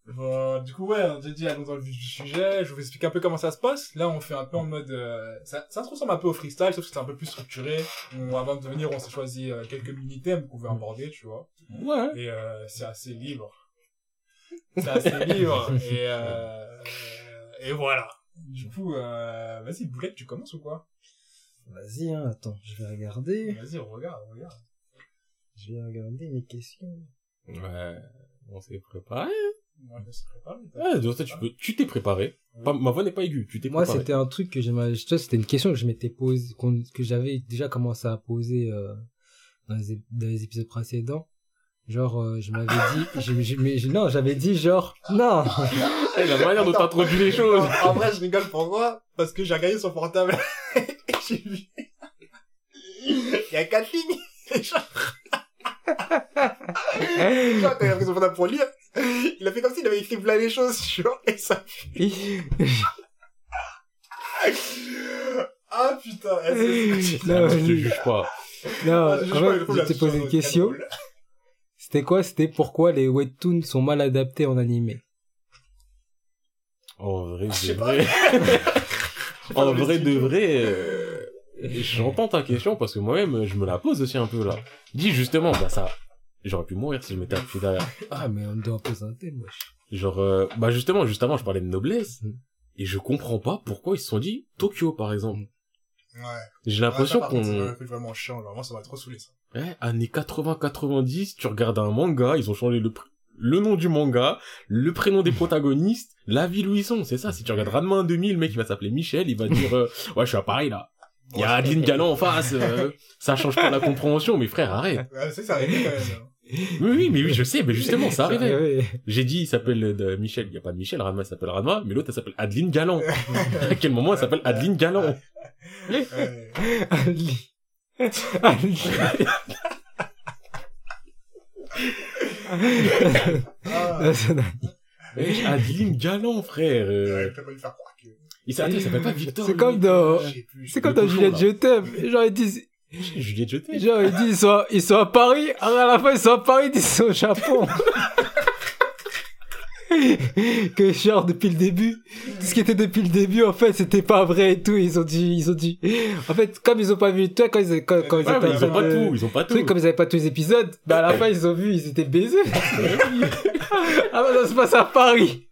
Bon, du coup, ouais, on a dit, allons dans le vif du sujet. Je vous explique un peu comment ça se passe. Là, on fait un peu en mode, ça se ressemble un peu au freestyle, sauf que c'est un peu plus structuré. Avant de venir, on s'est choisi quelques mini-thèmes qu'on veut aborder, tu vois. Ouais. Et c'est assez libre. C'est assez libre. Et voilà. Du coup, vas-y, Boulette, tu commences ou quoi? Vas-y, hein, attends, je vais regarder. Vas-y, regarde. Je vais regarder mes questions. Ouais. On s'est préparé. Moi, je me suis préparé. Ouais, tu t'es préparé. Pas, ma voix n'est pas aiguë, tu t'es Moi, préparé. c'était un truc que c'était une question que je m'étais posée, que j'avais déjà commencé à poser, dans les épisodes précédents. Genre, je m'avais dit, non, j'avais dit genre, non. La manière dont t'as introduit les choses. En vrai, je rigole, pourquoi? Parce que j'ai regardé son portable. Et j'ai vu. Il y a 4 lignes. Et genre, quand il a pris son portable pour lire, il a fait comme s'il avait écrit plein les choses, tu vois, et ça. Ah putain, Non, Je te juge pas. non, Ah, je en fait, je t'ai posé une question. C'était pourquoi les webtoons sont mal adaptés en animé? En vrai, Je de sais pas. vrai. En dans le vrai, de studio. vrai, j'entends ta question parce que moi-même, je me la pose aussi un peu, là. Dis justement, bah ça, j'aurais pu mourir si je m'étais appuyé derrière. Ah, mais on doit poser un thème, wesh. Genre, bah justement, juste avant, je parlais de noblesse. Mm. Et je comprends pas pourquoi ils se sont dit Tokyo, par exemple. Ouais. J'ai l'impression Ouais, ça, par contre, qu'on... c'est un truc vraiment chiant, genre, moi, ça m'a trop saoulé, ça. Ouais, années 80-90, tu regardes un manga, ils ont changé le nom du manga, le prénom des protagonistes, la ville où ils sont, c'est ça. Si tu regardes Ranma 2000, le mec, il va s'appeler Michel, il va dire, ouais, je suis à Paris, là. Il y a Adeline Galland en face, ça change pas la compréhension, mais frère, arrête. Ouais, c'est ça arrivait quand même. Oui, je sais, mais justement, ça arrivait. Ouais. J'ai dit, il s'appelle Michel, il y a pas de Michel, Ranma s'appelle Ranma, mais l'autre, elle s'appelle Adeline Galland. À quel moment elle s'appelle Adeline Galland? Ouais. Ali. Ah. Adeline Galland, frère. Ouais, je peux pas lui faire croire que... Il s'appelle pas Victor. C'est lui. comme dans, Je sais plus. c'est comme Le dans cochon, Juliette là. Je t'aime. Genre, Juliette Jeté. ils sont à Paris. Alors, à la fin, ils sont à Paris, ils sont au Japon. Que genre, depuis le début, tout ce qui était depuis le début, en fait, c'était pas vrai et tout. Ils ont dit, en fait, comme ils ont pas vu, toi, quand ils Ouais, étaient mais ils ont pas tout, ils ont pas tout. comme ils avaient pas tous les épisodes, bah, à la fin, ils ont vu, ils étaient baisés. Ah, bah, ça se passe à Paris.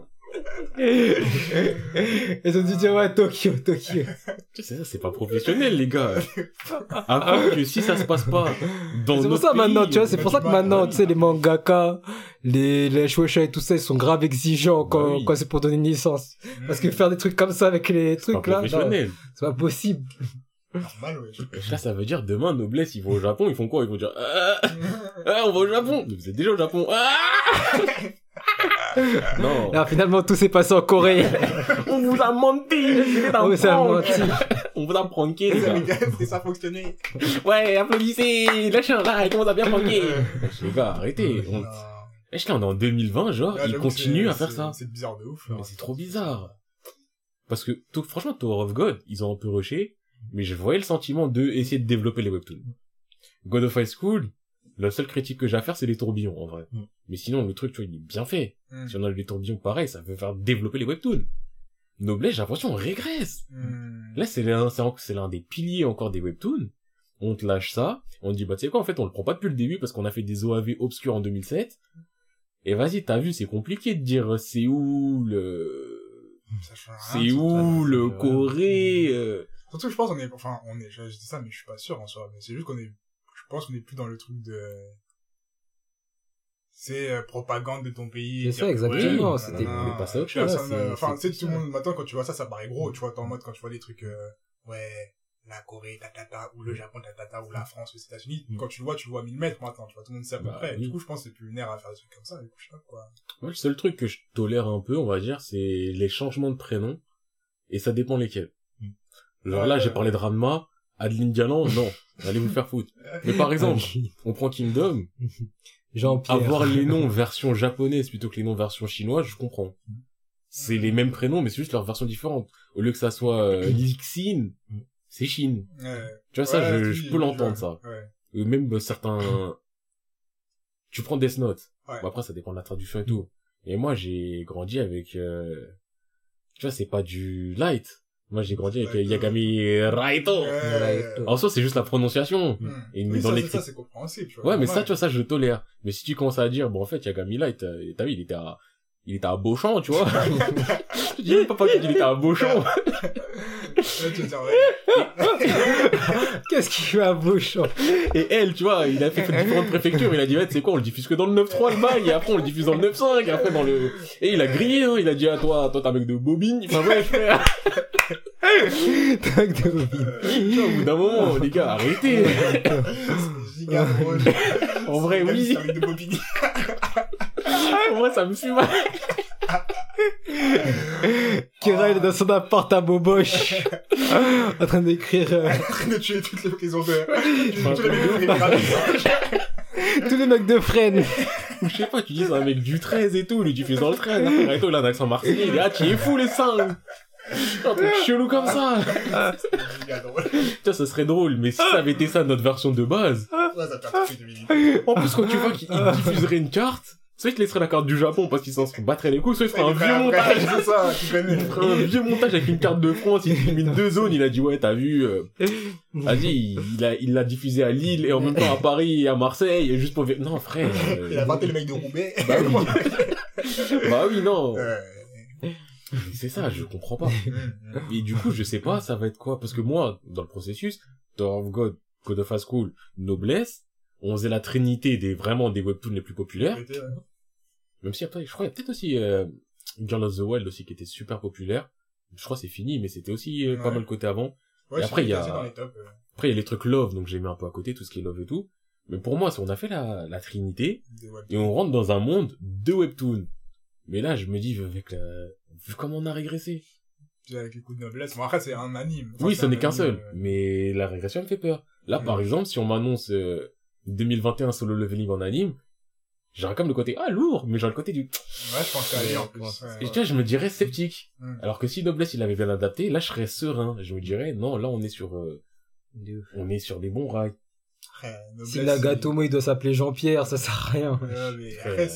Ils ont dit, tiens, ouais, Tokyo. C'est ça, c'est pas professionnel, les gars. Avant que si ça se passe pas dans C'est pour notre ça pays, maintenant, tu vois, c'est on a pour du ça que mal, maintenant, ouais. tu sais, les mangaka, les shueisha et tout ça, ils sont grave exigeants Bah oui. quand c'est pour donner une licence. Parce que faire des trucs comme ça avec les c'est pas trucs là, non, professionnel. c'est pas possible. Normal, ouais. Là, ça veut dire demain, Noblesse, ils vont au Japon, ils font quoi? Ils vont dire, on va au Japon. Vous êtes déjà au Japon. Non. Alors finalement, tout s'est passé en Corée. On vous a menti. C'était un Oh, ça a prank. menti. On vous a pranké, les gars. Et ça fonctionnait. Ouais, applaudissez. Lâchez un like, on vous a bien pranké. Les gars, arrêtez. Non. Est-ce qu'on est en 2020, genre, Là, ils j'avoue continuent que à faire ça? C'est bizarre de ouf. Mais c'est trop bizarre. Parce que, franchement, Tower of God, ils ont un peu rushé, mais je voyais le sentiment de essayer de développer les webtoons. God of High School, la seule critique que j'ai à faire, c'est les tourbillons, en vrai. Mm. Mais sinon, le truc, tu vois, il est bien fait. Mm. Si on a les tourbillons pareil, ça peut faire développer les webtoons. Noblesse, j'ai l'impression, on régresse. Là, c'est l'un des piliers encore des webtoons. On te lâche ça, on te dit, bah, tu sais quoi, en fait, on le prend pas depuis le début parce qu'on a fait des OAV obscurs en 2007. Et vas-y, t'as vu, c'est compliqué de dire Séoul, Ça change rien, Séoul, ouais. Corée, Surtout, je pense je dis ça, mais je suis pas sûr en soi. Mais c'est juste je pense qu'on est plus dans le truc de, c'est propagande de ton pays. C'est dire ça, que, exactement, ouais, c'était- nanana. on est passé à autre Tu vois, chose, ça, c'est- enfin, tu sais, c'est tout le ça. monde, maintenant, quand tu vois ça, ça paraît gros, tu vois, t'es en mode, quand tu vois des trucs, ouais, la Corée, ou le Japon, ou la France, les États-Unis, quand tu le vois à 1000 mètres maintenant, tu vois, tout le monde sait à peu Bah, près. oui. Du coup, je pense que c'est plus lunaire à faire des trucs comme ça, du coup, je sais pas quoi. Moi, le seul truc que je tolère un peu, on va dire, c'est les changements de prénoms. Et ça dépend lesquels. Alors là, j'ai parlé de Ranma, Adeline Galland, non. Allez vous faire foutre. Mais par exemple, on prend Kingdom, Jean-Pierre. avoir les noms version japonaise plutôt que les noms version chinoise, je comprends. C'est les mêmes prénoms, mais c'est juste leur version différente. Au lieu que ça soit Lixin, c'est Chine. Ouais. Tu vois, ça, Ouais, je oui, peux l'entendre, je- ça. Ouais. Même certains... Tu prends Death Note. Ouais. Bon, après, ça dépend de la traduction et tout. Et moi, j'ai grandi avec, tu vois, c'est pas du light. Moi, j'ai grandi avec Yagami Raito. En soi, c'est juste la prononciation. Et Oui, dans ça, c'est compréhensible, tu vois. ouais, mais ça, tu vois, ça, je le tolère. Mais si tu commences à dire, bon, en fait, Yagami Light, t'as vu, il était à Beauchamp, tu vois. Je dis, papa, il était à Beauchamp. Tu veux dire, ouais. Qu'est-ce qu'il fait à Beauchamp? Et elle, tu vois, il a fait différentes préfectures, il a dit, ouais, c'est quoi, on le diffuse que dans le 9.3, le bail, et après, on le diffuse dans le 9.5, et après, et il a grillé, hein, il a dit, à toi, t'es un mec de bobine, enfin, ouais, frère. Tac de bobine. Tu vois, au bout d'un moment, les gars, arrêtez. C'est giga drôle. En vrai, oui. Avec de bobines. En vrai, ça me fume. Kira, il est dans son appart à Boboche. En train d'écrire, En train de tuer toutes les prisons de... tous les mecs de Fresnes. Ou je sais pas, tu dis, c'est un mec du 13 et tout, lui, tu fais dans le 13, après, Raito, il a un accent marseillais, il est, ah, tu es fou, les seins. Un truc chelou comme ça. C'est giga drôle. Tu vois, ça serait drôle, mais si ça avait été ça, notre version de base. Ouais, ça perd toutes les minutes. En plus, quand tu vois qu'il diffuserait une carte, soit il te laisserait la carte du Japon parce qu'il s'en battrait les couilles, soit il ferait un vieux montage. C'est ça, tu connais. Il ferait un vieux montage avec une carte de France, il filme 2 zones, il a dit, ouais, t'as vu, vas-y, il l'a diffusé à Lille, et en même temps à Paris et à Marseille, et juste pour non, frère. Il a vanté le mec de Roubaix. Bah oui. Bah oui, non. Ouais. C'est ça, je comprends pas. Et du coup, je sais pas, ça va être quoi, parce que moi, dans le processus, Tower of God, God of High School, Noblesse, on faisait la trinité vraiment des webtoons les plus populaires. Même si après, je crois, il y a peut-être aussi, Girl of the Wild aussi, qui était super populaire. Je crois que c'est fini, mais c'était aussi pas mal côté avant. Ouais, et après, il y a, après, il y a les trucs Love, donc j'ai mis un peu à côté, tout ce qui est Love et tout. Mais pour moi, on a fait la trinité, et on rentre dans un monde de webtoons. Mais là, je me dis, vu comment on a régressé. Avec les coups de noblesse. Bon, après, c'est un anime. Enfin, oui, ce n'est qu'un seul. Mais la régression me fait peur. Là, par exemple, si on m'annonce 2021 Solo Leveling en anime, j'aurais comme le côté, ah, lourd, mais j'aurais le côté du... Ouais, je pense qu'à lui, en plus. Et tu vois, je me dirais sceptique. Alors que si Noblesse, il avait bien adapté, là, je serais serein. Je me dirais, non, là, on est sur des bons rails. Si Nagatomo, il doit s'appeler Jean-Pierre, ça sert à rien. Ouais, mais après,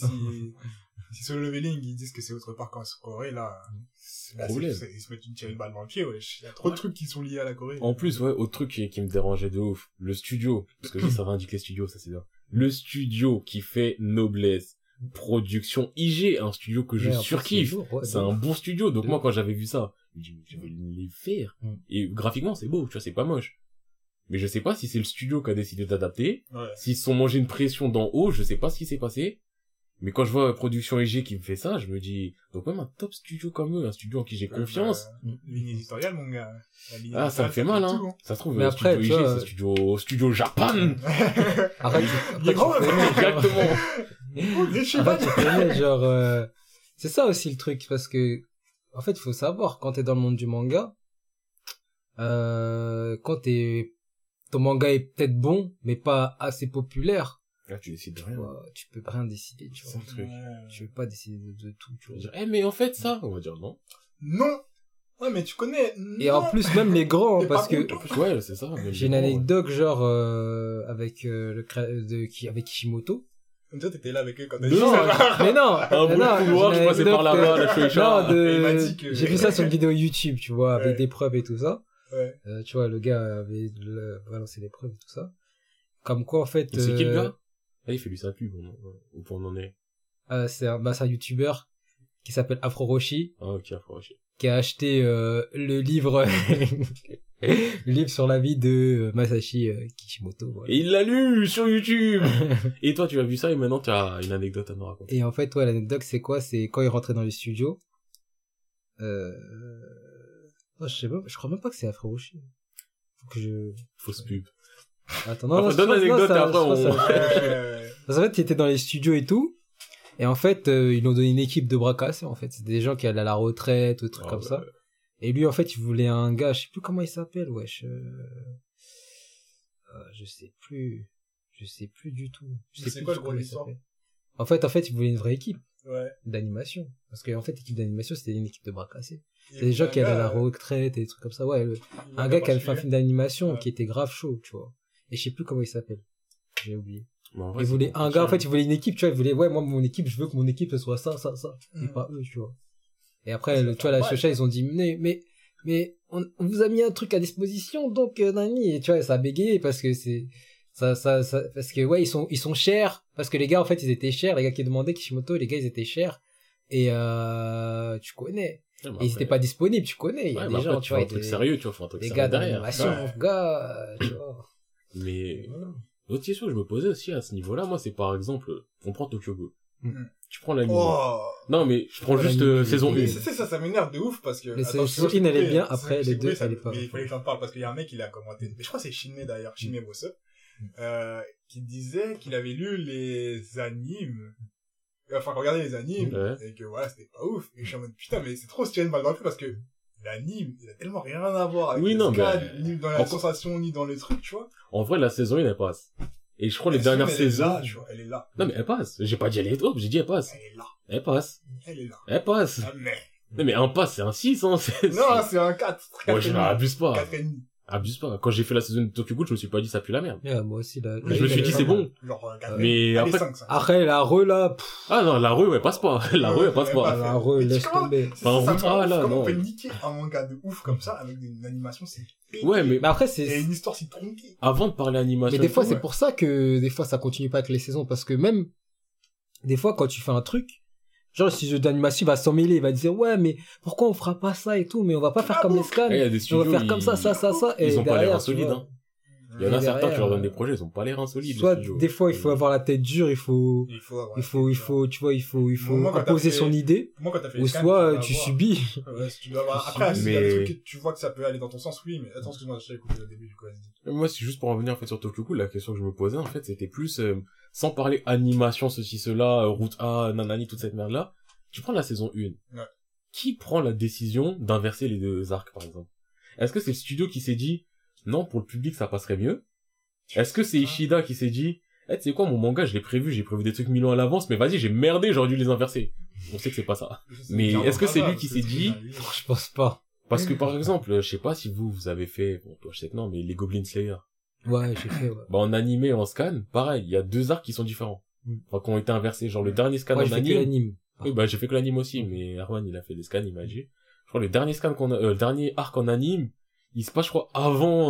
si Solo Leveling, ils disent que c'est autre part qu'en Corée, là, problème. Ils se mettent une balle dans le pied, wesh. Il y a trop de trucs qui sont liés à la Corée. En plus, ouais, autre truc qui me dérangeait de ouf, le studio. Parce que ça va indiquer les studios, ça c'est bien. Le studio qui fait Noblesse, production IG, un studio que je surkiffe. C'est un bon studio. Donc moi, quand j'avais vu ça, je vais les faire. Et graphiquement, c'est beau, tu vois, c'est pas moche. Mais je sais pas si c'est le studio qui a décidé d'adapter. Ouais. S'ils se sont mangés une pression d'en haut, je sais pas ce qui s'est passé. Mais quand je vois Production EG qui me fait ça, je me dis, donc même un top studio comme eux, un studio en qui j'ai confiance. Ligne éditoriale, mon gars. Ah, ça me fait mal, hein. Tout, hein. Ça se trouve, mais après, studio EG, c'est studio Japan. Arrête, exactement. Arrête, tu connais, genre, c'est ça aussi le truc, parce que, en fait, il faut savoir, quand t'es dans le monde du manga, quand ton manga est peut-être bon, mais pas assez populaire. Là, tu décides de rien. Tu peux rien décider, tu vois. C'est le truc. Tu veux pas décider de tout, tu vois. Dire, mais en fait, ça, on va dire non. Non! Ouais, mais tu connais, non. Et en plus, même les grands, parce que... Ouais, c'est ça. J'ai une anecdote, genre, avec avec Kishimoto. Comme ça, t'étais là avec eux quand t'as dit ça. Mais non! Un bout de couloir, je passais par là-bas, la Shueisha. J'ai vu ça sur une vidéo YouTube, tu vois, avec des preuves et tout ça. Ouais. Tu vois, le gars avait balancé des preuves et tout ça. Comme quoi, en fait... C'est qui le gars? Ah, il fait lui sa pub, où on en est. C'est un youtubeur qui s'appelle Afro Roshi. Ah, ok, Afro Roshi. Qui a acheté, le livre, le livre sur la vie de Masashi Kishimoto. Voilà. Et il l'a lu sur YouTube! Et toi, tu as vu ça et maintenant tu as une anecdote à nous raconter. Et en fait, ouais, l'anecdote, c'est quoi? C'est quand il rentrait dans les studios, je sais pas, je crois même pas que c'est Afro Roshi. Fausse pub. Attends, non, donne l'anecdote et après on... En fait, il était dans les studios et tout. Et en fait, ils lui ont donné une équipe de bras cassés, en fait. C'était des gens qui allaient à la retraite, ou trucs comme ça. Et lui, en fait, il voulait un gars, je sais plus comment il s'appelle, wesh. Je sais plus du tout. C'est quoi le gros l'histoire? En fait, il voulait une vraie équipe. Ouais. D'animation. Parce qu'en fait, l'équipe d'animation, c'était une équipe de bras cassés. C'est des gens qui allaient à la retraite et des trucs comme ça. Ouais, un gars qui avait fait un film d'animation qui était grave chaud, tu vois. Et je sais plus comment il s'appelle. J'ai oublié. En vrai, Il c'est voulait un compliqué, gars, en hein. fait, il voulait une équipe, tu vois, il voulait, ouais, moi, mon équipe, je veux que mon équipe ce soit ça, et pas eux, tu vois. Et après, tu vois, la Shocha, ils ont dit, mais, on vous a mis un truc à disposition, donc, Nani, et tu vois, ça a bégayé parce que parce que, ouais, ils sont chers, parce que les gars, en fait, ils étaient chers, les gars qui demandaient Kishimoto, les gars, ils étaient chers, et, tu connais. Ouais, Et ils étaient pas disponibles, tu connais, il y a ouais, des mais gens, après, tu tu vois, fais un truc sérieux, tu vois, faut un truc des sérieux gars derrière. d'animation, Ouais. gars, tu vois. Mais voilà. L'autre question que je me posais aussi à ce niveau-là, moi, c'est par exemple, on prend Tokyo Ghoul. Mm. Tu prends l'anime. Oh. Non, mais je prends Voilà, juste l'anime, saison il est- 1. Mais ça m'énerve de ouf parce que. Mais Attends, saison je 1, elle est couper, bien, hein. après, C'est les deux, coupé, elle est pas. Mais il fallait que j'en parle parce qu'il y a un mec, il a commenté. Mais je crois que c'est Shinmei d'ailleurs, Shinmei Bosse, qui disait qu'il avait lu les animes. Enfin, regardait les animes, Ouais. et que voilà, c'était pas ouf. Et je suis en mode, putain, mais c'est trop se tirer une balle dans le pied parce que l'anime, il a tellement rien à voir avec Oui, le non, scan, mais- ni dans la sensation, ni dans le truc, tu vois. En vrai, la saison 1, elle passe. Et je crois les La dernières semaine, elle est saisons. là, tu vois, elle est là. Non, mais elle passe. J'ai pas dit elle est top, j'ai dit elle passe. Elle est là. Elle passe. Elle est là. Elle passe. Ah, mais. Non, mais un pass, c'est un 6, hein. Non, c'est un 4. Moi, je abuse pas. 4,5. Abuse pas. Quand j'ai fait la saison de Tokyo Ghoul, je me suis pas dit ça pue la merde. Yeah, moi aussi, là. Je me suis dit, c'est bon. Genre, 4,5. Mais Allez, après- 5, ça. Après, la re, là, Ah non, la rue, elle passe pas. La rue, elle passe pas. la re, Mais tu laisse comprends tomber. C'est Enfin, ça, vous- ça me rend ah, ouf là, comment non. on peut niquer un manga de ouf comme ça avec une animation, c'est pété. Ouais, mais Mais après, Et c'est, une histoire si tronquée. avant de parler animation. mais des fois, et tout, c'est ouais. pour ça que, des fois, ça continue pas avec les saisons, parce que même, des fois, quand tu fais un truc, genre, si le jeu d'animation va s'en mêler, il va dire, ouais, mais pourquoi on fera pas ça et tout, mais on va pas faire comme les scans, Eh, il y a des on studios, va faire comme ça, et ils ont pas derrière, l'air tu insolides, vois, hein. Il y en a Et certains derrière, qui leur donnent des projets, ils ont pas l'air insolides. les soit, studios. des fois, il faut avoir la tête dure, il faut, Il faut avoir. tu vois, il faut Moi, quand t'as imposer fait- son idée, Moi, quand t'as fait ou les scans, soit tu tu dois avoir. subis. Ouais, si tu dois avoir. Après, s'il y a Mais- des trucs que tu vois que ça peut aller dans ton sens, oui, mais attends, excuse-moi, je t'ai coupé au début du coup, vas-y. Moi, c'est juste pour en venir, en fait, sur Tokyo Ghoul, la question que je me posais, en fait, c'était plus, sans parler animation, ceci, cela, route A, nanani, toute cette merde-là. Tu prends la saison 1. Ouais. Qui prend la décision d'inverser les deux arcs, par exemple? Est-ce que c'est le studio qui s'est dit, non, pour le public, ça passerait mieux? Est-ce que c'est Ishida qui s'est dit, tu sais quoi, mon manga, j'ai prévu des trucs 1000 ans à l'avance, mais vas-y, j'ai merdé, j'aurais dû les inverser. On sait que c'est pas ça. Mais est-ce que c'est lui qui s'est dit- Je pense pas. Parce que, par exemple, je sais pas si vous avez fait, bon, toi, je sais que non, mais les Goblin Slayer. Ouais, j'ai fait, ouais. Bah, en animé et en scan, pareil, il y a deux arcs qui sont différents. Mm. Enfin, qui ont été inversés. Genre, le dernier scan Moi, en j'ai fait que anime. l'anime. Oui, bah, j'ai fait que l'anime aussi, mais Arman, il a fait des scans, il m'a dit. Je crois, le dernier scan le dernier arc en anime, il se passe, je crois, avant,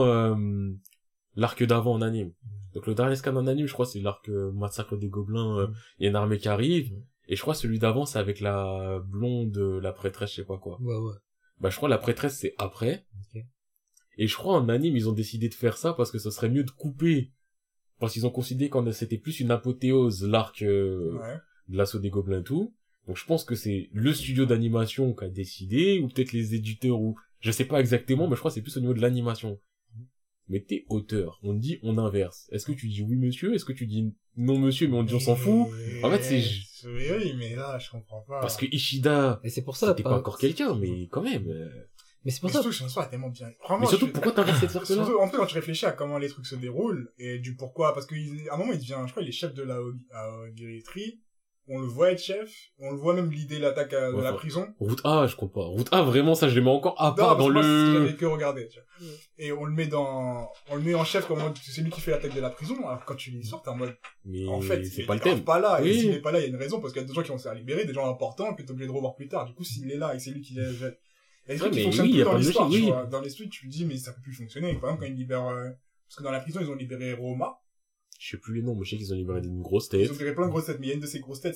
l'arc d'avant en anime. Donc, le dernier scan en anime, je crois, c'est l'arc Massacre des Gobelins, il y a une armée qui arrive. Et je crois, celui d'avant, c'est avec la blonde, la prêtresse, je sais pas quoi. Ouais, ouais. Bah, je crois, la prêtresse, c'est après. Ok. Et je crois, en anime, ils ont décidé de faire ça parce que ce serait mieux de couper. Parce qu'ils ont considéré que c'était plus une apothéose, l'arc, Ouais. de l'assaut des gobelins et tout. Donc je pense que c'est le studio d'animation qui a décidé, ou peut-être les éditeurs, ou je sais pas exactement, mais je crois que c'est plus au niveau de l'animation. Mais t'es auteur, on te dit on inverse. Est-ce que tu dis oui monsieur, est-ce que tu dis non monsieur, mais on dit on s'en fout? En fait, c'est- Oui, mais là, je comprends pas. Parce que Ishida, Et c'est pour ça, c'était pas encore quelqu'un, mais quand même. Mais c'est pour Mais ça. surtout, Shinso est tellement bien. Vraiment, Mais surtout, je- pourquoi t'inverses cette sorte-là? Surtout, en fait, quand tu réfléchis à comment les trucs se déroulent, et du pourquoi, parce qu'à un moment, il devient, je crois, il est chef de la Ogiri, on le voit être chef, on le voit même l'idée l'attaque de Ouais, la enfin, prison. Route A, je compte pas. Route A, vraiment, ça, je les mets encore à Non, part parce dans que moi, c'est ce que le... j'avais que regardé, tu vois. Et on le met en chef comme c'est lui qui fait l'attaque de la prison, alors quand tu les sors, t'es en mode, Mais en fait, c'est il pas le est grave thème. pas là, et Oui. s'il est pas là, il y a une raison, parce qu'il y a des gens qui vont se faire libérer, des gens importants, que t'es obligé de revoir plus tard. Du coup, s'il est là, et c'est lui qui les jette. Il y a des trucs qui mais fonctionnent oui, plus y a dans pas de l'histoire, logique, tu oui. vois. Dans les suites, tu te dis, mais ça peut plus fonctionner. Par exemple, quand ils libèrent, parce que dans la prison, ils ont libéré Roma. Je sais plus les noms, mais je sais qu'ils ont libéré une grosse Ils tête. ont libéré plein de grosses têtes, mais il y a une de ces grosses têtes,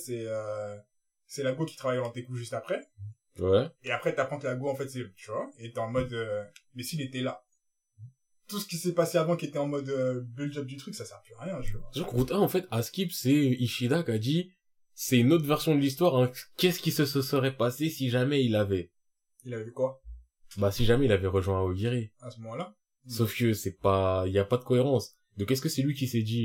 c'est la go qui travaille à l'Antekou juste après. Ouais. Et après, t'apprends que la go, en fait, c'est, tu vois, et t'es en mode, mais s'il était là. Tout ce qui s'est passé avant qui était en mode build-up du truc, ça sert plus à rien, tu vois. Sur Route 1, en fait, à Skip, c'est Ishida qui a dit, c'est une autre version de l'histoire, hein. Qu'est-ce qui se serait passé si jamais il avait? Il avait vu quoi Bah, si jamais il avait rejoint Aogiri. à ce moment-là? Sauf que c'est pas, y a pas de cohérence. Donc, est-ce que c'est lui qui s'est dit,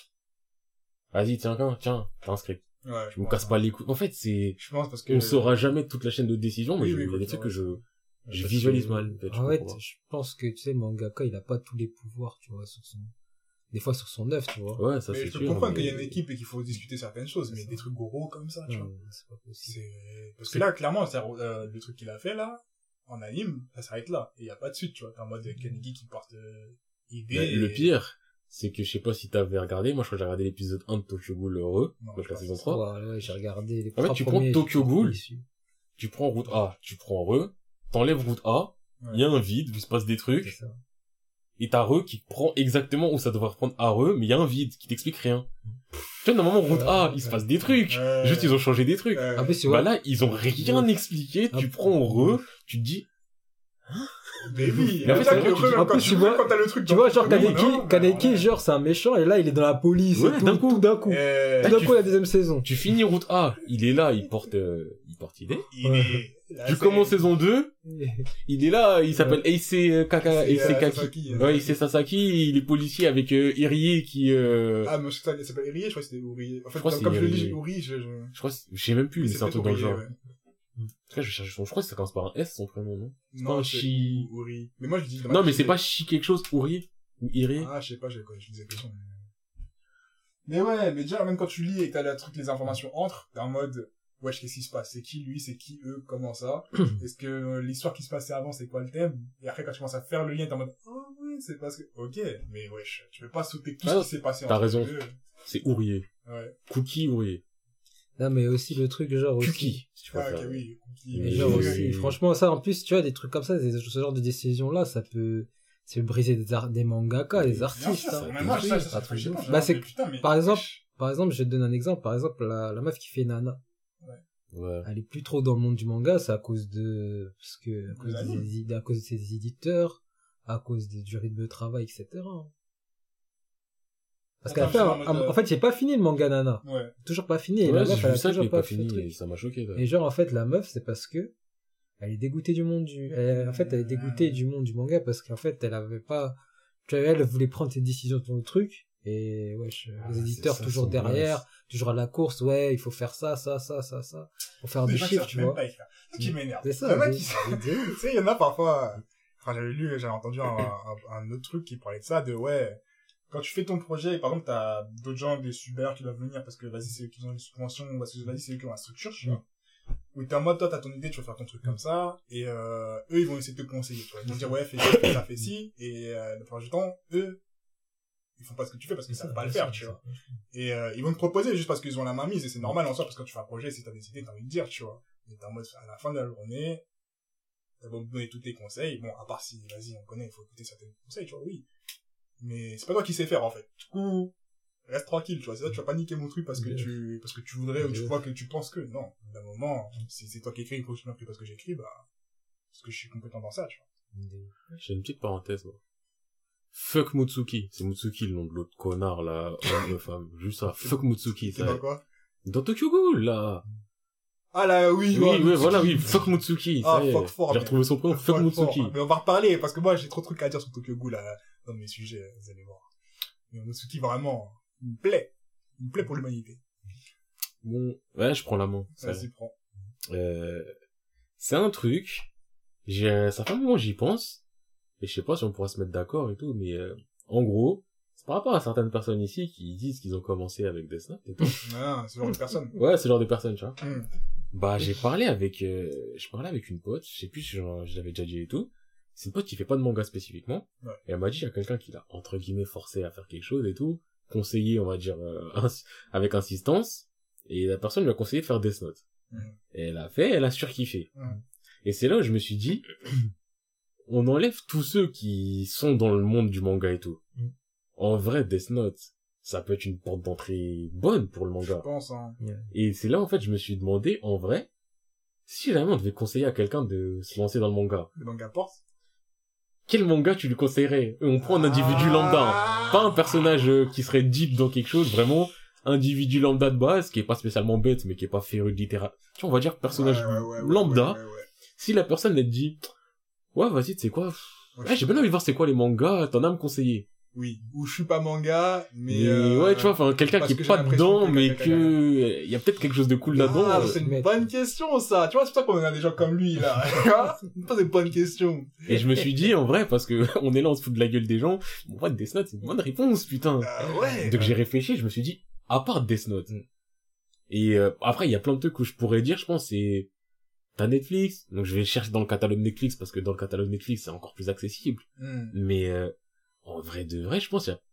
vas-y, tiens, t'as un script. Ouais. Je me casse pas les couilles. En fait, c'est, Je pense parce que. on saura jamais toute la chaîne de décision, mais Oui, il oui, y a des oui, trucs ouais. que je Parce visualise que- mal. Peut-être, je En fait, comprends pas. je pense que, tu sais, le mangaka, il a pas tous les pouvoirs, tu vois, des fois sur son œuvre, tu vois. Ouais, ça Mais c'est je peux sûr. comprendre mais- qu'il y a une équipe et qu'il faut discuter certaines choses, mais des trucs gros comme ça, tu vois. Non, c'est pas possible. Parce que là, clairement, le truc qu'il a fait, là, en anime, ça s'arrête là. Et il y a pas de suite, tu vois. T'es en mode Kaneki qui porte idée. Mais le pire, c'est que je sais pas si t'avais regardé, moi je crois que j'ai regardé l'épisode 1 de Tokyo Ghoul heureux, Non, donc je la sais saison pas. 3. Ouais, j'ai regardé les En fait, trois tu prends premiers, Tokyo je suis Ghoul. déçu. Tu prends route A, tu prends Re, t'enlèves route A, il y a un vide, il se passe des C'est trucs, ça. et t'as Re qui prend exactement où ça devrait reprendre à Re, mais il y a un vide qui t'explique rien. Tu vois, normalement, route A, il se passe des trucs. Juste, ils ont changé des trucs. En plus, tu Bah vois, là, ils ont rien expliqué, tu prends Re, tu te dis, Mais oui, Mais en fait, c'est vrai en plus, tu vois, quand t'as le truc. tu vois, genre, Non, Kaneki, genre, c'est un méchant, et là, il est dans la police, Ouais, et tout, d'un coup. tout d'un coup. Euh, Tout d'un coup, la deuxième saison. tu finis route A, il est là, il porte idée. il est... Tu commences saison 2, il est là, il s'appelle Eise Kaka, Eise Kaki. Sasaki. Ouais, Eise Sasaki, il est policier avec Irie qui, Ah, mais ça, il s'appelle Irie, je crois que c'était Ouri. En fait, Je crois que comme c'est je le dis, Irie. Ouri, je crois, je sais même plus, mais c'est un truc dans le genre. Ouais. En tout cas, je cherche son, je crois que ça commence par un S, son prénom, non? Non, pas c'est Chi- Ouri. Mais moi, je dis... Non, mais c'est pas Chi quelque chose, Ouri? Ou Irie? Ah, je sais pas, je disais question. Mais ouais, mais déjà, même quand tu lis et que t'as le truc, les informations entrent, t'es en mode, wesh, qu'est-ce qui se passe? C'est qui lui? C'est qui eux? Comment ça? Est-ce que l'histoire qui se passait avant, c'est quoi le thème? Et après, quand tu commences à faire le lien, t'es en mode, oh oui, c'est parce que, ok, mais wesh, tu peux pas sauter tout Ah, ce qui s'est passé t'as entre raison. les deux. C'est Ourier. Ouais. Cookie Ourier. Non, mais aussi le truc, genre, aussi. Kuki, si tu Ah, préfères. ok, oui. Mais Et genre oui, aussi, oui. franchement, ça, en plus, tu vois, des trucs comme ça, ce genre de décisions-là, ça peut briser des mangaka, des Bien artistes, sûr, hein. ça Mais moi, Oui, ça, c'est un ça, truc je sais de pas, ouf. j'ai Bah, dit, c'est, mais putain, mais par exemple, wesh. par exemple, je te donne un exemple. Par exemple, la meuf qui fait Nana, Ouais. elle est plus trop dans le monde du manga, c'est à cause parce que, à cause de ses éditeurs, à cause du rythme de travail, etc. Parce qu'elle Attends, fait, je suis en mode, en fait, j'ai pas fini le manga Nana. Ouais. Toujours pas fini. Et Ouais, la j'ai meuf, elle vu a ça, je toujours l'ai pas fait le fini, truc. et ça m'a choqué, ça. Et genre, en fait, la meuf, c'est parce que elle est dégoûtée du monde en fait, elle est dégoûtée du monde du manga parce qu'en fait, elle avait pas, tu vois, elle voulait prendre ses décisions sur le truc. Et, wesh, les éditeurs c'est ça, toujours son derrière, blast. toujours à la course, ouais, il faut faire ça. Faut faire du Des gens qui chiffre, savent tu même vois. pas écrire. C'est ce qui m'énerve. C'est Il y en ça, a des- qui des- tu sais, il y en a parfois, enfin, j'avais entendu un autre truc qui parlait de ça, de, ouais, quand tu fais ton projet, et par exemple, t'as d'autres gens, des supérieurs qui doivent venir parce que, vas-y, c'est eux qui ont les subventions, ou parce que, vas-y, c'est eux qui ont la structure, tu vois. Où t'es en mode, toi, t'as ton idée, tu veux faire ton truc comme ça, et, eux, ils vont essayer de te conseiller, tu vois. Ils vont te dire, ouais, fais ça, fais ci, et, la plupart du temps, eux, ils font pas ce que tu fais parce qu'ils savent pas le faire, tu vois. Et, ils vont te proposer juste parce qu'ils ont la main mise, et c'est normal en soi, parce que quand tu fais un projet, si t'as décidé, t'as envie de dire, tu vois. Et t'es en mode, à la fin de la journée, t'as beau me donner tous tes conseils, bon, à part si, vas-y, on connaît, il faut écouter certains conseils, tu vois, oui. Mais c'est pas toi qui sais faire, en fait. Du coup, reste tranquille, tu vois. C'est ça, tu vas pas niquer mon truc parce que tu voudrais ou tu vois que tu penses que, non. D'un moment, si c'est toi qui écris, il faut que je m'appelle parce que j'écris, bah, parce que je suis compétent dans ça, tu vois. J'ai une petite parenthèse, moi. Fuck Mutsuki. C'est Mutsuki le nom de l'autre connard, là, homme, femme. Juste ça. Fuck Mutsuki, C'est ça. dans quoi? Dans Tokyo Ghoul, là. Ah là, oui, Oui, ouais, voilà, oui. Fuck Mutsuki. Ah, ça y est. fuck fort, J'ai mais- retrouvé son prénom. Fuck Fort, Mutsuki. fort. Mais on va reparler, parce que moi, j'ai trop de trucs à dire sur Tokyo Ghoul, là, dans mes sujets, vous allez voir. Mais Mutsuki, vraiment, il me plaît. Il me plaît pour l'humanité. Bon, ouais, je prends la main. ça. Vas-y, prends. C'est un truc. Ça fait un moment que j'y pense. Et je sais pas si on pourra se mettre d'accord et tout, mais en gros, c'est par rapport à certaines personnes ici qui disent qu'ils ont commencé avec Death Note et tout. Ah, ce genre de personne. Ouais, ce genre de personnes, tu vois. Hmm. Bah, je parlais avec une pote, je sais plus si je l'avais déjà dit et tout. C'est une pote qui fait pas de manga spécifiquement. Ouais. Et elle m'a dit, il y a quelqu'un qui l'a, entre guillemets, forcé à faire quelque chose et tout. Conseillé, on va dire, avec insistance. Et la personne lui a conseillé de faire Death Note. Et elle a surkiffé. Et c'est là où je me suis dit, on enlève tous ceux qui sont dans le monde du manga et tout. En vrai, Death Note, ça peut être une porte d'entrée bonne pour le Je manga. pense, hein. Et c'est là, en fait, je me suis demandé, en vrai, si jamais on devait conseiller à quelqu'un de se lancer dans le manga, Le manga porte. quel manga tu lui conseillerais? On prend un individu lambda, hein. Pas un personnage qui serait deep dans quelque chose, vraiment, individu lambda de base, qui est pas spécialement bête, mais qui est pas féru de littérature. Tu vois, on va dire personnage lambda. Ouais. Si la personne, elle te dit, ouais, vas-y, tu sais quoi, ouais, j'ai bien envie de voir c'est quoi les mangas, t'en as à me conseiller. Oui. Ou je suis pas manga, mais Ouais, tu vois, enfin, quelqu'un parce qui que est j'ai pas l'impression dedans, que mais quelqu'un qui a il y a peut-être quelque chose de cool là-dedans. Ah, c'est une bonne question, ça. Tu vois, c'est pour ça qu'on a des gens comme lui, là. C'est pas des bonnes questions. Et je me suis dit, en vrai, parce que on est là, on se fout de la gueule des gens, en vrai, Death Note, c'est une bonne réponse, putain. Ouais. Donc j'ai réfléchi, je me suis dit, à part Death Note. Et après, il y a plein de trucs que je pourrais dire, je pense, c'est... T'as Netflix, donc je vais chercher dans le catalogue Netflix, parce que dans le catalogue Netflix, c'est encore plus accessible. Mais en vrai de vrai, je pense qu'il y a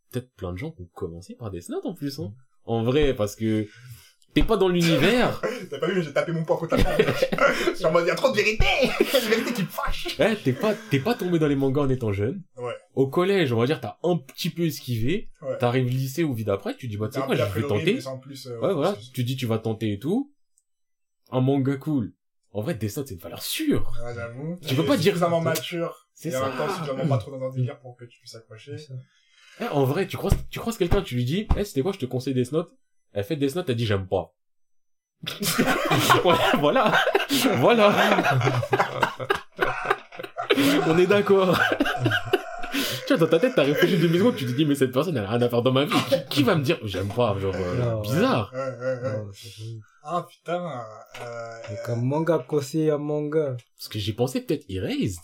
peut-être plein de gens qui ont commencé par Death Note en plus, hein. En vrai, parce que t'es pas dans l'univers. T'as pas vu, j'ai tapé mon poing contre la table. Je suis en mode, il y a trop de vérité! La vérité qui me fâche! Ouais, t'es pas tombé dans les mangas en étant jeune. Ouais. Au collège, on va dire, t'as un petit peu esquivé. Ouais. T'arrives lycée ou vie d'après, tu dis, bah, tu sais quoi, je vais tenter. Ouais, voilà. Tu dis, tu vas tenter et tout. Un manga cool. En vrai, Death Note, c'est une valeur sûre. Ouais, j'avoue. Tu peux pas dire suffisamment mature. C'est et en ça. même temps, suffisamment pas trop dans un délire pour que tu puisses accrocher. En vrai, tu croises quelqu'un, tu lui dis, c'était quoi, je te conseille Death Note? Elle fait Death Note, elle dit, j'aime pas. Voilà. On est d'accord. Tu vois, dans ta tête, t'as réfléchi 2 secondes, tu te dis, mais cette personne, elle a rien à faire dans ma vie. Qui va me dire, j'aime pas, genre, bizarre. Ouais. Ah, putain, Comme manga conseiller un manga. Parce que j'ai pensé peut-être Erased.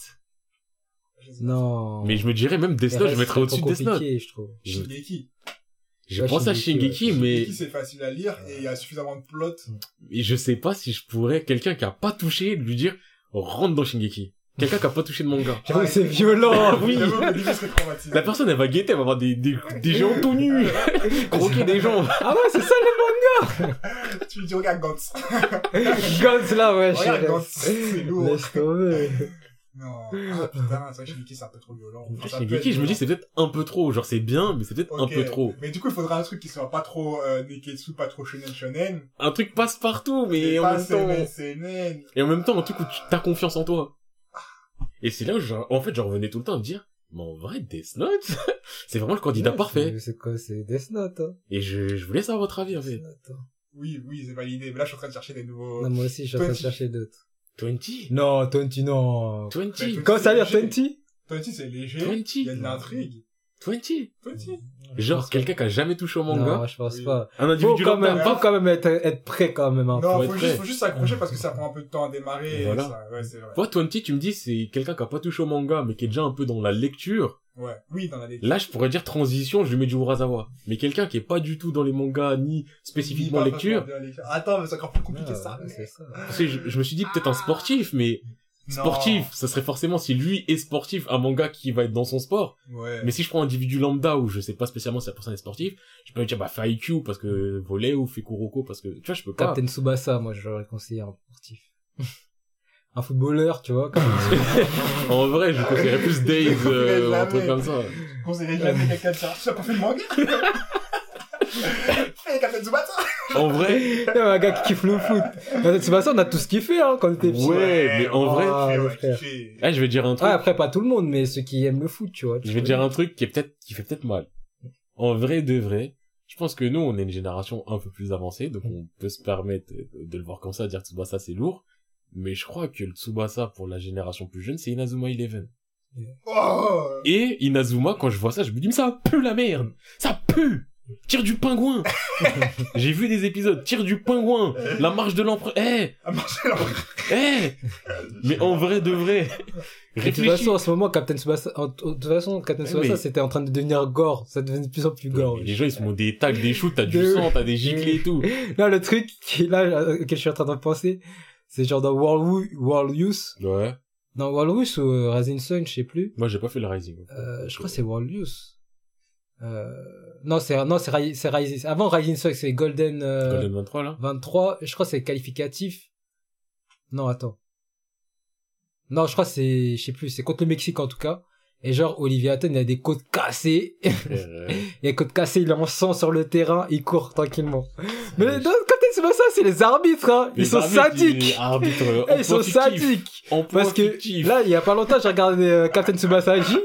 Non. Mais je me dirais même Death Note, je mettrais au-dessus de Death Note. Je trouve. Shingeki. J'ai pensé à Shingeki, mais... Shingeki, c'est facile à lire et il y a suffisamment de plot. Et je sais pas si je pourrais, quelqu'un qui a pas touché, lui dire, rentre dans Shingeki. Quelqu'un qui a pas touché de manga. J'avoue, c'est violent. Oui. Le début serait traumatisé. La personne, elle va guetter, elle va avoir des gens tout nus. Croquer des gens. Ah ouais, c'est ça le manga. Tu lui dis, regarde Gantz. Gantz là, ouais. Regarde Gantz, c'est lourd. Laisse tomber. Non. Ah putain, c'est vrai que Shingeki, c'est un peu trop violent. Enfin, Shingeki, je me dis, c'est peut-être un peu trop. Genre, c'est bien, mais c'est peut-être un peu trop. Mais du coup, il faudra un truc qui soit pas trop Neketsu, pas trop shonen. Un truc passe partout, mais en même temps... Et en même temps, un truc où tu t'as confiance en toi. Et c'est là où, en fait, j'en revenais tout le temps à me dire, mais en vrai, Death Note, c'est vraiment le candidat parfait. C'est quoi, c'est Death Note, hein. Et je voulais savoir votre avis, en fait. Oui, c'est validé. Mais là, je suis en train de chercher des nouveaux... Non, moi aussi, je suis en train de chercher d'autres. 20? Non, 20, non. 20? Comment ça veut dire 20? 20, c'est léger. 20? Il y a de l'intrigue. 20? 20? Genre, quelqu'un qui a jamais touché au manga. Non, je pense pas. Un individu lambda. Faut quand même être prêt quand même. Hein. Non, faut juste s'accrocher parce que ça prend un peu de temps à démarrer. Voilà. Ça, ouais, c'est vrai. Toi, 20, tu me dis, c'est quelqu'un qui a pas touché au manga, mais qui est déjà un peu dans la lecture. Ouais. Oui, dans la lecture. Là, je pourrais dire transition, je lui mets du Urasawa. Mais quelqu'un qui est pas du tout dans les mangas, ni spécifiquement lecture. Attends, mais c'est encore plus compliqué ça. C'est ça. Parce que je me suis dit peut-être un sportif, mais sportif, ça serait forcément si lui est sportif, un manga qui va être dans son sport. Ouais. Mais si je prends un individu lambda où je sais pas spécialement si la personne est sportive, je peux me dire bah fais IQ parce que volley ou fais Kuroko parce que tu vois je peux pas. Captain Tsubasa, moi j'aurais conseillé un sportif. Un footballeur, tu vois. En vrai, je conseillerais plus Dave ou un truc comme ça. Je conseillerais jamais quelqu'un de ça. Tu as pas fait le manga? Fais Captain Tsubasa. En vrai, il y a un gars qui kiffe le foot. Captain Tsubasa, on a tous kiffé hein quand on était petits. Ouais, mais en vrai, je vais dire un truc. Ouais, après pas tout le monde, mais ceux qui aiment le foot, tu vois. Je vais dire un truc qui fait peut-être mal. En vrai de vrai, je pense que nous, on est une génération un peu plus avancée, donc on peut se permettre de le voir comme ça, dire que Tsubasa c'est lourd. Mais je crois que le Tsubasa pour la génération plus jeune, c'est Inazuma Eleven. Oh. Et Inazuma, quand je vois ça, je me dis, mais ça pue la merde! Ça pue! Tire du pingouin! J'ai vu des épisodes, tire du pingouin! La marche de l'empereur, mais en vrai de vrai! De toute façon, en ce moment, Captain Tsubasa, c'était en train de devenir gore. Ça devenait de plus en plus gore. Les gens, ils se font des tags, des shoots, t'as du sang, t'as des giclées et tout. Non, le truc, auquel je suis en train de penser, c'est genre dans World Youth. Ouais. Dans World Youth ou Rising Sun, je sais plus. Moi, j'ai pas fait le Rising. Je crois que c'est World Youth. Non, c'est Rising. Avant Rising Sun, c'est Golden 23, là. 23. Je crois que c'est qualificatif. Non, attends. Non, je crois que c'est, je sais plus, c'est contre le Mexique en tout cas. Et genre, Olivier Hatton, il a des côtes cassées. Il a des côtes cassées, il est en sang sur le terrain, il court tranquillement. Mais quand c'est pas ça, c'est les arbitres, hein. Ils sont sadiques. Ils sont sadiques. Parce que là, il y a pas longtemps, j'ai regardé Captain Tsubasa J.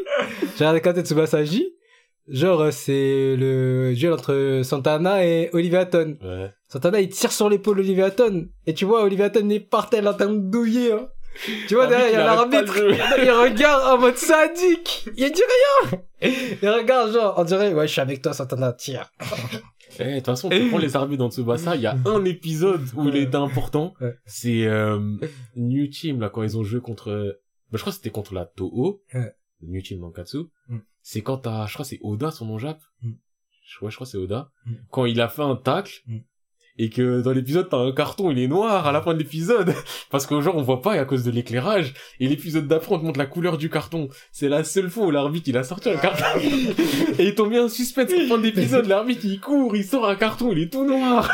Genre, c'est le duel entre Santana et Olivier Hatton. Ouais. Santana, il tire sur l'épaule d'Olivier Hatton. Et tu vois, Olivier Hatton est par terre en train de douiller, hein. Tu vois, derrière, il y a l'arbitre, il regarde en mode sadique. Il dit rien. Il regarde, genre, on dirait, ouais, je suis avec toi, Santana, tire. De toute façon, tu prends les arbitres dans Tsubasa, il y a un épisode où il était important. Ouais. C'est, New Team, là, quand ils ont joué contre, je crois que c'était contre la Toho. Ouais. New Team dans Katsu. C'est quand je crois que c'est Oda, son nom jape. Mm. Ouais, je crois que c'est Oda. Quand il a fait un tacle. et que dans l'épisode t'as un carton, il est noir à la fin de l'épisode, parce que genre on voit pas à cause de l'éclairage, et l'épisode d'après on te montre la couleur du carton. C'est la seule fois où l'arbitre il a sorti un carton, et ils t'ont mis un suspense à la fin de l'épisode, l'arbitre il court, il sort un carton, il est tout noir.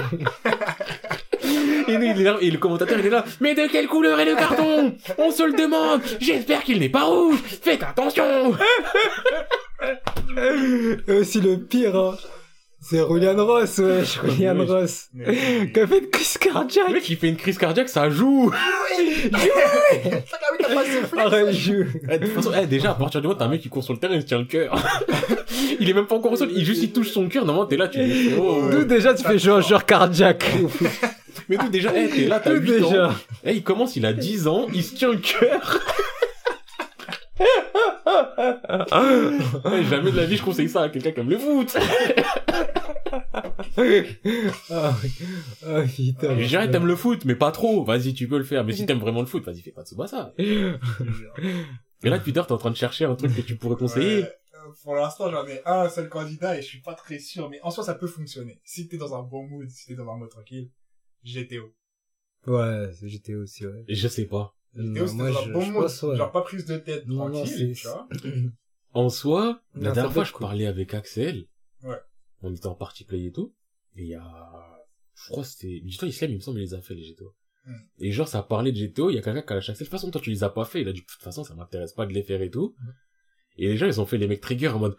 Et le commentateur il est là, mais de quelle couleur est le carton? On se le demande, j'espère qu'il n'est pas rouge, faites attention. Aussi le pire, hein. C'est Julian Ross, wesh, Julian Ross. Qui a fait une crise cardiaque. Le mec, il fait une crise cardiaque, ça joue. Arrête, joue. De toute façon, déjà, à partir du moment où t'as un mec qui court sur le terrain, il se tient le cœur. Il est même pas encore au sol, il touche son cœur, normalement, t'es là, tu dis, oh. D'où déjà, tu fais joueur cardiaque. Mais d'où déjà, t'es là, t'as 8 ans. Il commence, il a 10 ans, il se tient le cœur. Jamais de la vie je conseille ça à quelqu'un qui aime le foot. Putain. Je dirais t'aimes le foot mais pas trop, vas-y tu peux le faire, mais si t'aimes vraiment le foot, vas-y fais pas de Tsubasa. Et là depuis tard t'es en train de chercher un truc que tu pourrais conseiller. Pour l'instant j'en ai un seul candidat et je suis pas très sûr, mais en soi ça peut fonctionner. Si t'es dans un bon mood, si t'es dans un mode tranquille, GTO. Ouais, c'est GTO aussi, ouais. Je sais pas. GTO c'était dans un bon mood, genre pas prise de tête, tranquille, tu vois. En soi, la Non, dernière fois, cool. je parlais avec Axel. Ouais. On était en party play et tout. Et il y a, je crois que c'était, dis-toi, Islam, il me semble, il les a fait, les GTO. Et genre, ça parlait de GTO, il y a quelqu'un qui a lâché Axel. De toute façon, toi, tu les as pas fait. Il a dit, de toute façon, ça m'intéresse pas de les faire et tout. Et les gens, ils ont fait les mecs trigger en mode,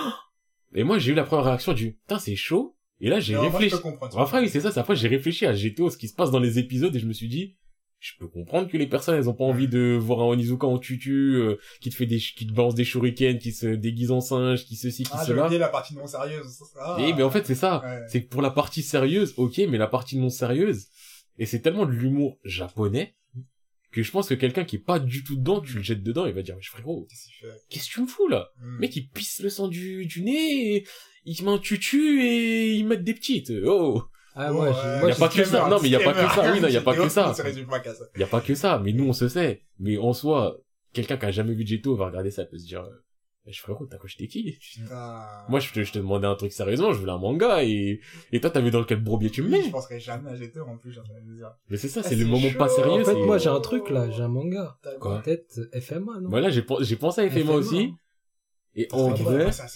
et moi, j'ai eu la première réaction du, putain, c'est chaud. Et là, j'ai réfléchi. Enfin, oui, c'est ça, après, j'ai réfléchi à GTO, ce qui se passe dans les épisodes, et je me suis dit, je peux comprendre que les personnes, elles ont pas envie de voir un Onizuka en tutu, qui te balance des shurikens, qui se déguise en singe, qui ceci, qui cela. J'ai oublié la partie non sérieuse, ça. Et, mais en fait, c'est ça. Ouais. C'est que pour la partie sérieuse, ok, mais la partie non sérieuse, et c'est tellement de l'humour japonais, que je pense que quelqu'un qui est pas du tout dedans, tu le jettes dedans, il va dire, mais frérot, qu'est-ce que tu me fous, là? Mec, il pisse le sang du nez, et il met un tutu, et il met des petites. Oh! Ah, moi, y a pas que ça. Non, mais y a pas que ça. Oui, non, y a pas que ça. Y a pas que ça. Mais nous, on se sait. Mais en soi, quelqu'un qui a jamais vu GTO va regarder ça, peut se dire, frérot, t'as coché qui? Moi, je te demandais un truc sérieusement, je voulais un manga, et toi, t'as vu dans quel bourbier tu me mets? Je penserais jamais à GTO, en plus, j'ai envie de dire. Mais c'est ça, c'est le moment pas sérieux. En fait, moi, j'ai un truc, là, j'ai un manga. Quoi? Peut-être FMA, non? Voilà, j'ai pensé à FMA aussi. Et en vrai, ça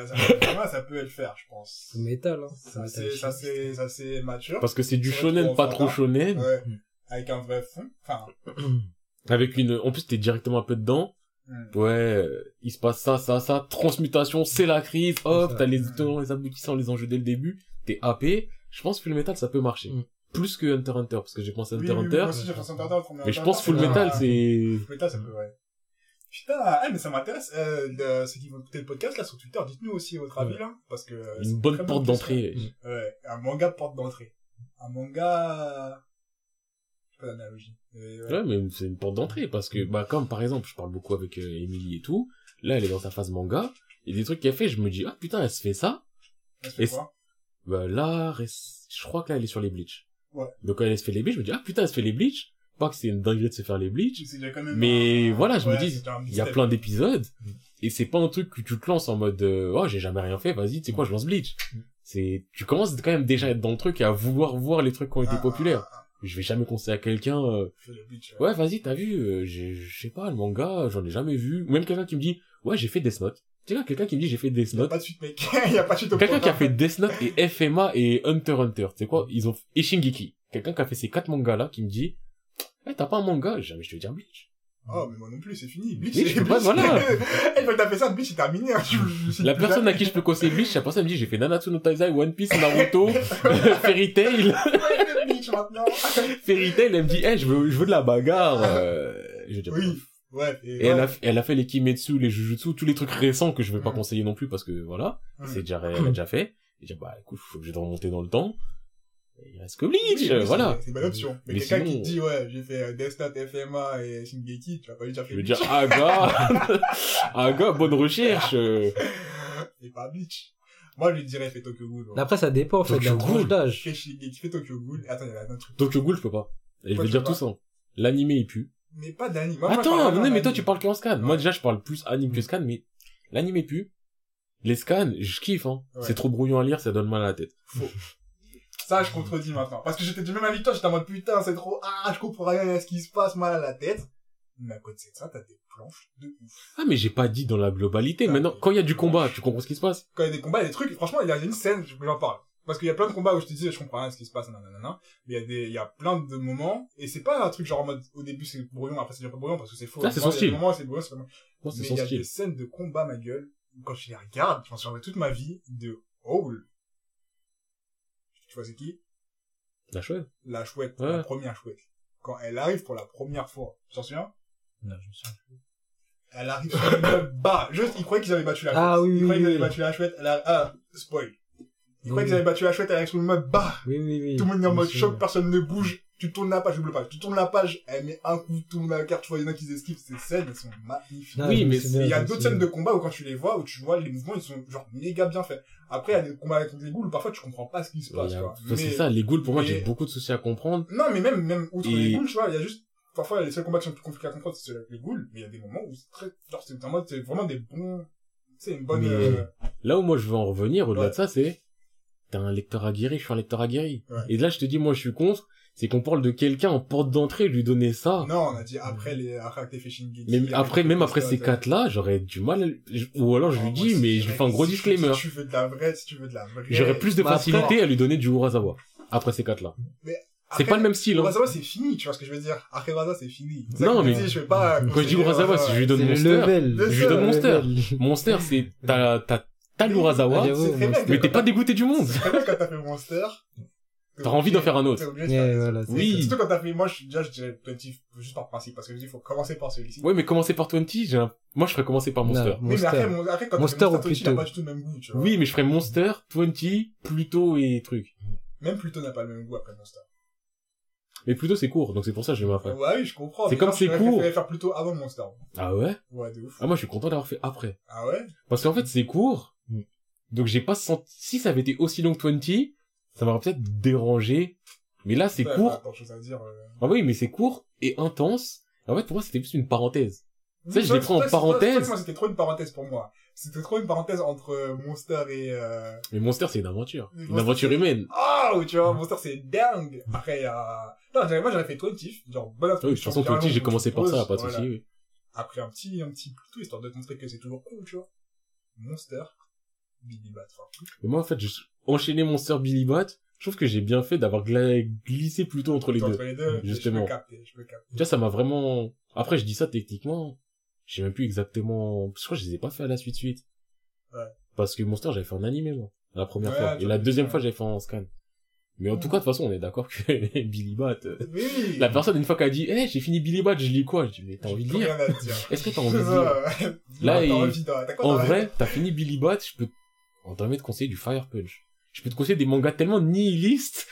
peut le faire, je pense. C'est métal, hein. Ça c'est mature. Parce que c'est du shonen, pas trop shonen. Ouais. Avec un vrai fond. Enfin. Avec en plus, t'es directement un peu dedans. Ouais, il se passe ça. Transmutation, c'est la crise. Hop, t'as les tenants, les aboutissants, les enjeux dès le début. T'es happé. Je pense que Full Metal, ça peut marcher. Plus que Hunter x Hunter, parce que j'ai pensé à Hunter x Hunter. Moi aussi, j'ai pensé à Hunter x Hunter. Mais je pense Full Metal, c'est... Full Metal, ça peut, ouais. Putain, mais ça m'intéresse, ceux qui vont écouter le podcast, là, sur Twitter, dites-nous aussi votre avis, là, parce que... Une bonne porte d'entrée. Ouais, un manga porte d'entrée. Un manga... Je sais pas l'analogie. Ouais, mais c'est une porte d'entrée, parce que, comme par exemple, je parle beaucoup avec Emily et tout, là, elle est dans sa phase manga, il y a des trucs qu'elle fait, je me dis, ah putain, elle se fait ça. Elle se fait quoi? Là, je crois que là, elle est sur les Bleach. Ouais. Donc quand elle se fait les Bleach, je me dis, ah putain, elle se fait les Bleach. Pas que c'est une dinguerie de se faire les Bleach, mais voilà, je me dis, il y a plein d'épisodes, et c'est pas un truc que tu te lances en mode, oh, j'ai jamais rien fait, vas-y, tu sais quoi, je lance Bleach. Tu commences quand même déjà à être dans le truc et à vouloir voir les trucs qui ont été populaires. Je vais jamais conseiller à quelqu'un, ouais, vas-y, t'as vu, je sais pas, le manga, j'en ai jamais vu. Ou même quelqu'un qui me dit, ouais, j'ai fait Death Note. Tu sais, quelqu'un qui me dit, j'ai fait Death Note. Y a pas de suite, mec. Y a pas de suite au quelqu'un qui a fait Death Note et FMA et Hunter x Hunter. Tu sais quoi, et Shingeki. Quelqu'un qui a fait ces 4 mangas là, qui me dit, t'as pas un manga? Jamais je te veux dire Bleach. Oh, mais moi non plus, c'est fini. Bleach, c'est Bleach. Voilà. Une fois que t'as fait ça, Bleach, c'est terminé. La personne à qui je peux conseiller Bleach, la personne me dit, j'ai fait Nanatsu no Taizai, One Piece, Naruto, Fairy Tail. Fairy Tail, elle me dit, je veux de la bagarre. Je dis, oui. Ouais. Et elle a fait les Kimetsu, les Jujutsu, tous les trucs récents que je vais pas conseiller non plus parce que voilà, elle a déjà fait. Et dire, écoute, faut que je remonter dans le temps. Il reste que Bleach, voilà. C'est une bonne option. Mais quelqu'un qui te dit, ouais, j'ai fait Death Note, FMA et Shingeki, tu vas pas lui dire, je vais dire, gars, bonne recherche. Et pas Bleach. Moi, je lui dirais, fais Tokyo Ghoul. Après, ça dépend, en fait, de la tranche d'âge. Fais Shingeki, fais Tokyo Ghoul. Attends, il y a un autre truc. Tokyo Ghoul, je peux pas. Et je vais dire tout ça. L'animé, il pue. Mais pas d'anime. Attends, mais toi, tu parles qu'en scan. Moi, déjà, je parle plus anime que scan, mais l'animé pue. Les scans, je kiffe, hein. Ouais. C'est trop brouillon à lire, ça donne mal à la tête. Faux. Ça, je contredis maintenant. Parce que j'étais du même avis que toi, j'étais en mode putain, c'est trop, je comprends rien à ce qui se passe, mal à la tête. Mais à côté de ça, t'as des planches de ouf. Ah, mais j'ai pas dit dans la globalité. Maintenant, quand il y a du combat, tu comprends ce qui se passe? Quand il y a des combats, il y a des trucs, franchement, il y a une scène, j'en parle. Parce qu'il y a plein de combats où je te dis, je comprends rien à ce qui se passe, nanana. Mais il y a plein de moments, et c'est pas un truc genre en mode, au début c'est brouillon, après c'est pas brouillon parce que c'est faux. Ah, c'est son style. Il y a des moments où c'est brouillon, c'est pas Non, c'est mais son il y a style. des scènes de combat, ma gueule, quand je les regarde, je m'en souviendrai toute ma vie, de Howl. Tu vois c'est qui? La chouette. La chouette, Ouais. la première chouette. Quand elle arrive pour la première fois, tu t'en souviens? Non, je me souviens plus. Elle arrive sur le meuble bas. Juste, ils croyaient qu'ils avaient battu la chouette. Ah oui, Ils croyaient qu'ils oui. avaient battu la chouette. Spoil. Ils croyaient Oui. qu'ils avaient battu la chouette, elle arrive sur le meuble bas. Oui. Tout le monde est en Je me mode souviens. choc, personne ne bouge. Tu tournes la page, j'oublie pas. Tu tournes la page, elle met un coup, tout le monde à la carte, tu vois, il y en a qui esquivent. Ces scènes, elles sont magnifiques. Non, Oui, je me mais souviens, Et il y a je me d'autres souviens. scènes de combat où quand tu les vois, où tu vois les mouvements, ils sont genre méga bien faits. Après, il y a des combats contre les ghouls où parfois tu comprends pas ce qui se passe, tu vois. C'est ça, les ghouls, pour moi, mais- j'ai beaucoup de soucis à comprendre. Non, mais même outre Et- les ghouls, tu vois, il y a juste, parfois, les seuls combats qui sont plus compliqués à comprendre, c'est ceux avec les ghouls, mais il y a des moments où c'est très, genre, c'est en mode, c'est vraiment des bons, c'est une bonne, Mais- Là où moi je veux en revenir, au-delà Ouais. de ça, c'est, t'es un lecteur aguerri, je suis un lecteur aguerri. Ouais. Et là, je te dis, moi, je suis contre, c'est qu'on parle de quelqu'un en porte d'entrée, lui donner ça. non, on a dit après après avec les Fishing Geeks. Mais après, même après ces 4-là, j'aurais du mal, ou alors je lui dis, mais je lui fais un gros disclaimer. Si tu veux de la vraie, J'aurais plus de Bah, facilité après- à lui donner du Urasawa. Après ces 4-là. C'est pas le même style, hein. Urasawa, c'est fini, tu vois ce que je veux dire. Après Urasawa, c'est fini. C'est ça Non, que je mais- dis, je vais pas, Quand je dis Urasawa, si je lui donne C'est le Monster, level. je lui donne Le Monster. level. Monster, c'est, t'as l'Urasawa, Ah, j'avoue, C'est très bien Monster. que mais t'es quand pas dégoûté du monde. C'est très bien quand t'as fait Monster. T'as envie d'en faire un autre. T'es obligé de Ouais, faire- voilà, c'est Oui. Surtout quand t'as fait, moi, je dirais 20, juste par principe, parce que je dis, il faut commencer par celui-ci. Ouais, mais commencer par 20, moi je ferais commencer par Monster. Non. Oui, mais après, après, quand Monster t'as ou fait Monster, il a Pluto. pas du tout le même goût, tu vois. Oui, mais je ferais Monster, 20, Pluto et truc. Même Pluto n'a pas le même goût après Monster. Mais Pluto c'est court, donc c'est pour ça que je le mets après. Ouais, oui, je comprends. C'est mais comme genre, c'est j'aurais court. préféré faire Pluto avant Monster. Ah ouais? Ouais, de ouf. Ah moi je suis content d'avoir fait après. Ah ouais? Parce qu'en fait c'est court, donc j'ai pas senti, si ça avait été aussi long que 20, ça m'aurait peut-être dérangé. Mais là c'est Ouais, court. pas tant de choses à dire. Ah oui, mais c'est court et intense. En fait pour moi c'était plus une parenthèse. Tu sais, Oui, je l'ai c'est pris en vrai que- c'est vrai que parenthèse. moi, c'était trop une parenthèse pour moi. C'était trop une parenthèse entre Monster et, Mais Monster c'est une aventure. Mais Une Monster, aventure c'est- humaine. oh, tu vois, Monster, c'est dingue. Après, il y a, non, moi, j'aurais fait 20, genre, bonne Ah oui, de toute introduction. façon 20 j'ai commencé par ça, pas de Voilà. souci. Oui. Après, un petit Pluto, histoire de te montrer que c'est toujours cool, tu vois. Monster, Billy Bat, enfin, Mais moi en fait, enchaîner Monster Billy Bat, je trouve que j'ai bien fait d'avoir glissé plutôt entre les deux. entre les deux, Justement. je peux capter. Tu vois, ça m'a vraiment... Après, je dis ça techniquement, je sais même plus exactement... Je crois que je les ai pas fait à la suite. Ouais. Parce que Monster, j'avais fait en animé, moi, la première Ouais, fois. Et toi, la deuxième ouais. fois, j'avais fait en scan. Mais en tout cas, de toute façon, on est d'accord que Billy Bat... Oui. La personne, une fois qu'elle a dit, j'ai fini Billy Bat, je lis quoi? Je dis, mais t'as envie de J'ai lire? rien à te dire. Est-ce que t'as envie de C'est lire? ça. Là, T'as il- envie de- t'as quoi En dans la- vrai, t'as fini Billy Bat, on t'a même te conseiller du Fire Punch. Je peux te conseiller des mangas tellement nihilistes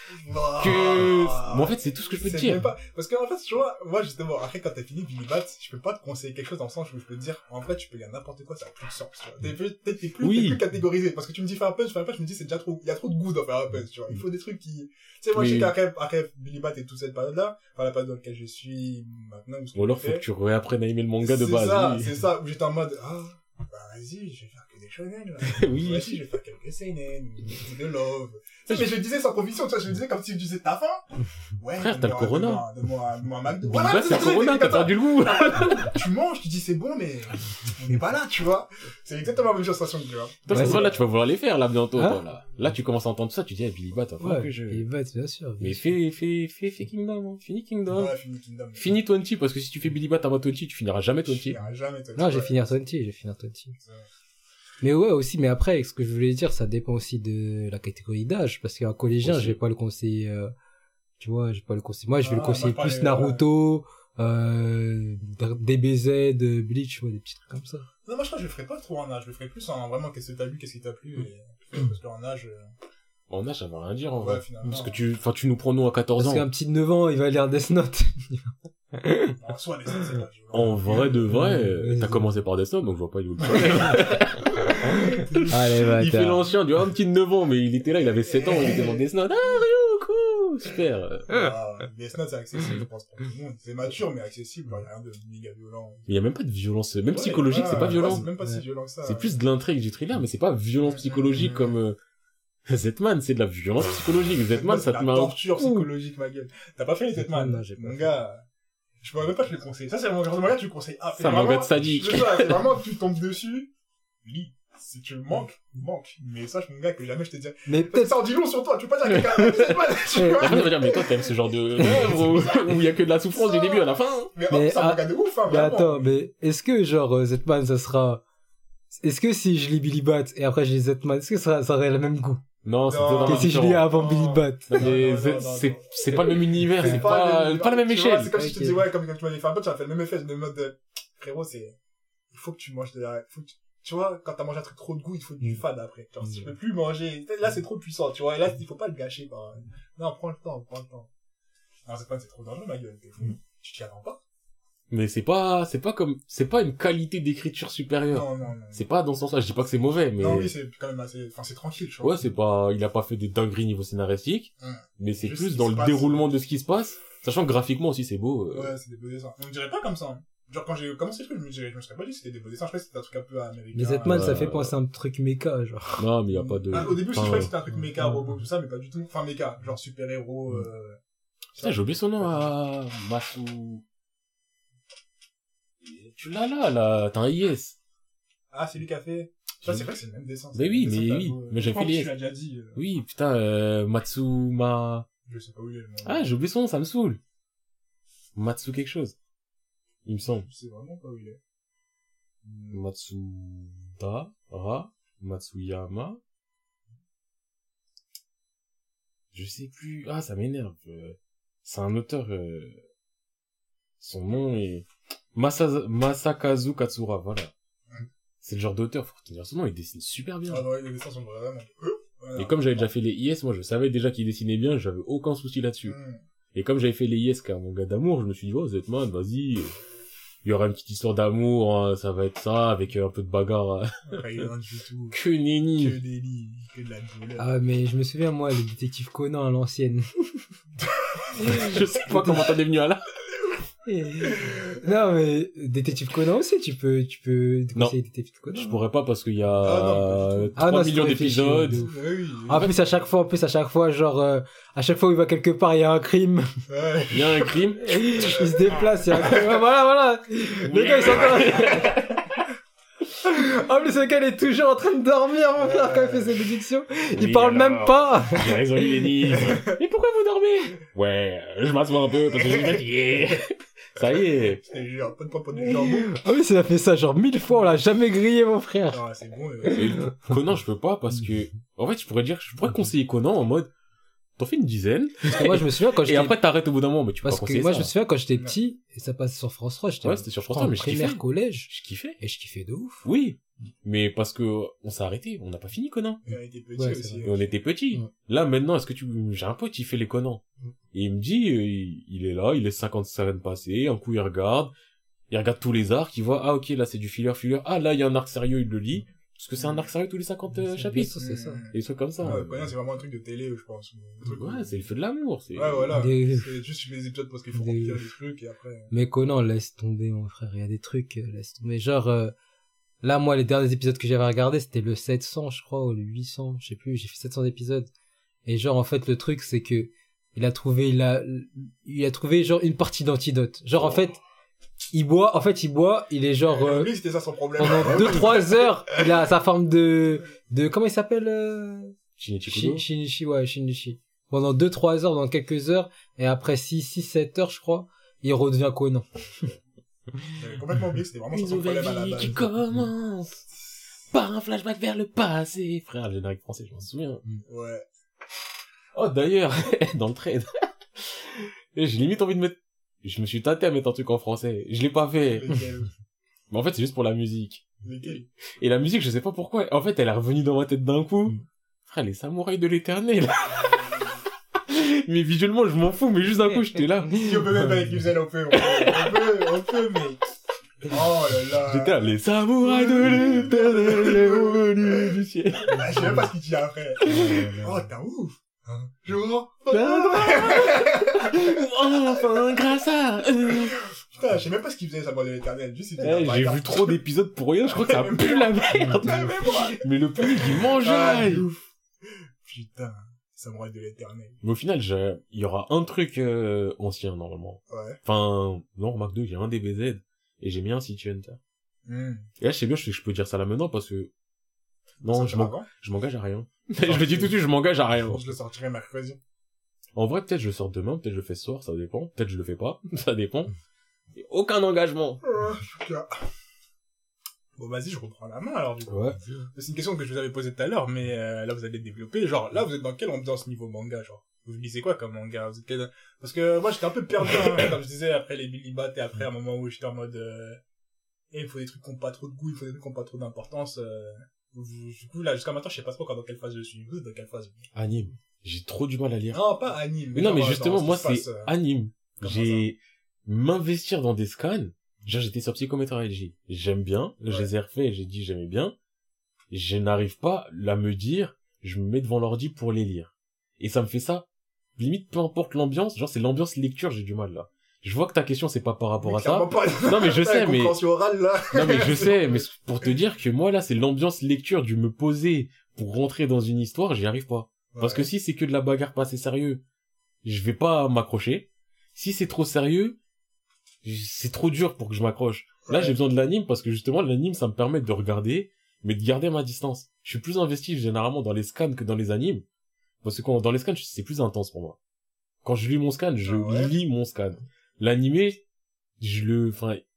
que... Bon, en fait, c'est tout ce que je peux te C'est dire. même pas, parce qu'en fait, tu vois, moi, justement, après, quand t'as fini Billy Bat, je peux pas te conseiller quelque chose dans le sens où je peux te dire, en vrai, tu peux lire n'importe quoi, ça a plus de sens, tu vois. T'es plus Oui. catégorisé, parce que tu me dis Fire Punch, je me dis, c'est déjà trop, il y a trop de goût dans Fire Punch, tu vois. Il faut des trucs qui, tu sais, moi, je sais Oui. qu'après Billy Bat et toute cette période-là, enfin, la période dans laquelle je suis maintenant, ou ce Ou alors, que faut j'ai que tu réapprennes à aimer le manga de c'est base. ça, oui. c'est ça, où j'étais en mode, bah, vas-y, je vais faire que des shonen, là. Oui. Vas-y, je vais faire quelques seinen, de love. Tu sais, mais je le disais sans conviction, tu vois, je le disais comme si tu disais t'as faim. Ouais. Frère, t'as le Corona. Donne-moi un McDo. Billy Bat, c'est le Corona, t'as perdu le goût. Tu manges, tu dis c'est bon, mais on n'est pas là, tu vois. C'est exactement la même sensation que tu vois. Toi, Ouais, c'est c'est- là, tu vas vouloir les faire, là, bientôt, Hein toi, là. Là, tu commences à entendre ça, tu dis, Billy Bat, faut Ouais, que je... il va, bien sûr. Mais fais Kingdom, hein. Finis Kingdom. Ouais, fini Kingdom. Finis 20, parce que si tu fais Billy Bat avant 20, tu finiras jamais 20. Je finirai jamais, toi. Non, j'ai fini 20, Mais ouais, aussi, mais après, ce que je voulais dire, ça dépend aussi de la catégorie d'âge, parce qu'un collégien, Aussi. je vais pas le conseiller, tu vois, je vais pas le conseiller. Moi, je vais le Ah, conseiller moi, je plus parlais, Naruto, DBZ, Bleach, tu vois, des petits trucs comme ça. Non, moi, je crois que je le ferai pas trop en âge. Je le ferai plus en vraiment qu'est-ce que t'as lu, qu'est-ce qui t'a plu. Parce qu'en âge, En âge, ça veut rien dire, en ouais, vrai. finalement. Parce que tu nous prends nous à 14 Parce ans. qu'un petit de 9 ans, il va lire Death Note. En soi, les scènes, c'est pas violent. En vrai de vrai, t'as commencé par Death Note, donc je vois pas où le problème. Allez, va, Il fait l'ancien, du un petit de 9 ans, mais il était là, il avait 7 ans, il était dans Death Note. Ah, Ryuko! Super. Death Note, c'est accessible, je pense, pour tout le monde. C'est mature, mais accessible. Il y a rien de méga violent. Il y a même pas de violence, même Ouais, psychologique, voilà, c'est pas ouais, violent. c'est même pas si Ouais. violent que ça. C'est plus de l'intrigue du thriller, mais c'est pas violence psychologique comme, Zetman, c'est de la violence psychologique. Zetman, ça te met la un torture coup. psychologique, ma gueule. T'as pas fait les Zetman? Non, j'ai pas Mon fait. gars, je pourrais même pas te le conseiller. Ça, c'est mon genre de manga que tu le conseilles. Ah, C'est un manga de sadique. C'est ça, c'est vraiment, tu tombes dessus, lis. Si tu le manques. Mais sache, mon gars, que jamais je te dirais. Mais Peut-être peut-être, ça en dit long sur toi, tu peux pas dire à quelqu'un, Zetman, tu Et vois. après, on va dire, mais toi, t'aimes ce genre de œuvre où il y a que de la souffrance du début à la fin. Hein. Mais Mais, c'est un manga de ouf, hein, mais vraiment. attends, mais est-ce que genre Zetman ça sera, est-ce que si je lis Billy Bat et après je lis Zetman, est-ce que ça aurait le même goût Non, c'est Non. totalement que si je différent. lis avant Non. Billy Bat? Non, mais Non, c'est pas le même univers, c'est pas la même tu vois, échelle. c'est comme si je te Ok. disais, ouais, comme quand tu m'avais fait un peu, ça fait le même effet, de mode de, frérot, il faut que tu manges tu vois, quand t'as mangé un truc trop de goût, il faut du fade après. Genre, si tu peux plus manger, là, c'est trop puissant, tu vois, et là, il faut pas le gâcher par, non, prends le temps. Non, c'est trop dangereux, ma gueule, tu t'y attends pas? Mais c'est pas une qualité d'écriture supérieure. Non. C'est pas dans ce sens-là, je dis pas que c'est mauvais, mais... Non, oui, c'est quand même assez, c'est tranquille, tu vois. Ouais, il a pas fait des dingueries niveau scénaristique, mais c'est Juste plus ce dans qui le se passe. déroulement de ce qui se passe, sachant que graphiquement aussi c'est beau. Ouais, c'est des beaux dessins. On dirait pas comme ça, hein. Genre, quand j'ai commencé le truc, je me serais pas dit que c'était des beaux dessins, je crois que c'était un truc un peu américain. Mais Zetman ça fait euh, penser à un truc méca, genre. Non, mais il y a pas de... Ah, au début, je Enfin, croyais que c'était un truc méca, robot, tout ça, mais pas du tout. Enfin, méca, genre super-héros, Putain, j'ai oublié son nom à Masu... Tu l'as là, t'as un IS. Ah, c'est lui qui a fait. Ça, c'est vrai que c'est le même dessin. Mais oui, C'est le dessin mais j'ai je fait pense que les- Tu l'as déjà dit. Oui, putain, Matsuma... Je sais pas où il est le nom. Ah, j'ai oublié son nom, ça me saoule. Matsu quelque chose. Il me semble. Je sais vraiment pas où il est. Matsuyama. Je sais plus. Ah, ça m'énerve. C'est un auteur, son nom est Masakazu Katsura, voilà. C'est le genre d'auteur, faut retenir son nom, il dessine super bien. Ah non, les dessins sont vraiment... Et comme j'avais déjà fait les IS, moi je savais déjà qu'il dessinait bien, j'avais aucun souci là-dessus. Hmm. Et comme j'avais fait les IS qui est un manga d'amour, je me suis dit, oh, Zetman, vas-y, il y aura une petite histoire d'amour, hein, ça va être ça, avec un peu de bagarre. Après, il est rien du tout. Que nenni. Que des lits, que de la douleur. Ah, mais je me souviens, moi, le détective Conan à l'ancienne. Je sais pas comment t'en es venu à là. Non, mais détective Conan aussi, tu peux Non. conseiller détective Conan. Je pourrais pas parce qu'il y Ah non, a pas du tout. 3 Ah non, c'est millions trop réfléchi, d'épisodes. de ouf. Ouais, oui. En plus, à chaque fois, genre, à chaque fois où il va quelque part, il y a un crime. Ouais. Il y a un crime. Il se déplace, il y a un crime. Voilà. Le gars, il s'entend. En plus, le gars, il est toujours en train de dormir, mon frère, quand il fait ses déductions. Il Oui, parle alors, même pas. J'ai résolu l'énigme. Mais pourquoi vous dormez? Ouais, je m'assois un peu parce que je suis fatigué. Ça y est. C'est genre, pas de poids pour du jambon. Ah oui, il a fait ça genre 1000 fois, on l'a jamais grillé, mon frère. Ah, c'est bon, Et Conan, je peux pas parce que, en fait, je pourrais conseiller Conan en mode, t'en fais une dizaine, Parce que moi, je me souviens quand et j'étais... après t'arrêtes au bout d'un moment, mais tu peux pas Parce que conseiller moi, ça. je me souviens quand j'étais petit, et ça passait sur France 3, j'étais Ouais, c'était sur France en 3, mais je primaire, kiffais. collège, Je kiffais. et je kiffais de ouf. Oui. Mais parce que, on s'est arrêté, on n'a pas fini Conan. Il a été petit Ouais, c'est aussi. Et on était petits. Ouais. Là, maintenant, j'ai un pote, il fait les Conan. Et il me dit, il est là, il est 50 semaines passées, un coup il regarde tous les arcs, il voit, ah ok, là c'est du filler, ah là il y a un arc sérieux, il le lit, parce que c'est un arc sérieux tous les 50 chapitres. C'est ça. Et des trucs comme ça. Ouais, Conan, c'est vraiment un truc de télé, je pense. Ouais, c'est le feu de l'amour, c'est... Ouais, voilà. Des- C'est juste les épisodes parce qu'il faut Des- remplir les trucs et après. Mais Conan, laisse tomber, mon frère, il y a des trucs, laisse tomber. Genre, là, moi, les derniers épisodes que j'avais regardés, c'était le 700, je crois, ou le 800, je sais plus, j'ai fait 700 épisodes. Et genre, en fait, le truc, c'est que, il a trouvé genre une partie d'antidote. Genre, en fait, il boit, il est genre, Lui, c'était ça son problème. pendant 2-3 heures, il a sa forme de comment il s'appelle, Shinichi Kudo. Shinichi. Pendant 2-3 heures, dans quelques heures, et après 6-7 heures, je crois, il redevient Conan. J'avais complètement oublié que c'était vraiment ça son problème à la base. qui commence par un flashback vers le passé. Frère, le générique français, je m'en souviens. Ouais. Oh, d'ailleurs, dans le trade, j'ai limite envie de mettre... Je me suis tâté à mettre un truc en français. Je l'ai pas fait. Lesquels? Mais en fait, c'est juste pour la musique. Lesquels? Et la musique, je sais pas pourquoi. En fait, elle est revenue dans ma tête d'un coup. Frère, les samouraïs de l'éternel. Mais visuellement, je m'en fous, mais juste d'un coup, j'étais là. Si on peut même pas avec Uzel, on peut, mais... Oh là là. J'étais là, les samouraïs de l'éternel est revenu du ciel. Ah, je sais même pas ce qu'il dit après. Oh, t'es un ouf. Jour. Enfin, grâce à... Putain, je sais même pas ce qu'il faisait, ça de l'éternel. Juste, il faisait Eh, un j'ai bâtard. vu trop d'épisodes pour rien, je crois que ça pue la merde. Putain, mais moi. Mais le public, il mange. Ah, aïe. de ouf. Putain, samouraï de l'éternel. Mais au final, il y aura un truc ancien, normalement. Ouais. Enfin, non, remarque 2, j'ai un DBZ, et j'ai mis un City Hunter. Et là, je sais bien, je peux dire ça là maintenant, parce que... Non, je m'engage à rien. Je le dis tout de suite, je m'engage à rien. Je le sortirai mercredi. En vrai, peut-être je le sors demain, peut-être je le fais ce soir, ça dépend. Peut-être je le fais pas, ça dépend. Et aucun engagement. Bon, vas-y, je reprends la main, alors, du coup. Ouais. C'est une question que je vous avais posée tout à l'heure, mais là, vous allez développer. Genre, là, vous êtes dans quelle ambiance niveau manga, genre? Vous lisez quoi comme manga? Parce que moi, j'étais un peu perdu, hein, comme je disais, après les Billy Bat, et après, un moment où j'étais en mode... il faut des trucs qui n'ont pas trop de goût, il faut des trucs qui n'ont pas trop d'importance. Du coup, là, jusqu'à maintenant, je sais pas trop dans quelle phase je suis. Vous, dans quelle phase? Anime. J'ai trop du mal à lire. Non, pas anime. Mais non, mais justement, moi, c'est anime. J'ai M'investir dans des scans. Genre, j'étais sur Psychometra LG. J'aime bien. Ouais. Je les ai refaits, j'ai dit j'aimais bien. Je n'arrive pas à me dire, je me mets devant l'ordi pour les lire. Et ça me fait ça. Limite, peu importe l'ambiance. Genre, c'est l'ambiance lecture, j'ai du mal, là. Je vois que ta question, c'est pas par rapport à ça. Non, mais je sais, mais... orale, là. Non, mais je sais, mais pour te dire que moi, là, c'est l'ambiance lecture du me poser pour rentrer dans une histoire, j'y arrive pas. Ouais. Parce que si c'est que de la bagarre pas assez sérieux, je vais pas m'accrocher. Si c'est trop sérieux, c'est trop dur pour que je m'accroche. Là, Ouais. j'ai besoin de l'anime parce que justement, l'anime, ça me permet de regarder, mais de garder ma distance. Je suis plus investi généralement dans les scans que dans les animes. Parce que dans les scans, c'est plus intense pour moi. Quand je lis mon scan, je lis mon scan. L'animé, je le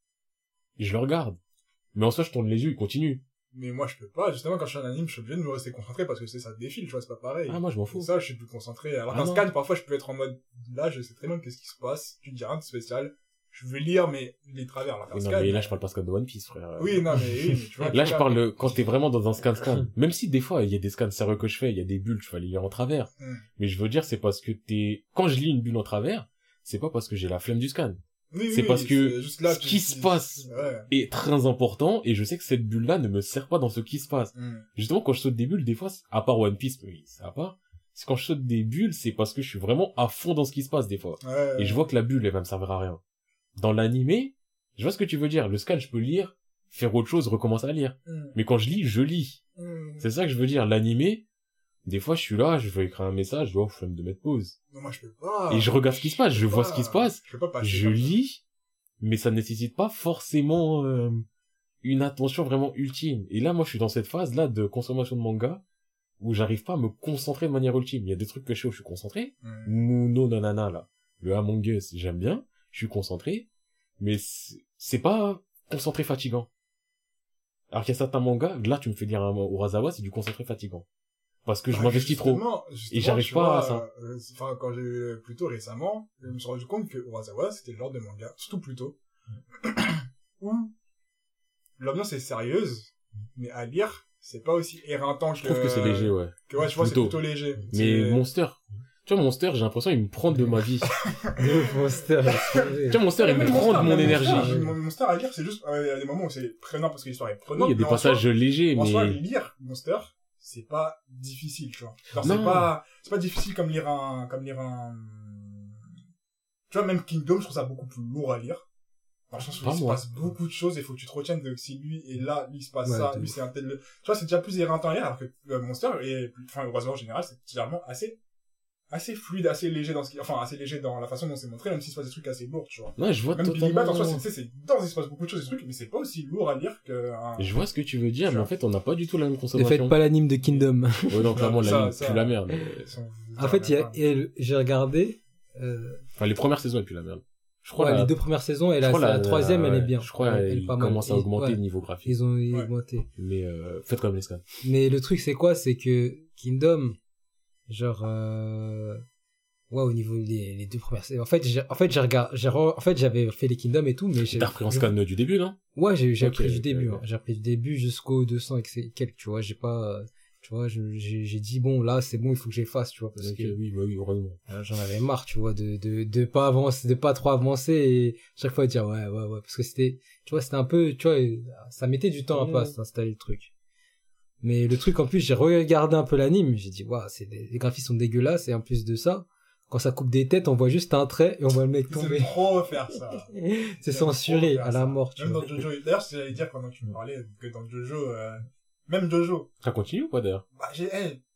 regarde. Mais en soi, je tourne les yeux, il continue. Mais moi, je peux pas. Justement, quand je suis en anime, je suis obligé de me rester concentré parce que ça défile, tu vois, c'est pas pareil. Ah, moi, je m'en fous. Ça, je suis plus concentré. Alors Ah, qu'un non. scan, parfois, je peux être en mode, là, je sais très bien qu'est-ce qui se passe. Tu ne dis rien de spécial. Je veux lire, mais les travers, là. Oui, non, mais là, je parle pas scan de One Piece, frère. Oui, non, mais tu vois. Là, je parle quand t'es vraiment dans un scan. Même si des fois, il y a des scans sérieux que je fais, il y a des bulles, je vais les lire en travers. Mais je veux dire, c'est parce que quand je lis une bulle en travers, c'est pas parce que j'ai la flemme du scan. C'est parce que ce qui se passe est très important et je sais que cette bulle-là ne me sert pas dans ce qui se passe. Justement, quand je saute des bulles, des fois, à part One Piece, oui, ça va pas. C'est quand je saute des bulles, c'est parce que je suis vraiment à fond dans ce qui se passe, des fois. Et je vois que la bulle, elle va me servir à rien. Dans l'animé, je vois ce que tu veux dire. Le scan, je peux lire, faire autre chose, recommencer à lire. Mais quand je lis, je lis. C'est ça que je veux dire. L'animé, des fois, je suis là, je veux écrire un message, je dois flemme de mettre pause. Non, moi, je peux pas. Et je regarde ce qui se passe, je vois ce qui se passe. Je peux pas passer. Je lis, mais ça nécessite pas forcément une attention vraiment ultime. Et là, moi, je suis dans cette phase-là de consommation de manga où j'arrive pas à me concentrer de manière ultime. Il y a des trucs que je fais où je suis concentré. Muno Nanana, là. Le Among Us, j'aime bien. Je suis concentré. Mais c'est pas concentré fatigant. Alors qu'il y a certains mangas, là, tu me fais lire un Urasawa, c'est du concentré fatigant. Parce que je m'investis trop. Et j'arrive pas à ça. Enfin, quand j'ai plutôt récemment, je me suis rendu compte que Urasawa, c'était le genre de manga, surtout plutôt, où l'ambiance est sérieuse, mais à lire, c'est pas aussi éreintant que... Je trouve que c'est léger, ouais. Que ouais, je vois, c'est plutôt léger. Mais Monster, tu vois, Monster, j'ai l'impression il me prend de ma vie. Monster. Tu vois, Monster, il me prend de mon énergie. Monster à lire, c'est juste, il y a des moments où c'est prenant parce que l'histoire est prenante. Oui, il y a des passages légers, mais... En soi, lire Monster, c'est pas difficile, tu vois. Genre, c'est pas difficile comme lire un... Tu vois, même Kingdom, je trouve ça beaucoup plus lourd à lire. Dans le sens où il se passe beaucoup de choses, il faut que tu te retiennes de si lui, et là, lui, il se passe ça, lui, c'est un tel... Tu vois, c'est déjà plus éreintant à lire, alors que Monster, enfin, Urasawa en général, c'est généralement assez fluide, assez léger assez léger dans la façon dont c'est montré, même s'il se passe des trucs assez lourds, tu vois. Ouais, je vois même totalement. Billy Bat, en soi, c'est dense, il se passe beaucoup de choses, des trucs, mais c'est pas aussi lourd à lire que Je vois ce que tu veux dire, mais en fait, on n'a pas du tout la même consommation. Ne faites pas l'anime de Kingdom. Ouais, donc, clairement, l'anime, pue la merde. En fait, j'ai regardé, Enfin, les premières saisons, elle pue la merde. Je crois les deux premières saisons, et la troisième, elle est bien. Je crois elle commence à augmenter le niveau graphique. Ils ont augmenté. Mais, faites comme les scans. Mais le truc, c'est quoi? C'est que Kingdom, genre, au niveau les deux premières saisons. En fait, j'avais fait les Kingdom et tout, mais T'as repris en scan du début, non? Ouais, j'ai repris du début. Okay. J'ai repris du début jusqu'au 200 et quelques, tu vois. J'ai pas, tu vois, j'ai dit bon, là, c'est bon, il faut que j'efface, tu vois. Parce que, oui, heureusement. J'en avais marre, tu vois, de pas avancer, de pas trop avancer et chaque fois dire ouais, parce que c'était, tu vois, c'était un peu, tu vois, ça mettait du temps un peu à s'installer le truc. Mais le truc, en plus, j'ai regardé un peu l'anime, j'ai dit, waouh, les graphismes sont dégueulasses et en plus de ça, quand ça coupe des têtes, on voit juste un trait et on voit le mec tomber. C'est trop faire ça. C'est censuré à la mort, tu vois. Même dans Jojo, d'ailleurs, j'allais dire pendant que tu me parlais que dans Jojo, même Jojo. Ça continue ou pas d'ailleurs? Bah,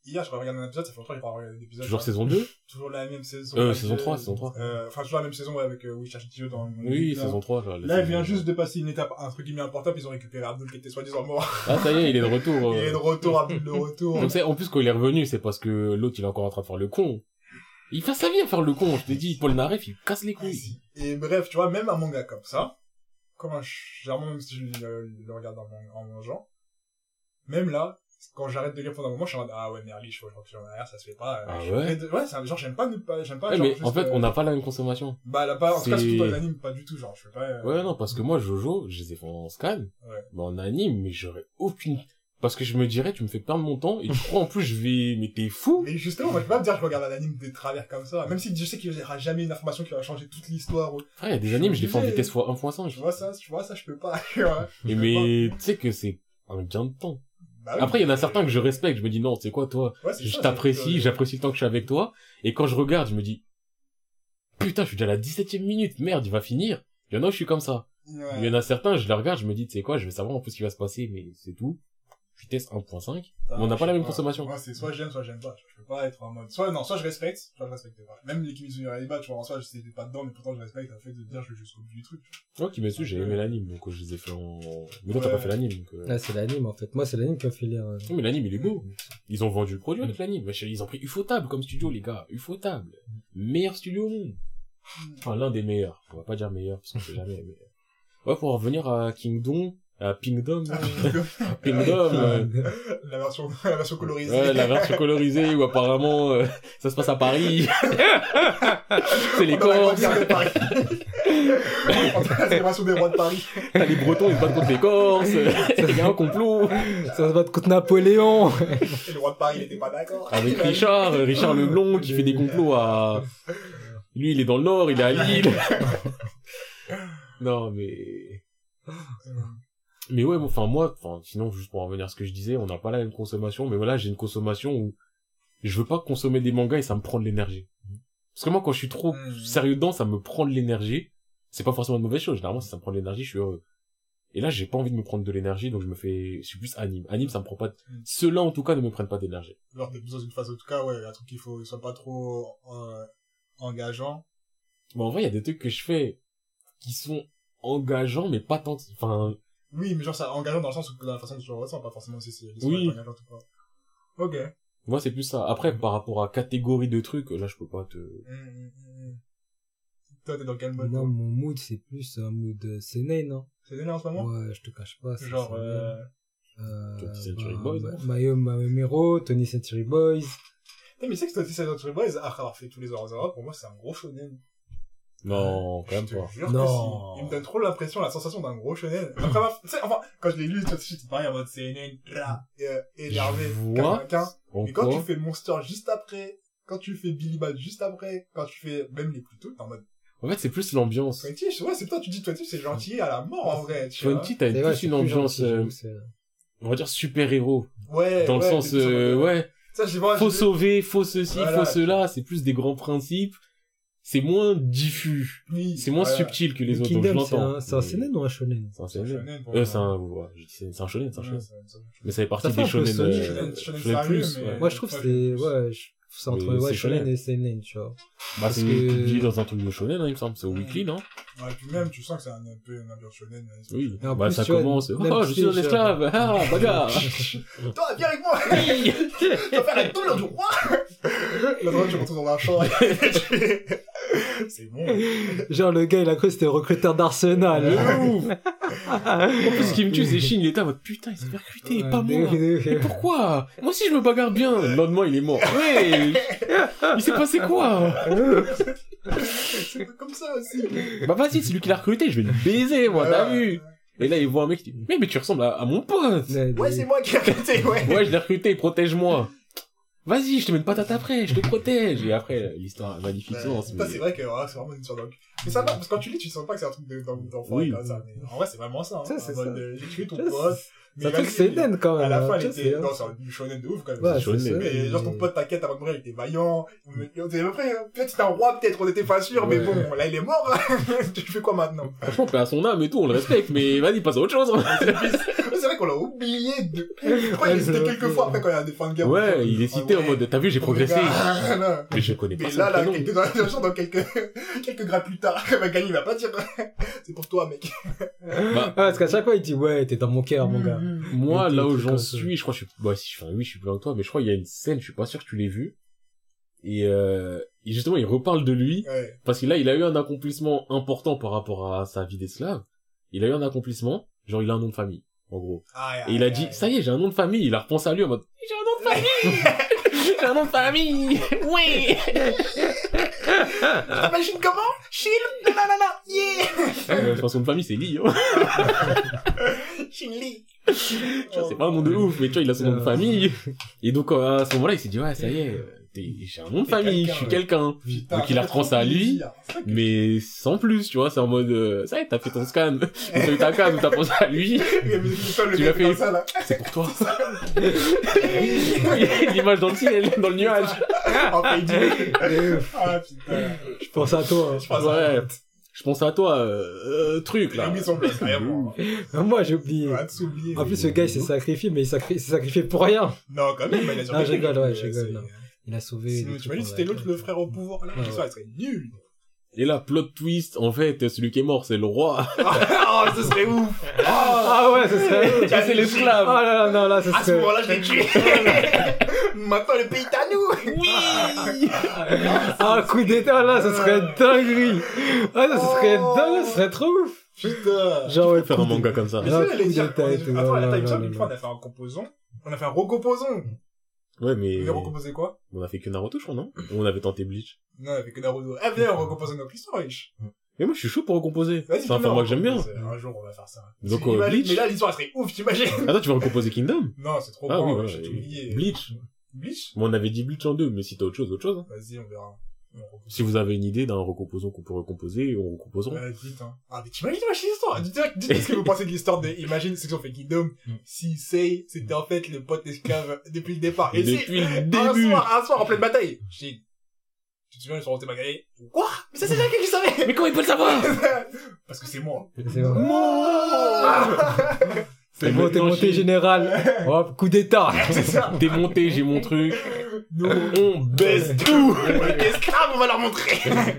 hier, je regarde un épisode, ça fait longtemps que j'ai pas regardé l'épisode. Toujours saison 2? Toujours la même saison. Saison 3, saison 3. Enfin, toujours la même saison, ouais, avec, oui, Cherchitio dans Oui, saison 3, là, il vient juste de passer une étape, un truc qui m'est important, puis ils ont récupéré Abdul qui était soi-disant mort. Ah, ça y est, il est de retour. Il est de retour, Abdul de retour. Donc, en plus, quand il est revenu, c'est parce que l'autre, il est encore en train de faire le con. Il fait sa vie à faire le con, je t'ai dit, Paul Naref, il casse les couilles. Et bref, tu vois, même un manga comme ça, généralement, même si je le regarde en mangeant, même là, quand j'arrête de lire pendant un moment, je suis en mode, ah ouais, Merli, je vois que sur derrière, ça se fait pas. Ah ouais? Ouais, c'est un genre, j'aime pas. Ouais, genre, mais juste, en fait, on n'a pas la même consommation. Bah, là, pas, en tout cas, surtout dans les animes, pas du tout, genre, je fais pas, Ouais, non, parce que moi, Jojo, je les ai fait en scan. Ouais. Bah, en anime, mais j'aurais aucune, parce que je me dirais, tu me fais perdre mon temps, et tu crois, en plus, mais t'es fou! Mais justement, moi, je peux pas me dire que je regarde un anime de travers comme ça, même si je sais qu'il y aura jamais une information qui va changer toute l'histoire. Frère, il y a des animes, je les fais en vitesse fois 1.5. Tu vois ça, je peux pas, tu vois. Mais, tu sais que c'est un gain de temps. Bah oui, Après, il y en a certains que je respecte, je me dis, non, c'est quoi, toi? ouais, c'est Je ça, t'apprécie, j'apprécie le temps que je suis avec toi, et quand je regarde, je me dis, putain, je suis déjà à la 17e minute, merde, il va finir. Il y en a où je suis comme ça. Ouais. Il y en a certains, je les regarde, je me dis, tu sais quoi, je vais savoir un peu ce qui va se passer, mais c'est tout. Vitesse 1.5. Mais on n'a pas la même consommation. Moi, c'est soit j'aime pas. Je peux pas être en mode, soit je respecte, soit je respecte pas. Même les Kimetsu no Yaiba, tu vois, en soi, j'étais pas dedans, mais pourtant je respecte le fait de dire je vais jusqu'au bout du truc. Moi, Kimetsu, j'ai aimé l'anime, donc je les ai fait en... Mais toi, t'as pas fait l'anime, donc... Là, c'est l'anime, en fait. Moi, c'est l'anime qui m'a fait lire. Non, mais l'anime, il est beau. Ils ont vendu le produit avec l'anime. Ils ont pris Ufotable comme studio, les gars. Ufotable. Meilleur studio au monde. Enfin, l'un des meilleurs. On va pas dire meilleur, parce qu'on sait jamais meilleur. Ouais, pour en revenir à Kingdom, à Pingdom. Pingdom. La version colorisée. Ouais, la version colorisée où apparemment, ça se passe à Paris. C'est les Corses. C'est la version des rois de Paris. T'as les Bretons, ils se battent contre les Corses. Il y a un complot. Ça se bat contre Napoléon. Et le roi de Paris, il était pas d'accord. Avec Richard le Blond qui fait des complots à... Lui, il est dans le nord, il est à Lille. Non, mais... Mais ouais, moi, sinon, juste pour en revenir à ce que je disais, on n'a pas la même consommation, mais voilà, j'ai une consommation où je veux pas consommer des mangas et ça me prend de l'énergie. Parce que moi, quand je suis trop sérieux dedans, ça me prend de l'énergie. C'est pas forcément une mauvaise chose. Généralement, si ça me prend de l'énergie, je suis heureux. Et là, j'ai pas envie de me prendre de l'énergie, donc je suis plus anime. Anime, ça me prend pas ceux-là, en tout cas, ne me prennent pas d'énergie. Genre, t'es plus dans une phase, en tout cas, ouais, un truc qu'il soit pas trop, engageant. Bon, en vrai, il y a des trucs que je fais qui sont engageants, mais pas tant, Oui, mais genre, ça engageant dans le sens où, dans la façon dont tu le ressens, pas forcément si c'est oui. engageant ou pas. Ok. Moi, c'est plus ça. Après, par rapport à catégorie de trucs, là, je peux pas te... Toi, t'es dans quel mode? Moi, mon mood, c'est plus un mood seinen, non? Seinen en ce moment? Ouais, je te cache pas. Genre, Tony Century Boys, Mayomero, Tony Century Boys. Mais c'est que Tony Century Boys, après avoir fait tous les Zoroark, pour moi, c'est un gros shonen. Non, quand même pas. Je te jure Non. que si. Il me donne trop l'impression, la sensation d'un gros shonen. Après, tu sais, enfin, quand je l'ai lu, j'étais pareil en mode seinen, énervé, quelqu'un. Et quand tu fais Monster juste après, quand tu fais Billy Bat juste après, quand tu fais même les plus tôt, t'es en mode... En fait, c'est plus l'ambiance. 20, ouais, c'est toi, tu dis 20, c'est gentil à la mort, en vrai, tu vois. 20, t'as plus une ambiance, on va dire super-héros. Ouais, dans le sens, ouais. Ça, j'ai pas, faut sauver, faut ceci, voilà, faut cela, c'est plus des grands principes. C'est moins diffus. Oui, c'est moins subtil que les autres, donc je l'entends. C'est un seinen ou un shonen? C'est un seinen. C'est un shonen, c'est un shonen. Mais ça fait partie Ça fait des un peu shonen, shonen plus. mais... Moi, je trouve que c'est entre shonen et seinen, tu vois. Bah, c'est publié dans un truc de shonen, il me semble. C'est au weekly, non? Ouais, puis même, tu sens que c'est un peu une ambiance shonen. Oui. Bah, ça commence. Oh, je suis un esclave. Ah, bagarre. Toi, viens avec moi. Tu vas faire la double du roi. Là, tu retournes dans un champ. C'est bon. Genre, le gars, il a cru que c'était recruteur d'Arsenal. Ouf. En plus, ce qui me tue, c'est Shin, il était en mode, putain, il s'est fait recruter, pas moi. Mais pourquoi? Moi aussi, je me bagarre bien. Le lendemain, il est mort. Ouais. Il s'est passé quoi? C'est comme ça aussi. Bah, vas-y, c'est lui qui l'a recruté, je vais le baiser, moi, t'as vu? Et là, il voit un mec qui dit, mais tu ressembles à mon pote. Ouais, c'est moi qui l'ai recruté, ouais. Ouais, je l'ai recruté, protège-moi. Vas-y, je te mets une patate après, je te protège. Et après, l'histoire magnifique sens. Ça, c'est vrai que c'est vraiment une histoire d'angle. Mais ça va, parce que quand tu lis, tu sens pas que c'est un truc d'enfant oui. comme ça. Mais en vrai, c'est vraiment ça. Ça, c'est ça. J'ai tué ton pote. C'est un truc seinen quand même. À la fin, il était, non, c'est du shonen de ouf quand même. Ouais, shonen. Mais genre ton pote t'inquiète avant de mourir, il était vaillant. Peut-être c'était un roi, peut-être, on n'était pas sûr, mais bon, là, il est mort. Tu fais quoi maintenant? Franchement, paix à son âme et tout, on le respecte, mais vas-y, passe à autre chose. C'est vrai qu'on l'a oublié de... Je crois qu'il est cité quelques fois après quand il y a des fins de guerre. Ouais, il est cité en mode, t'as vu, j'ai progressé. Là. Mais je connais pas Mais son là, prénom. dans quelques grades plus tard, il va gagner, il va pas dire, c'est pour toi, mec. Bah, parce qu'à chaque fois, il dit, ouais, t'es dans mon cœur, mon gars. moi, Mais là où t'es j'en comme ça. suis, je crois que je suis, bah, si, enfin, oui, je suis plus loin que toi, mais je crois qu'il y a une scène, je suis pas sûr que tu l'aies vue. Et justement, il reparle de lui, Ouais. parce qu'il il a eu un accomplissement important par rapport à sa vie d'esclave. Il a eu un accomplissement, genre, il a un nom de famille, en gros. Et il a dit, ça y est, j'ai un nom de famille. Il a repensé à lui en mode, j'ai un nom de famille! J'ai un nom de famille! Oui! T'imagines comment? Chill, nanana, yeah! Son nom de famille, c'est Lee, hein. Shinli. Tu vois, c'est pas un nom de ouf, mais tu vois, il a son nom de famille. Et donc, à ce moment-là, il s'est dit, ouais, ça y est, j'ai un nom de T'es famille, quelqu'un, je suis ouais. quelqu'un. Putain, Donc il a retransé à lui, mais sans plus, tu vois, c'est en mode, ça y est, t'as fait ton scan, t'as eu ta case, ou t'as pensé à lui, Tu l'as fait. Ça, là. c'est pour toi. Il y a l'image dans le ciel, dans le nuage. En fait, il dit, ah, putain. Je pense à toi. hein. Je pense Ouais. Je pense à toi, truc, Il a là. oublié son blog, vraiment. Moi, j'ai oublié. On va tout oublier. En plus, ce gars, il s'est sacrifié, mais il s'est sacrifié pour rien. Non, quand même, il a Ah, je rigole, ouais, je c'est- rigole, non. Il a sauvé. Sinon, des tu trucs m'as dit, pour c'était la l'autre, guerre. le frère au pouvoir, là. Ouais, L'histoire, elle serait nulle. Et là, plot twist, en fait, celui qui est mort, c'est le roi. Oh, ce serait ouf. Ah ouais, ce serait. Ah, c'est l'esclave. Ah là là, non, là, ce À ce serait. moment-là, je l'ai tué. Maintenant, le pays est à nous. Oui! Ah, coup d'état, là, ce serait dinguerie. Ah, ça serait Oh. dingue, ce serait trop ouf. Putain. Genre, ouais, Faire un coup manga comme ça. Mais Ah, c'est vrai, les coup dire, d'état et tout. attends, Ouais, attends, ouais, une ouais, fois, on a fait un composant. On a fait un recomposant. Ouais, mais On a recomposé quoi? on a fait que Naruto, je crois, non? Ou on avait tenté Bleach. Non, avec Naruto. Ah, viens, on recompose notre histoire, riche. Mais moi, je suis chaud pour recomposer. Vas-y, C'est un viens, format on que j'aime bien. recompose. Un jour, on va faire ça. Donc, Imagine- Bleach. Mais là, l'histoire, elle serait ouf, t'imagines? Attends, tu vas recomposer Kingdom? Non, c'est trop Ah grand, oui, ouais, j'ai tout oublié. Bleach. Bleach? Bon, on avait dit Bleach en 2, mais si t'as autre chose, hein. Vas-y, on verra. On recompose. Si vous avez une idée d'un recomposant qu'on peut recomposer, on recomposera. Dites, hein. Ah, mais t'imagines, imagine l'histoire. Dites ce que vous pensez de l'histoire de, imagine, c'est qu'on fait Kingdom. Si Sei, c'était en fait le pote esclave depuis le départ. Et si, Depuis le début. un soir, en pleine bataille. Je dis, tu te souviens, ils sont rentrés Magali? Quoi? Mais ça, c'est quelqu'un qui savait! Mais comment il peut le savoir? Parce que c'est moi. C'est bon. C'est bon, t'es monté général. Hop, coup d'état. C'est ça. T'es monté, j'ai mon truc. Nous, On baisse tout. les esclaves, on va leur montrer.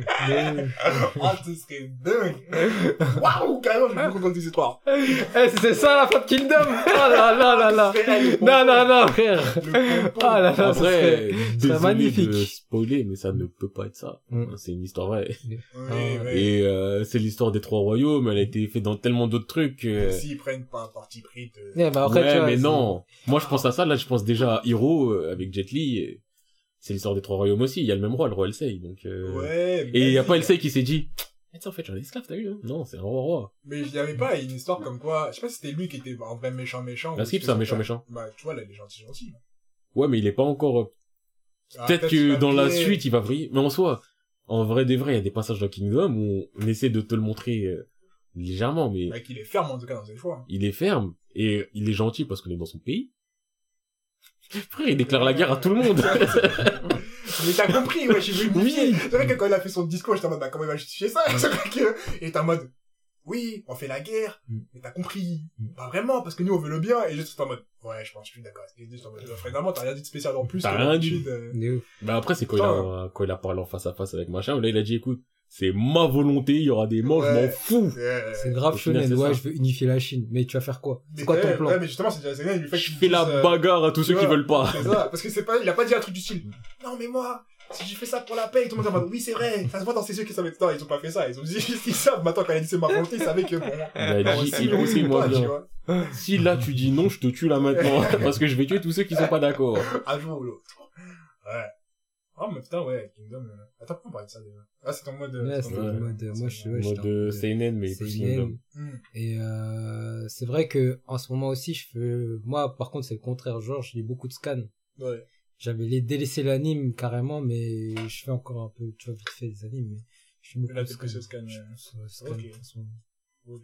Ah, ce serait dingue. Waouh, carrément, je suis plus content de cette histoire. Eh, c'est ça la fin de Kingdom. Oh là là là là. Non, non, non, frère. Ah là là, ça Après, désolé magnifique. de spoiler, mais ça ne peut pas être ça. Mm. C'est une histoire vraie. Oui, Et c'est l'histoire des trois royaumes, elle a été faite dans tellement d'autres trucs. S'ils prennent pas un parti pris de... Eh, bah après, ouais, tu vois, mais c'est- non. Moi, je pense à ça. Là, je pense déjà à Hiro avec Jet Li. C'est l'histoire des trois royaumes aussi. Il y a le même roi, le roi Elsei. Donc, Ouais, et il y a vas-y. pas Elsei qui s'est dit, mais en fait, j'en ai esclave, t'as vu, hein? Non, c'est un roi. Mais il y avait pas une histoire comme quoi, je sais pas si c'était lui qui était un vrai méchant. La ou skip, si c'est un son méchant père. méchant. Bah, tu vois, là, il est gentil. Ouais, mais il est pas encore, Ah, peut-être il que va dans la briller. suite, il va vriller. Mais en soi, en vrai des vrais, il y a des passages dans Kingdom où on essaie de te le montrer légèrement, mais Bah, qu'il est ferme, en tout cas, dans ses choix. il est ferme et il est gentil parce qu'on est dans son pays. Frère, il déclare la guerre à tout le monde. Mais t'as compris, ouais, j'ai vu une Oui. C'est vrai que quand il a fait son discours, j'étais en mode, bah, comment il va justifier ça? C'est vrai que, il était en mode, oui, on fait la guerre, mais t'as compris. Pas vraiment, parce que nous, on veut le bien, et juste, j'étais en mode, ouais, je pense, je suis d'accord. Et j'étais en mode, vraiment, t'as rien dit de spécial en plus. T'as que rien d'habitude, dit. De ouf. Bah après, c'est Putain. quand il a parlé en face à face avec machin, où là, il a dit, écoute, c'est ma volonté, il y aura des morts, je Ouais. m'en fous. C'est grave Au final, shonen. c'est Ouais, ça. je veux unifier la Chine. Mais tu vas faire quoi? Mais C'est quoi ton ouais, plan? Ouais, mais justement, c'est bien, il fait Je fais la bagarre à tous ceux tu qui vois. veulent pas. C'est ça, parce que c'est pas, il a pas dit un truc du style, non, mais moi, si j'ai fait ça pour la paix, tout le monde est en mode, oui, c'est vrai, ça se voit dans ses yeux qu'ils savaient, non, ils ont pas fait ça, ils ont dit, ils savent, maintenant, quand il a dit c'est ma volonté, ils savaient que bon, Il a dit, si, on écoutez-moi pas, tu bien. vois, Si là, tu dis non, je te tue là maintenant. Parce que je vais tuer tous ceux qui sont pas d'accord. un jour ou l'autre. Ouais. Oh, mais putain, ouais, Kingdom, attends, pourquoi on parlait de ça, déjà? Ah, c'est en mode, Ouais, c'est c'était en en mode, mode, moi, je En mode seinen, mais plus Kingdom. Hmm. Et c'est vrai que en ce moment aussi, moi, par contre, c'est le contraire. Genre, je lis beaucoup de scans. Ouais. J'avais délaissé l'anime carrément, mais je fais encore un peu, tu vois, vite fait des animes, mais je fais beaucoup Là, de t'es scans. plus au scan, Scan, ok. en ce moment. Ok.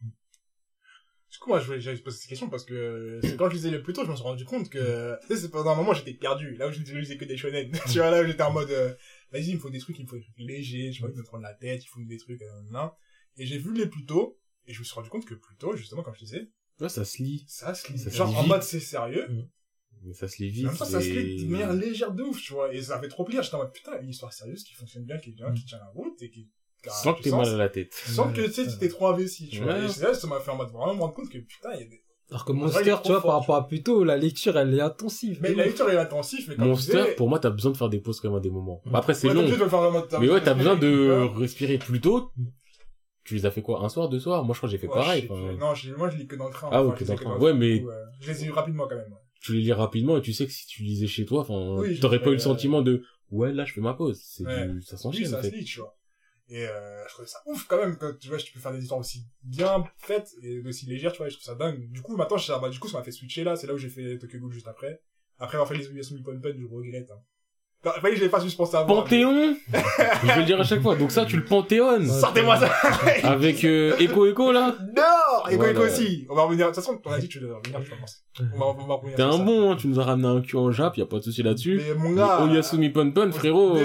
Du coup, moi, j'avais posé cette question parce que c'est quand je lisais le plus tôt, je me suis rendu compte que, tu sais, c'est pendant un moment, j'étais perdu. Là où je lisais que des shonen. Tu vois, là où j'étais en mode, vas-y, il me faut des trucs, il me faut des trucs légers, je sais pas, me prendre la tête, il faut des trucs, non. Et j'ai vu les plus tôt, et je me suis rendu compte que plus tôt, justement, comme je disais, Ouais, ça se lit. Ça se lit. Ça se Genre, lit en vite. mode, c'est sérieux. Mais ça se lit En vite. même temps, ça se lit de manière légère de ouf, tu vois. Et ça fait trop plaisir. J'étais en mode, putain, une histoire sérieuse qui fonctionne bien, qui est bien, qui tient la route et qui... Sans que t'aies mal à la tête. Sans que, tu sais, tu t'es trop investi, tu vois. Ouais. Et c'est là, ça m'a fait en mode vraiment me rendre compte que, putain, il y a des... Alors que Ouais, il est Monster, trop tu vois, fort, par rapport à plus tôt, la lecture, elle est intensive. Mais la lecture est intensif, mais comme Monster, pour moi, t'as besoin de faire des pauses quand même à des moments. Après, c'est ouais, long. t'as besoin de le faire en mode, Mais ouais, t'as besoin de Ouais. respirer plus tôt. Tu les as fait quoi? Un soir, 2 soirs? Moi, je crois que j'ai fait Ouais, pareil. je sais enfin, plus. Non, moi, je lis que dans le train. Ah, Enfin, ok, je dans lis le que train. le Ouais, mais- coup, je les ai eu rapidement quand même. tu les lis rapidement et tu sais que si tu lisais chez toi, enfin, Oui, je t'aurais pas eu le fais, sentiment de, ouais, là, je fais ma pause. C'est Ouais. ça Oui, s'enchaîne, en ça se fait. lit, tu vois. Et je trouvais ça ouf quand même, quand tu vois, tu peux faire des histoires aussi bien faites et aussi légères, tu vois, et je trouve ça dingue. Du coup, maintenant, du coup, ça m'a fait switcher là, c'est là où j'ai fait Tokyo Ghoul juste après. Après avoir fait les Yasumi Ponpen, je regrette. Hein. Enfin, je l'ai pas juste pensé avant. Panthéon! Je vais le dire à chaque fois. Donc ça, tu le panthéonnes. Sortez-moi ça! Avec, Echo, là. Non! Et Voilà. aussi! On va revenir, de toute façon, on a dit que tu devais revenir, je pense. On va revenir. T'es sur un ça. bon, hein. Tu nous as ramené un cul en Jap, y a pas de souci là-dessus. Mais mon gars. Oyasumi Ponpon, frérot.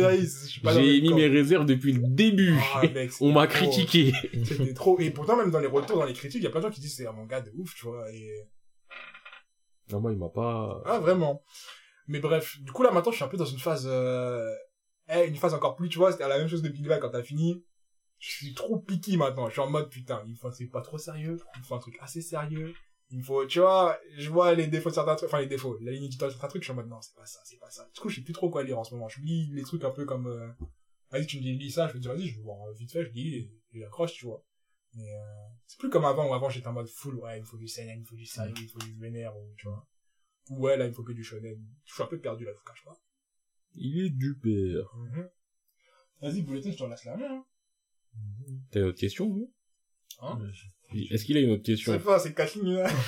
J'ai mis mes réserves depuis le début. On m'a critiqué. C'était trop. Et pourtant, même dans les retours, dans les critiques, il y a plein de gens qui disent c'est un manga de ouf, tu vois. Et... Non, moi, il m'a pas... Ah, vraiment. Mais bref, du coup, là, maintenant, je suis un peu dans une phase, une phase encore plus, tu vois, c'était la même chose de Big Bang quand t'as fini. Je suis trop picky maintenant. Je suis en mode, putain, il me faut un truc pas trop sérieux. Il me faut un truc assez sérieux. Il me faut, tu vois, je vois les défauts de certains trucs, enfin, les défauts, la ligne éditoriale de certains trucs, je suis en mode, non, c'est pas ça, c'est pas ça. Du coup, je sais plus trop quoi lire en ce moment. Je lis les trucs un peu comme, vas-y, tu me dis, lis ça, je vais te dire, vas-y, je vais voir vite fait, je lis et j'accroche, tu vois. Mais, c'est plus comme avant, où avant, j'étais en mode full, ouais, il me faut du seinen, il me faut du sérieux, il me faut du vénère, ou, tu vois. Ou ouais, là, il me faut que du shonen. Je suis un peu perdu, là, je vous cache pas. Il est du père. Vas-y, Bouletin, je te laisse la main, hein. T'as une autre question, vous? Hein? Est-ce qu'il a une autre question? C'est pas, c'est 4 lignes, là.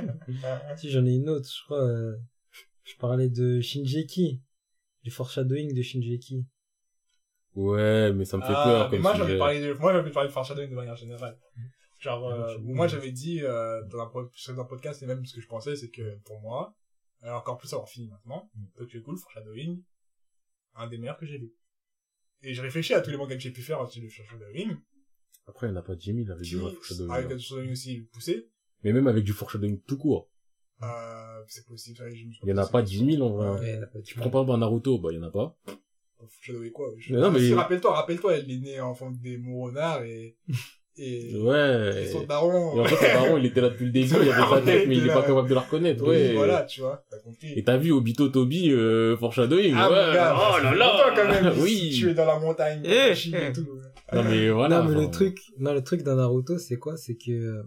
Si, j'en ai une autre, je crois, je parlais de Shinjeki. Du foreshadowing de Shinjeki. Ouais, mais ça me fait peur, mais comme moi, sujet. j'avais parlé de foreshadowing de manière générale. Genre, moi, j'avais dit, dans un podcast, et même ce que je pensais, c'est que, pour moi, encore plus avoir fini maintenant, Tokyo Ghoul, foreshadowing, un des meilleurs que j'ai lu. Et j'ai réfléchi à tous les mangas que j'ai pu faire en style de foreshadowing. Après, il n'y en a pas 10 000 avec du foreshadowing. Avec du foreshadowing aussi poussé. Mais même avec du foreshadowing tout court. C'est possible, il y en a pas 10 000 en vrai. Ouais, Tu prends pas un Naruto, bah il y en a pas. Foreshadowing quoi? Non, mais... Si, rappelle-toi, elle est née enfant des Moronards et ouais. Et son daron. Et en fait, son daron, il était là depuis le début, il avait sa tête, mais il est pas capable de la reconnaître, ouais. Oui, voilà, tu vois, t'as compris. Et t'as vu Obito Tobi, foreshadowing, ah, ouais. Gars, oh là là! quand même, oui. Tu es dans la montagne, et tout. Non, mais voilà. Non, mais le truc d'un Naruto, c'est quoi? C'est que,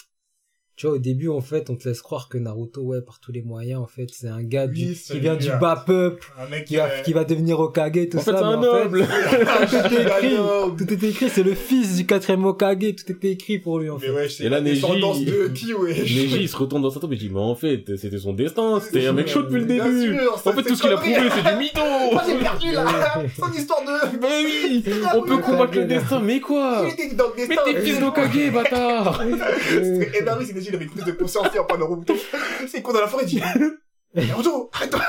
tu vois, au début, en fait, on te laisse croire que Naruto, ouais, par tous les moyens, en fait, c'est un gars qui vient du bas peuple, qui va devenir Hokage, tout ça. En fait, c'est un noble. Tout était écrit, c'est le fils du 4ème Hokage, tout était écrit pour lui, en fait. Mais ouais, et là, Neji, Neji, il se retourne dans sa tombe et dit, mais en fait, c'était son destin, c'était un mec chaud depuis le début. En fait, tout ce qu'il a prouvé, c'est du mytho. Moi, j'ai perdu, là. Son histoire de... Mais oui, on peut combattre le destin, mais quoi? Mais t'es fils d'Hokage, bâtard. Et bah oui, c'est Neji, il avait plus de conscience en parlant de Naruto. C'est con dans la forêt, il dit, Naruto, arrête-toi.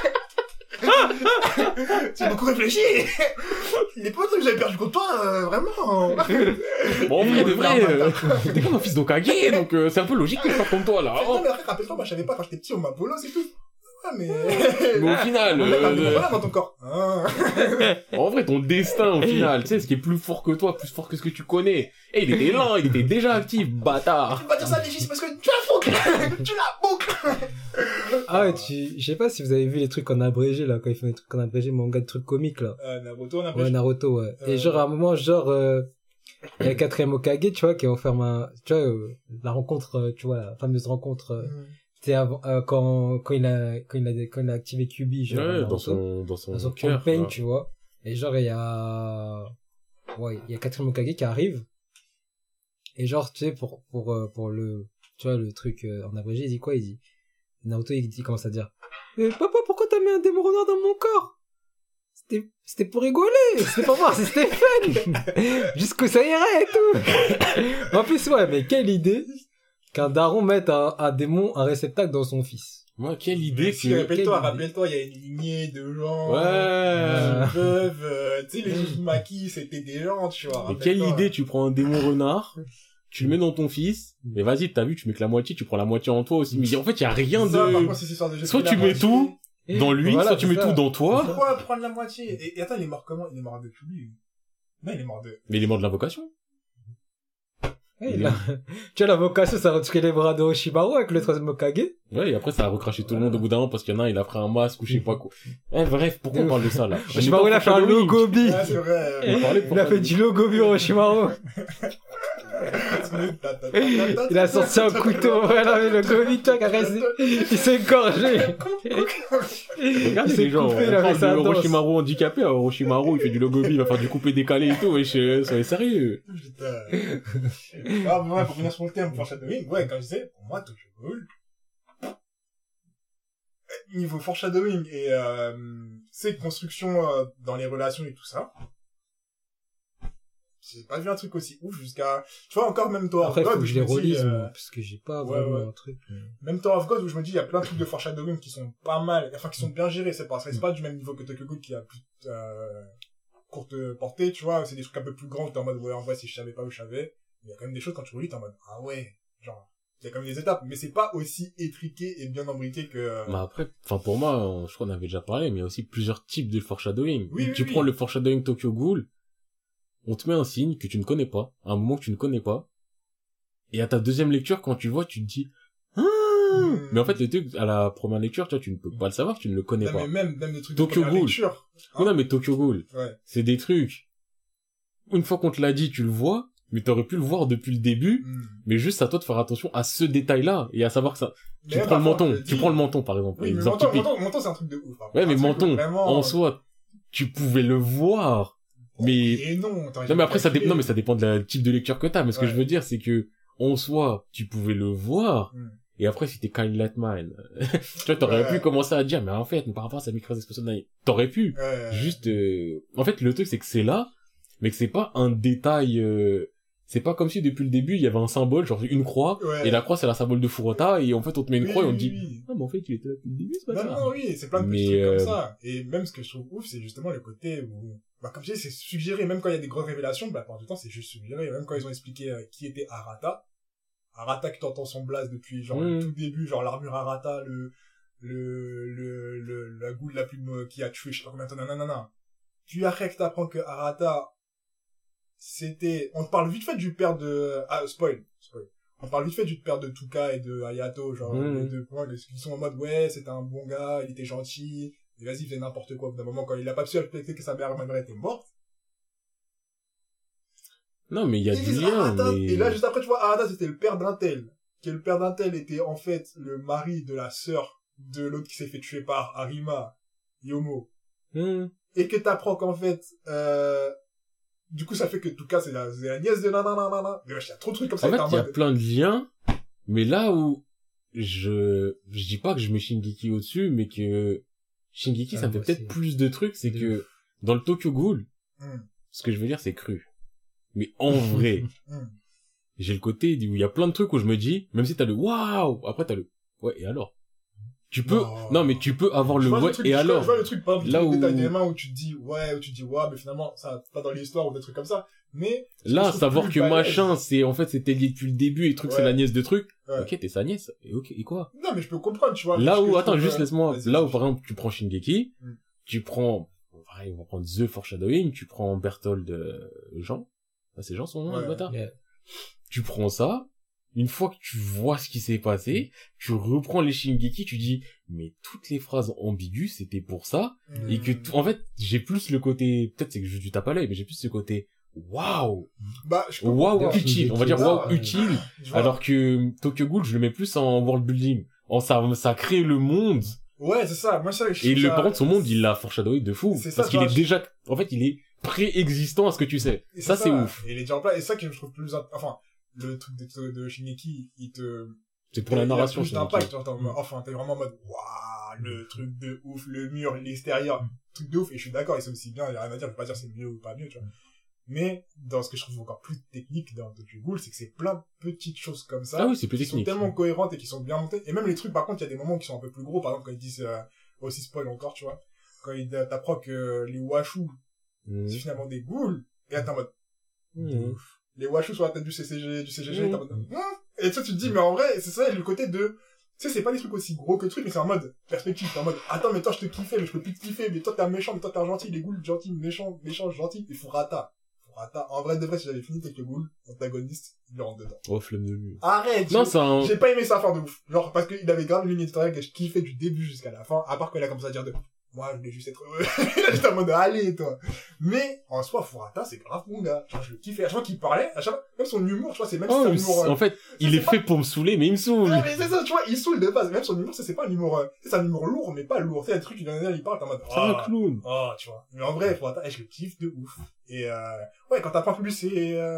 J'ai beaucoup réfléchi. Il est pas vrai que j'avais perdu contre toi, vraiment. Bon, en vrai, de vrai, t'es comme un fils d'Hokage, donc c'est un peu logique que je parte comme toi, là. Non, mais après, rappelle-toi, moi, je savais pas, quand j'étais petit, on m'a bolos et tout. Ouais, mais au final... voilà dans ton corps. En vrai, ton destin, au final, tu sais, ce qui est plus fort que toi, plus fort que ce que tu connais. Et il était là, il était déjà actif, bâtard. Tu vas dire ça, Neji, c'est parce que tu la boucles. Tu la boucles. Ah ouais, je sais pas si vous avez vu les trucs en abrégé, là, quand ils font des trucs en abrégé, manga de trucs comiques, là. Naruto en abrégé. Ouais, Naruto, ouais. Et genre, à un moment, genre, il y a le 4ème Hokage, tu vois, qui enferme tu vois, la rencontre, tu vois, la fameuse rencontre, c'était avant, quand il a activé Kyuubi, genre, ouais, dans son cœur, campagne, tu vois. Et genre, il y a 4ème Hokage qui arrive. Et genre, tu sais, pour le, tu vois, le truc, en abrégé, il dit quoi? Il dit, Naruto, il commence à dire, papa, pourquoi t'as mis un démon renard dans mon corps? C'était pour rigoler, c'était pour voir si c'était fun. Jusqu'où ça irait et tout. En plus, ouais, mais quelle idée qu'un daron mette un démon, un réceptacle dans son fils. Moi, quelle idée que... Rappelle-toi, il y a une lignée de gens. Ouais. Veuves, tu sais, les Uzumaki, c'était des gens, tu vois. Mais quelle idée, tu prends un démon renard, tu le mets dans ton fils, mais vas-y, t'as vu, tu mets que la moitié, tu prends la moitié en toi aussi. Mais en fait, il y a rien Ça, par de... contre, c'est cette histoire de Soit tu mets tout dans lui, Voilà, soit tu c'est mets ça. tout dans toi. Pourquoi prendre la moitié? Et attends, il est mort comment? Il est mort de lui. Non, il est mort de... Mais il est mort de l'invocation. Hey, là, tu as la vocation, ça retirer les bras de Orochimaru avec le troisième Hokage. Ouais, et après, ça a recraché tout le monde au bout d'un moment parce qu'il y en a un, il a pris un masque ou je sais pas quoi. Bref, pourquoi on parle de ça, là? Orochimaru, il a fait un logobi. Ouais, c'est vrai. Il a fait du logobi, Orochimaru. Il a sorti un couteau, voilà, mais le gobi, toi, caressé. Il s'est égorgé. Regarde Il s'est les gens, coupé, on il a fait parle sa de danse. Orochimaru handicapé, Orochimaru, il fait du logobi, il va faire du coupé décalé et tout, ouais, soyez sérieux. Putain. Ah, mais ouais, pour revenir sur le thème, foreshadowing, ouais, comme je disais, pour moi, Tokyo Ghoul, niveau foreshadowing et, c'est construction, dans les relations et tout ça, j'ai pas vu un truc aussi ouf jusqu'à, tu vois, encore même Tower of Après, God, faut que où je les me dis, relise, moi, parce que j'ai pas ouais, vraiment ouais. un truc. même Tower of God où je me dis, il y a plein de trucs de foreshadowing qui sont pas mal, enfin, qui sont bien gérés, c'est pas du même niveau que Tokyo Ghoul qui a plus, courte portée, tu vois, c'est des trucs un peu plus grands, t'es en mode, ouais, en vrai, si je savais pas où je savais, il y a quand même des choses quand tu relis, t'es en mode, ah ouais, genre, il y a quand même des étapes, mais c'est pas aussi étriqué et bien imbriqué que... Mais après, enfin, pour moi, je crois qu'on avait déjà parlé, mais il y a aussi plusieurs types de foreshadowing. Oui, Tu oui, prends oui. le foreshadowing Tokyo Ghoul, on te met un signe que tu ne connais pas, un moment que tu ne connais pas, et à ta deuxième lecture, quand tu le vois, tu te dis, mais en fait, le truc, à la première lecture, tu vois, tu ne peux pas le savoir, tu ne le connais non, pas. mais même des trucs Tokyo de première Ghoul. lecture. Non, mais Tokyo Ghoul, Ouais. c'est des trucs. Une fois qu'on te l'a dit, tu le vois, mais t'aurais pu le voir depuis le début, mais juste à toi de faire attention à ce détail-là, et à savoir que ça, tu Mais prends le parfois, menton, je le tu dis. prends le menton, par exemple. Oui, mais exemple typique. menton, c'est un truc de ouf. Hein. Ouais, mais Un truc menton, vraiment, en soi, tu pouvais le voir, mais... Et non, Non, mais après, non, mais ça dépend de la type de lecture que t'as, mais ce que Ouais. je veux dire, c'est que, en soi, tu pouvais le voir, et après, si t'es Kyle Lightman, tu vois, t'aurais Ouais. pu commencer à dire, mais en fait, par rapport à sa micro-expression, t'aurais pu. Juste, en fait, le truc, c'est que c'est là, mais que c'est pas un détail, c'est pas comme si depuis le début, il y avait un symbole, genre une croix, Ouais. et la croix, c'est la symbole de Furota, et en fait, on te met une Oui, croix, et on oui, te dit, oui. ah, mais en fait, il était là depuis le début, ce Non, bâtard. non, oui, c'est plein de petits Mais, trucs comme ça. Et même ce que je trouve ouf, c'est justement le côté où, bah, comme je dis, c'est suggéré. Même quand il y a des grosses révélations, bah, la plupart du temps, c'est juste suggéré. Même quand ils ont expliqué qui était Arata. Arata, que t'entends son blaze depuis, genre, le tout début, genre, l'armure Arata, la goule la plus, qui a tué, je sais pas combien de temps, nanana. Puis après que t'apprends que Arata, c'était, on te parle vite fait du père de, spoil. On parle vite fait du père de Tuka et de Hayato, genre, les deux points, qui sont en mode, ouais, c'était un bon gars, il était gentil, et vas-y, il faisait n'importe quoi. D'un moment, quand il a pas su respecter que sa mère, malgré, était morte. Non, mais il y a Ils du disent lien, Arata, mais... et là, juste après, tu vois, Arata, c'était le père d'un tel. Que le père d'un tel était, en fait, le mari de la sœur de l'autre qui s'est fait tuer par Arima, Yomo. Et que t'apprends qu'en fait, du coup, ça fait que Tuka, c'est la nièce de nanana. Mais wesh, y a trop de trucs comme ça. En fait, il y a plein de liens, mais là où je dis pas que je mets Shingeki au-dessus, mais que Shingeki, ça me fait peut-être plus de trucs, c'est que dans le Tokyo Ghoul, ce que je veux dire, c'est cru. Mais en vrai, j'ai le côté où il y a plein de trucs où je me dis, même si t'as le waouh, après t'as le ouais, et alors? Tu peux, non, mais tu peux avoir le ouais, et alors? Je vois le truc, par exemple, là le où... détail des mains où tu te dis, ouais, mais finalement, ça, pas dans l'histoire ou des trucs comme ça. Mais, là, savoir que machin, c'est, en fait, c'était lié depuis le début et truc, c'est la nièce de truc. Ok, t'es sa nièce. Et ok, et quoi? Non, mais je peux comprendre, tu vois. Là où, attends, juste laisse-moi, là où, par exemple, tu prends Shingeki, tu prends, pareil, on va prendre The Foreshadowing, tu prends Berthold Jean. Ah, c'est Jean son nom, le bâtard? Tu prends ça, une fois que tu vois ce qui s'est passé, tu reprends les Shingeki, tu dis, mais toutes les phrases ambiguës, c'était pour ça, et que, en fait, j'ai plus le côté, peut-être c'est que je du tape à l'œil, mais j'ai plus ce côté, waouh! Bah, waouh, utile, on va dire waouh, utile, alors que Tokyo Ghoul, je le mets plus en world building. Ça crée le monde. Ouais, c'est ça, moi, ça, et par contre, son monde, il l'a foreshadowé de fou. Parce qu'il est déjà, en fait, il est préexistant à ce que tu sais. Ça, c'est ouf. Et il est déjà en place, et ça que je trouve plus, enfin, le truc de Shingeki, c'est pour la narration, c'est d'impact, enfin, t'es vraiment en mode, waouh, le truc de ouf, le mur, l'extérieur, truc de ouf, et je suis d'accord, et c'est aussi bien, il y a rien à dire, je vais pas dire c'est mieux ou pas mieux, tu vois. Mais, dans ce que je trouve encore plus technique dans Tokyo Ghoul, c'est que c'est plein de petites choses comme ça. Ah oui, c'est plus qui technique. sont tellement cohérentes et qui sont bien montées. Et même les trucs, par contre, il y a des moments qui sont un peu plus gros, par exemple, quand ils disent, aussi spoil encore, tu vois. Quand t'apprends que les Washu, c'est finalement des ghouls, et là, t'es en mode, les Washu sur la tête du CGG, t'es en mode, et toi, tu te dis, mais en vrai, c'est ça, le côté de, tu sais, c'est pas des trucs aussi gros que le truc, mais c'est en mode perspective. T'es en mode, attends, mais toi, je te kiffais, mais je peux plus te kiffer, mais toi, t'es un méchant, mais toi, t'es un gentil, les ghouls, gentil, méchant, gentil, et Furata. En vrai, de vrai, si j'avais fini avec le ghoul, antagoniste, il le rentre dedans. Oh, flemme de lui. Arrête! Non, c'est un... J'ai pas aimé sa fin de ouf. Genre, parce qu'il avait grave une ligne éditoriale que je kiffais du début jusqu'à la fin, à part qu'il a commencé à dire de, moi, je voulais juste être heureux. J'étais en mode, allez, toi. Mais, en soi, Furata, c'est grave mon gars. Genre, je le kiffais. À chaque fois qu'il parlait, à chaque fois, même son humour, tu vois, c'est même si c'est un humour, en fait, il est fait pour me saouler, mais il me saoule. non, mais c'est ça, tu vois, il saoule de base. Même son humour, c'est pas un humour, c'est un humour lourd, mais pas lourd. C'est un truc, il parle, t'es en mode, C'est un clown. oh, tu vois. Mais en vrai, Furata, je le kiffe de ouf. Et, ouais, quand t'apprends plus, c'est,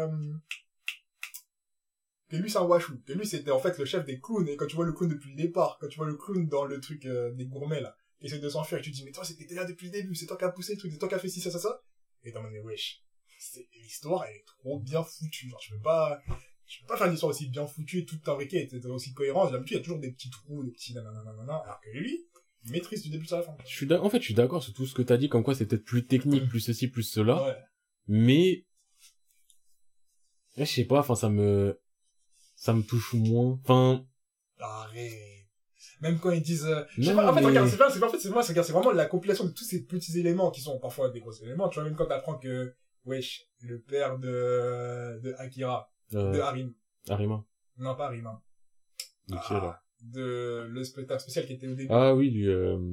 que lui, c'est un Washu. Que lui, c'était en fait le chef des clowns. Et quand tu vois le clown depuis le départ, quand tu vois le clown dans le truc, des gourmets, là, qui essaie de s'enfuir, et tu te dis, mais toi, t'étais là depuis le début, c'est toi qui as poussé le truc, c'est toi qui as fait ci, ça. Et t'es en mode, mais wesh. L'histoire, elle est trop bien foutue. Genre, je peux pas faire une histoire aussi bien foutue et tout imbriqué et aussi cohérente. D'habitude, il y a toujours des petits trous, des petits nanana, alors que lui, il maîtrise du début à la fin. En fait, je suis d'accord sur tout ce que t'as dit, comme quoi c'est peut-être plus technique, plus ceci, plus cela. Ouais. Mais, je sais pas, enfin, ça me touche moins. Enfin, Arrête. Même quand ils disent, je sais non, pas, en fait, mais... regarde, c'est vraiment la compilation de tous ces petits éléments qui sont parfois des gros éléments. Tu vois, même quand t'apprends que, wesh, le père de Akira, de Arima. Non, pas Arima. De qui, alors? De le spectacle spécial qui était au début. Ah oui, lui,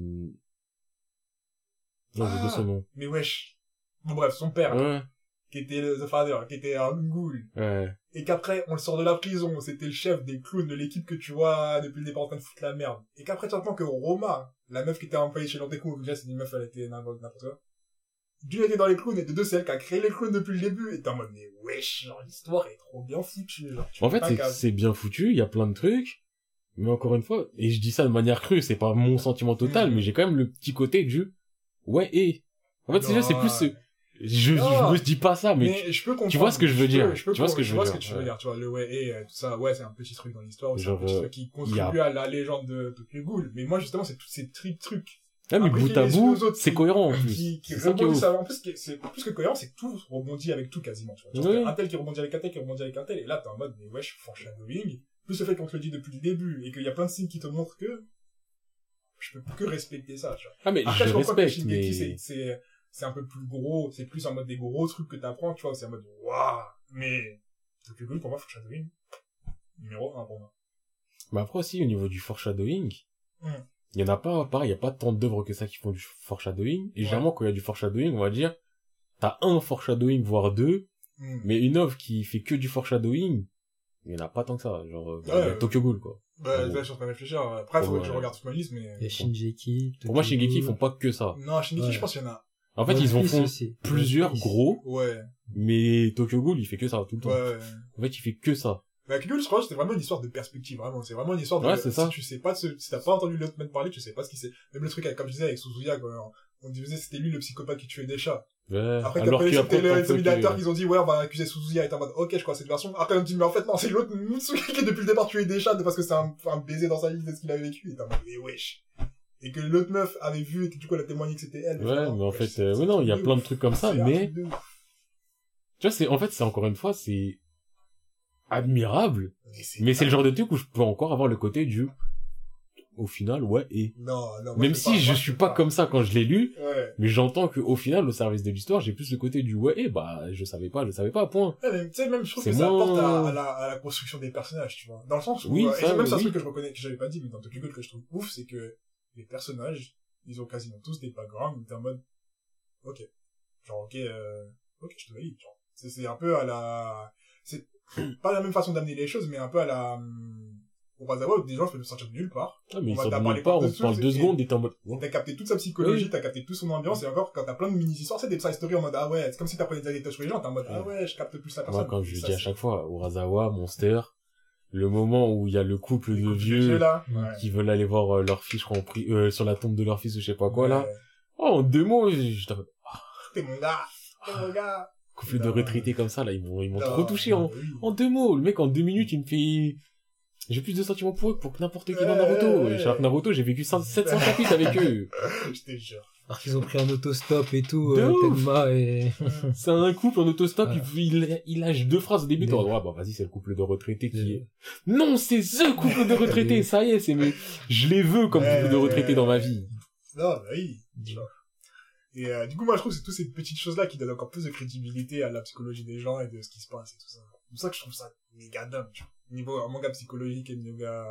non, j'ai oublié son nom. Mais wesh. Bon, bref, son père. Ouais. Qui était The Father, qui était un ghoul. Ouais. Et qu'après, on le sort de la prison, c'était le chef des clowns de l'équipe que tu vois depuis le départ en train de foutre la merde. Et qu'après, tu apprends que Roma, la meuf qui était employée chez Lanteco, déjà, c'est une meuf, elle était n'importe quoi. D'une était dans les clowns, et de deux, c'est elle qui a créé les clowns depuis le début. Et t'es en mode, mais wesh, genre, l'histoire est trop bien foutue, genre. En fait, c'est bien foutu, il y a plein de trucs. Mais encore une fois, et je dis ça de manière crue, c'est pas mon sentiment total, mais j'ai quand même le petit côté du, ouais, et. En fait, c'est plus, je me dis pas ça, mais je peux comprendre. Tu vois ce que je veux dire. Tu vois ce que tu veux dire. Tu vois, le ouais, et tout ça, ouais, c'est un petit truc dans l'histoire, c'est un petit truc qui contribue à la légende de Tokyo Ghoul. Mais moi, justement, c'est tous ces trucs. Ah, mais bout à bout, c'est cohérent, en plus. Qui rebondissent, en plus, c'est plus que cohérent, c'est que tout rebondit avec tout, quasiment, tu vois. Genre, un tel qui rebondit avec un tel qui rebondit avec un tel, et là, t'es en mode, mais wesh, foreshadowing. Plus le fait qu'on te le dit depuis le début, et qu'il y a plein de signes qui te montrent que, je peux que respecter ça, tu vois. Ah, mais après, je respecte, mais... c'est un peu plus gros, c'est plus en mode des gros trucs que t'apprends, tu vois, c'est en mode, waouh, mais, Tokyo Ghoul, pour moi, foreshadowing, numéro 1 pour moi. Mais après aussi, au niveau du foreshadowing, il y en a pas, pareil, il y a pas tant d'œuvres que ça qui font du foreshadowing, et généralement, quand il y a du foreshadowing, on va dire, t'as un foreshadowing, voire deux, mais une œuvre qui fait que du foreshadowing, il y en a pas tant que ça, genre, Tokyo Ghoul, quoi. Bah, là, je suis en train de réfléchir. Après, faut que je regarde toute ma liste, mais... Il y a Shingeki. Pour moi, Shingeki, ils font pas que ça. Non, Shingeki, je pense qu'il y en a. En fait, ils en font plusieurs gros. Ouais. Mais Tokyo Ghoul, il fait que ça, tout le temps. Ouais. En fait, il fait que ça. Bah, Tokyo Ghoul, je crois que c'était vraiment une histoire de perspective, vraiment. C'est vraiment une histoire de... Ouais, c'est ça. Si tu sais pas si t'as pas entendu l'autre mec parler, tu sais pas ce qu'il sait. Même le truc, comme je disais, avec Suzuya, quoi. On disait c'était lui le psychopathe qui tuait des chats. Ouais. Après, c'était les examinateurs qui ont dit, ouais, on va accuser Suzuya, et t'es en mode, ok, je crois, cette version. Après, on dit, mais en fait, non, c'est l'autre Mitsuki qui, depuis le départ, tuait des chats parce que c'est un baiser dans sa vie de ce qu'il avait vécu. Et t'es en mode, mais wesh. Et que l'autre meuf avait vu, et que du coup, elle a témoigné que c'était elle. Ouais, mais en fait, ouais, non, il y a plein de trucs comme ça, mais, tu vois, en fait, c'est encore une fois, c'est admirable. Mais c'est le genre de truc où je peux encore avoir le côté du, au final, ouais, et. Non, même si je suis pas comme ça quand je l'ai lu, ouais. Mais j'entends que au final, au service de l'histoire, j'ai plus le côté du ouais, et bah, je savais pas, point. Ouais, tu sais, même, je trouve que ça apporte à la construction des personnages, tu vois. Dans le sens où, oui, et c'est même ça, un oui. truc que je reconnais, que j'avais pas dit, mais dans Tokyo Ghoul que je trouve ouf, c'est que les personnages, ils ont quasiment tous des backgrounds où t'es en mode, ok. Genre, ok, je te valide, genre. C'est un peu à la, c'est pas la même façon d'amener les choses, mais un peu à la, Urasawa, où des gens, je peux me sortir de nulle part. Ah, mais ils sortent de nulle part, on parle 2 secondes et t'es en mode, t'as capté toute sa psychologie, t'as capté toute son ambiance, et encore, quand t'as plein de mini-histoires, c'est des side stories en mode, ah ouais, c'est comme si t'apprenais des anecdotes sur les gens, t'es en mode, ah ouais, je capte plus la personne. Moi, comme je dis à chaque fois, Urasawa, Monster, le moment où il y a le couple de vieux, qui veulent aller voir leur fils, je crois, sur la tombe de leur fils ou je sais pas quoi, là. Oh, en 2 mots, j'étais en mode, t'es mon gars, couple de retraités comme ça, là, ils m'ont trop touché en 2 mots. Le mec, en 2 minutes, il me fait, j'ai plus de sentiments pour eux pour que n'importe qui dans Naruto. Et chez Naruto, j'ai vécu 700 chapitres avec eux. Je te jure. Alors qu'ils ont pris en autostop et tout, De ouf. Tenma et... C'est un couple en autostop, Ouais. il lâche 2 phrases au début, t'es en Mais- mode, ouais, bah, vas-y, c'est le couple de retraités qui Mais- est... Non, c'est THE couple de retraités, Mais- ça y est, je les veux comme couple de retraités dans ma vie. Non, bah oui. Tu vois. Et du coup, moi, je trouve que c'est toutes ces petites choses-là qui donnent encore plus de crédibilité à la psychologie des gens et de ce qui se passe et tout ça. C'est pour ça que je trouve ça méga dingue, tu vois. Niveau manga psychologique et manga...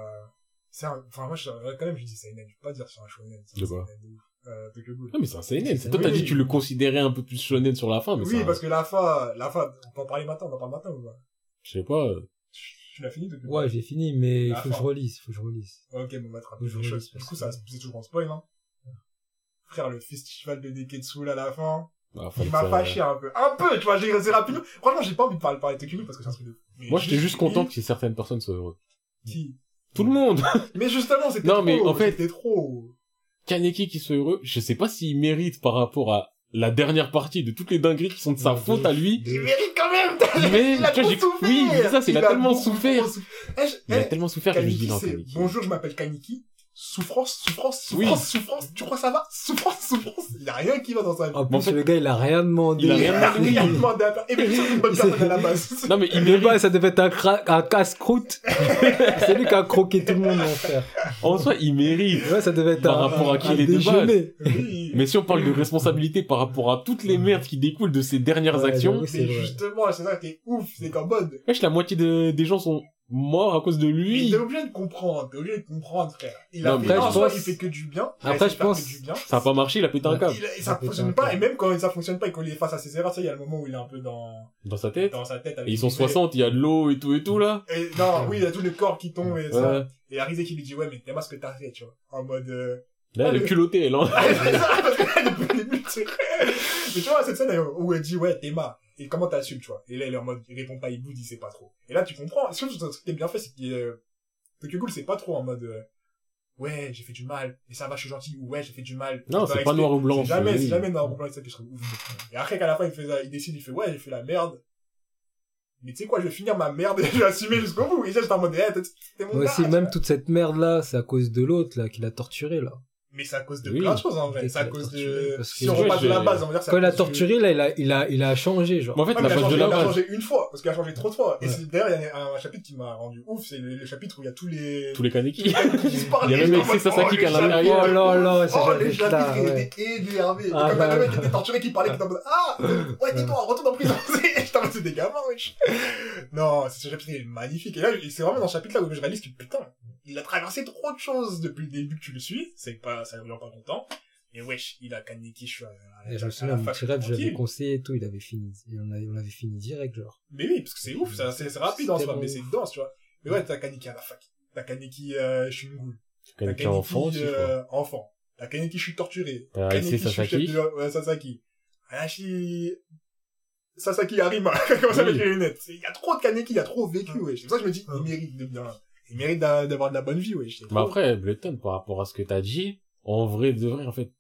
Enfin, moi, quand même, je dis seinen. Je peux pas dire sur un shonen. De quoi? Tokyo Ghoul. Non, mais c'est un seinen. Toi, Oui. t'as dit que tu le considérais un peu plus shonen sur la fin, mais Oui, ça... parce que la fin, on peut en parler maintenant, on en parle maintenant ou pas? Je sais pas, Tu l'as fini, Tokyo Ghoul? Ouais, j'ai fini, mais il La faut que fin. je relise, Ok, bon, on va te rappeler Je les relise, choses. parce Du coup, que- ça, c'est toujours en spoil, hein. Frère, le festival de Neketsu, là, à la fin, bah, il m'a fâché un peu. Un peu, tu vois, j'ai resté rapidement. Franchement, j'ai pas envie de parler de Tokyo Ghoul parce que c'est un truc de... Mais Moi, j'étais juste content que... que certaines personnes soient heureuses. Qui? Tout le monde! Mais justement, c'était Non, trop. mais en fait- C'était trop. Kaneki qui soit heureux, je sais pas s'il mérite par rapport à la dernière partie de toutes les dingueries qui sont de sa Ouais, faute de à ouf. lui. Il mérite quand même. Mais, il a tu vois, trop j'ai- souffert. oui, mais ça, c'est, il a tellement beaucoup souffert. trop Il a tellement souffert que je me dis Kaneki, non, c'est Kaneki. bonjour, je m'appelle Kaneki. Souffrance. Oui. Tu crois ça va? Souffrance. Il y a rien qui va dans sa vie. En Mais en plus, fait, le gars, il a rien demandé. il a rien Il a demandé. rien demandé à faire. Et puis, c'est une bonne Il s'est- personne à la base. Non, mais il Le mérite. gars, ça devait être un casse-croûte. C'est lui qui a croqué tout le monde, mon frère. En soi, il mérite. Ouais, ça devait être Par un, rapport à qui un il est de déjeuner. Oui. Mais si on parle de responsabilité par rapport à toutes les merdes qui découlent de ses dernières Ouais, actions, j'avoue, c'est Mais vrai. justement, c'est ça qui est ouf. C'est qu'en mode, wesh, la moitié des gens sont morts à cause de mais lui. t'es obligé de comprendre, frère. Il a Non, fait, mais non, je soit pense- il fait que du bien. il a Après, essayé je de faire pense- que du bien. Ça a pas marché, il a pété un câble. Ça fonctionne pas, et même quand ça fonctionne pas et qu'on est face à ses erreurs, ça, il y a le moment où il est un peu Dans sa tête. dans sa tête. Et ils sont 60, il y a de l'eau et tout là. Et non, oui, il y a tous les corps qui tombent et ça. Ouais. Et Arisé qui lui dit, ouais, mais t'es ce que t'as fait, tu vois. En mode, Là, elle est culottée, elle, hein. c'est ça, parce que depuis le début, tu sais. Mais tu vois, cette scène où elle dit, ouais, Théma, et comment t'assumes, tu vois. Et là, il est en mode, il répond pas, il boude, il sait pas trop. Et là, tu comprends. Ce que t'es bien fait, c'est que Tokyo Ghoul, c'est pas trop en mode, ouais, j'ai fait du mal, et ça va, je suis gentil, ou ouais, j'ai fait du mal. Non, Je dois c'est pas rester. noir ou blanc. C'est jamais noir ou blanc, c'est ça que je trouve ouf. Et après, qu'à la fin, il décide, il fait, ouais, j'ai fait la merde. Mais tu sais quoi, je vais finir ma merde et je vais assumer jusqu'au bout. Et ça, j'étais en mode, t'es mon Moi gars, aussi, tu même vois. toute cette merde-là, c'est à cause de l'autre, là, qui l'a torturé, là. Mais c'est à cause de Oui. plein de choses, en vrai. Peut-être C'est à qu'il a cause torturé, de, parce que si on tu vois, repasse de la j'ai- base, on va dire que c'est à Quand il a cause torturé, là, il a changé, genre. Mais en fait, Ouais, la mais base de la il a base. changé une fois, parce qu'il a changé trop de fois. Et Ouais. c'est, d'ailleurs, il y a un chapitre qui m'a rendu ouf, c'est le chapitre où il y a tous les Kaneki. qui se parlent. Il y a et même j'étais en Alexis mode, Sasaki oh, qui est à les l'intérieur. Oh là là, c'est Oh, jamais les ça, chapitres, il ouais. était énervé. Ah, Comme bah, le mec qui était torturé, qui parlait, qui était en mode, ah, ouais, tais-toi, retourne en prison. J'étais en mode, c'est des gamins, wesh. Non, ce chapitre, il est magnifique. Et là, c'est vraiment dans ce chapitre-là où je réalise que, putain, il a traversé trop de choses depuis le début que tu le suis. C'est pas, ça ne dure pas longtemps. Et wesh, il a Kaneki, je suis Et je me souviens, mon petit rêve, je l'avais conseillé et tout, il avait fini. Et on avait fini direct, genre. Mais oui, parce que c'est ouf, c'est rapide en soi, mais c'est dense, tu vois. Mais ouais, t'as Kaneki à la fac. T'as Kaneki, je suis une goule. T'as Kaneki enfant aussi, je crois. enfant. T'as Kaneki, je suis torturé. T'as Kaneki, Aisei je suis chef Sasaki. de, Sasaki. Hayashi, Sasaki Harima. Comment ça Oui. avec les lunettes? Il y a trop de Kaneki, il y a trop vécu, wesh. C'est pour ça que je me dis, il mérite de bien. Il mérite d'avoir de la bonne vie, wesh. Mais après, Bletton, par rapport à ce que t'as dit, en vrai, de vrai, en fait,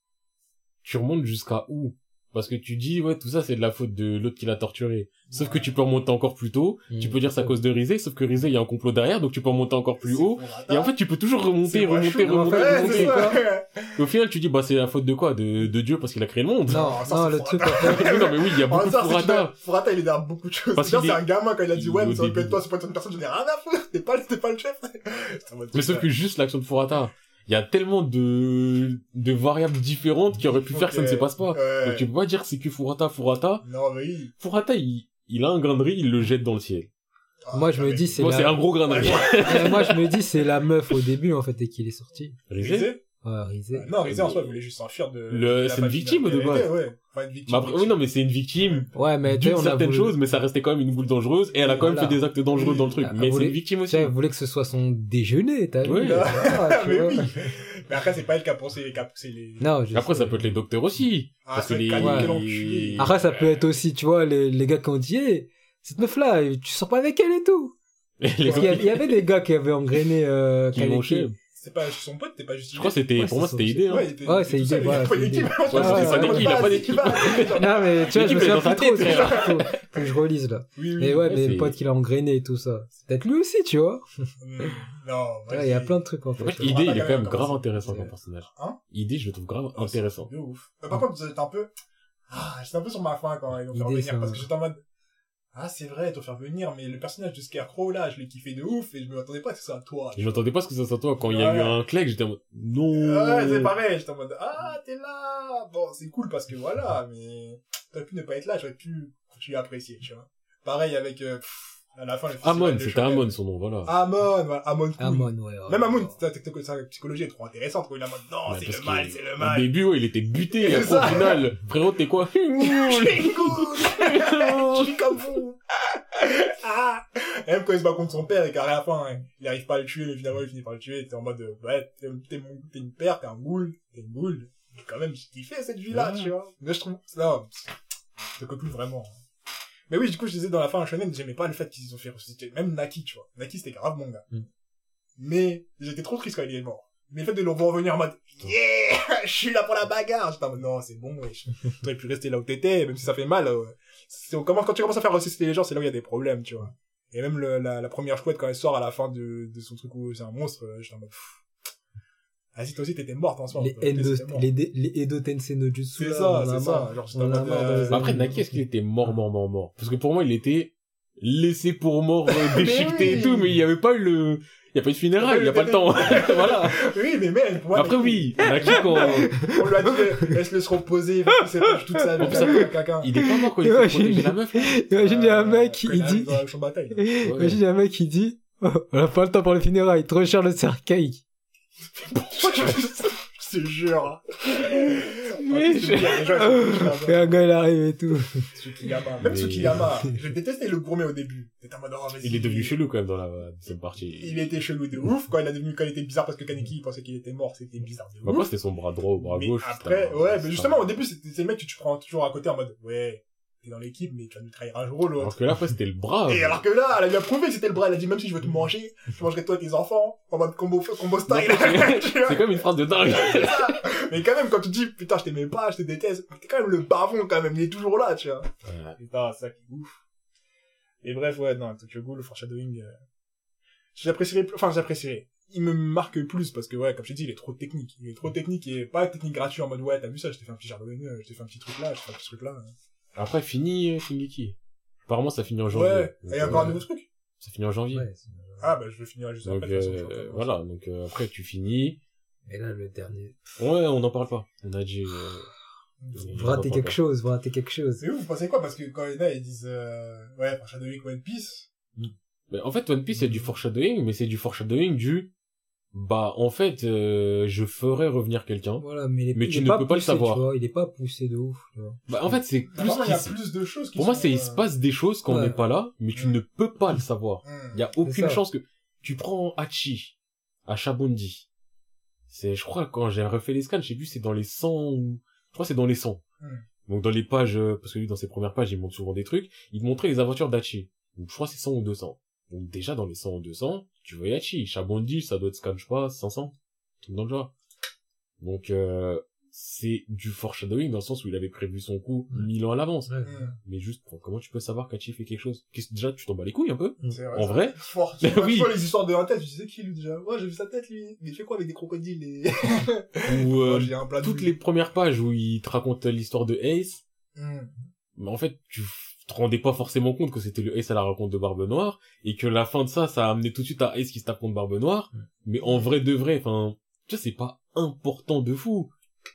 tu remontes jusqu'à où? Parce que tu dis, ouais, tout ça, c'est de la faute de l'autre qui l'a torturé. Sauf que tu peux remonter encore plus tôt. Tu peux dire c'est à cause de Rizé, sauf que Rizé, il y a un complot derrière, donc tu peux remonter encore plus haut. Et en fait, tu peux toujours remonter. Ouais, c'est ça. Et au final, tu dis, bah, c'est la faute de quoi? De Dieu parce qu'il a créé le monde. Non, ça, non, c'est le fort. truc, en fait, Non, mais oui, il y a beaucoup de Furata. Furata, il est derrière beaucoup de choses. Parce Déjà, qu'il c'est est- un gamin quand il a dit, ouais, mais ça aurait pu début. être toi, c'est pas une personne, j'en ai rien à foutre. T'es pas le chef. Mais sauf que juste l'action de Furata, il y a tellement de variables différentes qui auraient pu faire que ça ne se passe pas. Donc tu peux pas dire c'est que Furata. Non, mais oui. Furata, il a un grain de riz, il le jette dans le ciel. Moi, je me dis, c'est Bon, c'est la... un gros grain de riz. Moi, je me dis, c'est la meuf au début, en fait, et qu'il est sorti. Rizé? Rizé? Ouais, Rizé. Non, Rizé, en soi, il voulait juste s'enfuir de... C'est une victime, de base. Ouais, enfin, une victime. Mais après, oui, non, mais c'est une victime Ouais, mais tu sais, d'une on a certaine voulu... chose, mais ça restait quand même une boule dangereuse, et elle a quand même Voilà. fait des actes dangereux dans le truc. Elle Mais c'est voulait- une victime Tu aussi. sais, elle voulait que ce soit son déjeuner, t'as Oui. vu? Voilà, tu Mais vois. oui. Mais après, c'est pas elle qui a pensé les... Non, je Après, sais. ça peut être les docteurs aussi. Ah, Parce que c'est les... Kaneki, Ouais. l'enculé. Après, ça peut être aussi, tu vois, les gars qui ont dit, hey, cette meuf-là, tu sors pas avec elle et tout. les Parce qu'il y avait des gars qui avaient engrainé, qui l'ont chié. c'est pas son pote, t'es pas juste. Je crois que c'était, Ouais, pour moi, c'est c'était son- idée, hein. Ouais, c'est idée, voilà, c'est idée. Ouais, c'était son équipe, il a pas d'équipe. Non, mais tu vois, je me L'équipe est souviens dans sa plus trop, tête, c'est frère. ça. Faut que je relise, là. Oui, Mais ouais, mais c'est- le pote qu'il a engrainé et tout ça. C'est peut-être lui aussi, tu vois. Non, Ouais, il y a plein de trucs, en En fait. fait, Je me idée, il rappelle est quand quand même même grave comment intéressant c'est- comme personnage. Hein? Idée, je le trouve grave intéressant. De ouf. Par contre, j'étais un peu, j'étais un peu sur ma faim quand ils m'ont fait Idée, revenir c'est parce un- que j'étais en mode, c'est vrai, ils t'ont fait revenir, mais le personnage de Scarecrow, là, je l'ai kiffé de ouf et je m'attendais pas que ce soit toi. Je m'attendais pas à ce que ça soit toi. Quand il y a eu Ouais. un claque, j'étais en mode, non. Ouais, c'est pareil, j'étais en mode, t'es là! Bon, c'est cool parce que voilà, mais t'aurais pu ne pas être là, j'aurais pu continuer à apprécier, tu vois. Pareil avec, à la fin, le festival Amon, de c'était Shonen. Amon son nom, voilà. Amon, voilà, Amon cool. Amon, ouais. Même Amon, sa psychologie est trop intéressante, quoi. Il est en mode, non, Ouais, c'est parce le mal, que c'est le Au mal. début, ouais, il était buté, et C'est après, ça. au final, frérot, t'es quoi? Je suis cool! Je suis comme vous! Et même quand il se bat contre son père et qu'à la fin, hein, il arrive pas à le tuer, mais finalement il finit par le tuer, t'es en mode, ouais, t'es une père, t'es une boule. Mais quand même, j'ai kiffé cette vie-là, Ouais. tu vois. Mais je trouve, non, c'est cool vraiment. Mais oui, du coup, je disais dans la fin, un shonen, j'aimais pas le fait qu'ils ont fait ressusciter, même Naki, tu vois. Naki, c'était grave mon gars. Mais, j'étais trop triste quand il est mort. Mais le fait de le voir revenir en mode, yeah, je suis là pour la bagarre. J'étais en mode, non, c'est bon, wesh. T'aurais pu rester là où t'étais, même si ça fait mal. Quand tu commences à faire ressusciter les gens, c'est là où il y a des problèmes, tu vois. Et même la première chouette, quand elle sort à la fin de son truc où c'est un monstre, j'étais en mode, vas-y, toi aussi, t'étais morte en soi. Les Edo Tensei no Jutsu. C'est là, ça, on en a c'est ça. marre. Genre, j'étais On en en a mode, marre dans les Bah après, animes. Naki, est-ce qu'il était mort? Parce que pour moi, il était laissé pour mort, déchiqueté oui. et tout, mais il y avait pas eu il y a pas eu de funérailles, il y a pas le temps. Voilà. Oui, mais même, pour moi, Après, oui, Naki, quand, on lui a dit, laisse-le se reposer, parce que c'est pas toute sa vie, En plus, avec quelqu'un. il est pas mort quand il Ouais, s'est protégé la meuf, là. Imagine, il y a un mec, Quand il arrive dit, dans la chambre de bataille, là. Ouais. imagine, il y a un mec qui dit, oh, on a pas le temps pour les funérailles, trop cher le cercueil. Je te jure. Mais Et un gars, il arrive et tout. Tsukiyama. Même Mais- Tsukiyama. Je détestais le gourmet au début. T'étais en mode, oh, vas-y. Il est devenu chelou quand même dans la deuxième partie. Il était chelou de ouf. Quand il était bizarre parce que Kaneki il pensait qu'il était mort, c'était bizarre de Bah, moi, ouf. c'était son bras droit ou bras Mais gauche. après, c'était un- ouais, c'était mais un- justement, au début, c'est le mec que tu prends toujours à côté en mode, ouais, t'es dans l'équipe, mais tu vas nous trahir un jour ou l'autre. Alors que là, après, c'était le bras. Et alors que là, elle a bien prouvé que c'était le bras. Elle a dit, même si je veux te manger, je mangerai toi et tes enfants. En mode combo style. Tu vois. C'est comme une phrase de dingue. C'est ça. Mais quand même, quand tu dis, putain, je t'aimais pas, je te déteste, t'es quand même le bavon, quand même. Il est toujours là, tu vois. Ouais. Putain, ça qui est ouf. Et bref, ouais, non, Tokyo Ghoul, le foreshadowing, j'apprécierais. Il me marque plus parce que, ouais, comme je t'ai dit, il est trop technique. Il est trop technique et pas technique gratuit en mode, ouais, t'as vu ça, je t'ai fait un petit jardin, je t'ai fait un petit truc là, je t'ai fait un petit truc là. Après, fini Shingeki. Apparemment, ça finit en janvier. Ouais. Donc, Et il y a encore un nouveau truc. Ça finit en janvier. Ouais, Ah, bah, je vais finir juste Donc, après. de toute façon, je suis en train de voir. voilà. Donc, après, tu finis. Et là, le dernier. Ouais, on n'en parle pas. On a dit, Vous ratez quelque chose, vous ratez quelque chose. Mais vous pensez quoi? Parce que quand il y en a, ils disent, ouais, foreshadowing One Piece. Mais en fait, One Piece, c'est du foreshadowing, mais c'est du foreshadowing bah, en fait, je ferai revenir quelqu'un. Voilà, mais Mais il tu est ne pas peux pas le poussé, savoir. tu vois, il est pas poussé de ouf, tu vois. Bah, en fait, c'est plus Apparemment, il y a qu'il- plus de choses qui Pour moi, sont, c'est, il se passe des choses quand on Ouais. n'est pas là, mais tu Mm. ne peux pas le savoir. Il y a aucune ça. chance que, tu prends Hachi, à Shabondi. Je crois, quand j'ai refait les scans, je sais plus, c'est dans les 100 ou, je crois que c'est dans les 100. Mm. Donc, dans les pages, parce que lui, dans ses premières pages, il montre souvent des trucs, il te montrait les aventures d'Hachi. Donc, je crois que c'est 100 ou 200. Donc, déjà, dans les 100 ou 200, tu vois Hachi. Shabondi, ça doit être scan, je sais pas, 500. Tout dans le genre. Donc, c'est du foreshadowing dans le sens où il avait prévu son coup 1000 ans à l'avance. Ouais. Mais juste, comment tu peux savoir qu'Hachi fait quelque chose? Déjà, tu t'en bats les couilles un peu? C'est En vrai? Fort. Mais oui. Tu vois les histoires de un tête, je disais qui lui déjà? Ouais, j'ai vu sa tête lui. Mais il fait quoi avec des crocodiles et... Ou, Moi, j'ai un plat de toutes boule. les premières pages où il te raconte l'histoire de Ace, Hmm. mais en fait, tu te rendais pas forcément compte que c'était le Ace à la rencontre de Barbe Noire, et que la fin de ça a amené tout de suite à Ace qui se tape contre Barbe Noire, mais en vrai de vrai, enfin, tu vois, c'est pas important de fou.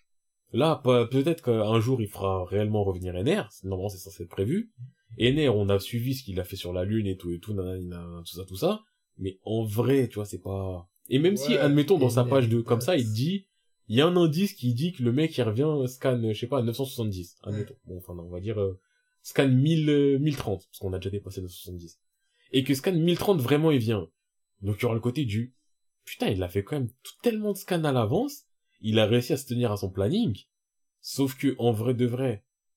Là, peut-être qu'un jour, il fera réellement revenir Ener, normalement c'est censé être prévu. Ener, on a suivi ce qu'il a fait sur la Lune et tout, nanana, tout ça, mais en vrai, tu vois, c'est pas... Et même si, Ouais, admettons, dans sa Ener, page 2, comme ça, ouais. il dit, il y a un indice qui dit que le mec, il revient, scan, je sais pas, 970, admettons. Bon, enfin, on va dire, scan 1030, parce qu'on a déjà dépassé 970. Et que scan 1030, vraiment, il vient. Donc, il y aura le côté du, putain, il a fait quand même tellement de scans à l'avance, il a réussi à se tenir à son planning, sauf que, en vrai de vrai,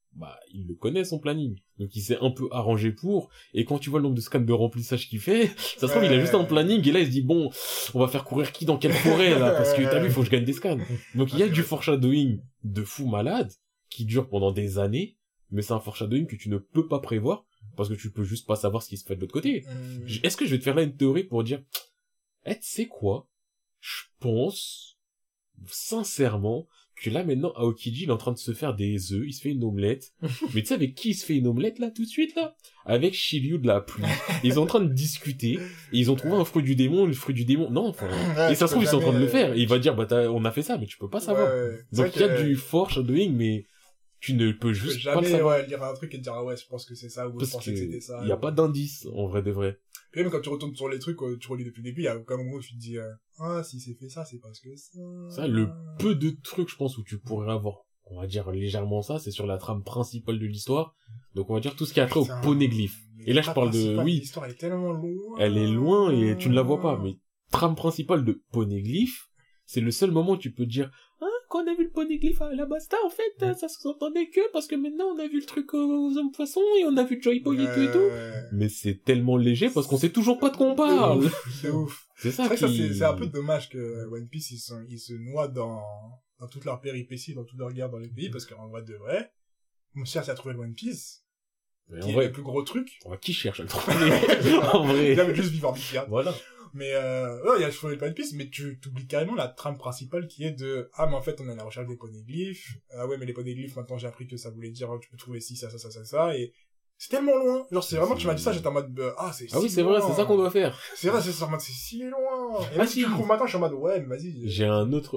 bah, il le connaît, son planning. Donc, il s'est un peu arrangé pour, et quand tu vois le nombre de scans de remplissage qu'il fait, ça se trouve, il a juste un planning, et là, il se dit, bon, on va faire courir qui dans quelle forêt, là, parce que, t'as vu, il faut que je gagne des scans. Donc, il y a du foreshadowing de fou malade, qui dure pendant des années, mais c'est un foreshadowing que tu ne peux pas prévoir, parce que tu peux juste pas savoir ce qui se fait de l'autre côté. Est-ce que je vais te faire là une théorie pour dire, tu sais quoi? Je pense, sincèrement, que là, maintenant, Aokiji, il est en train de se faire des œufs, il se fait une omelette. Mais tu sais, avec qui il se fait une omelette, là, tout de suite, là? Avec Shiryu de la pluie. Ils sont en train de discuter, et ils ont trouvé un fruit du démon, le fruit du démon. Non, enfin, et ça se trouve, ils sont en train de le faire. Et il va dire, bah, on a fait ça, mais tu peux pas savoir. Donc, il y a du foreshadowing, mais tu ne peux juste pas le savoir. Jamais, lire un truc et te dire, ah ouais, je pense que c'est ça, ou je pensais que c'était ça. Il y a pas d'indice, en vrai de vrai. Et même quand tu retournes sur les trucs, tu relis depuis le début, il y a quand même un moment où tu te dis, ah, si c'est fait ça, c'est parce que ça... Ça, le peu de trucs, je pense, où tu pourrais avoir, on va dire, légèrement ça, c'est sur la trame principale de l'histoire. Donc, on va dire tout ce qui a trait au poneglyphe. Et là, je parle de, oui. L'histoire, elle est tellement loin. Elle est loin et tu ne la vois pas, mais trame principale de poneglyphe, c'est le seul moment où tu peux te dire, quand on a vu le poneglyphe à la Basta, en fait, ça se s'entendait que parce que maintenant on a vu le truc aux hommes poissons et on a vu Joy Boy et tout et tout. Mais c'est tellement léger parce qu'on sait toujours pas de quoi on parle. C'est ouf. C'est ça c'est qui... vrai que c'est un peu dommage que One Piece, ils se noient dans toutes leurs péripéties, dans toutes leurs guerres dans les pays, parce qu'en vrai de vrai, on cherche à trouver le One Piece. Qui est le plus gros truc. Qui cherche à le trouver? En vrai. Il avait juste vivre en Big Voilà. Mais il y a le choix de One Piece, mais tu t'oublies carrément la trame principale qui est de mais en fait on est à la recherche des poneglyphes. Ah ouais, mais les poneglyphes, maintenant j'ai appris que ça voulait dire tu peux trouver ci, ça, et c'est tellement loin. Genre c'est vraiment, tu m'as dit ça, j'étais en mode c'est si oui, c'est loin. vrai, c'est ça qu'on doit faire. C'est vrai, c'est en mode c'est si loin. Et même si tu le trouves maintenant, je suis en mode ouais, mais vas-y. J'ai un autre.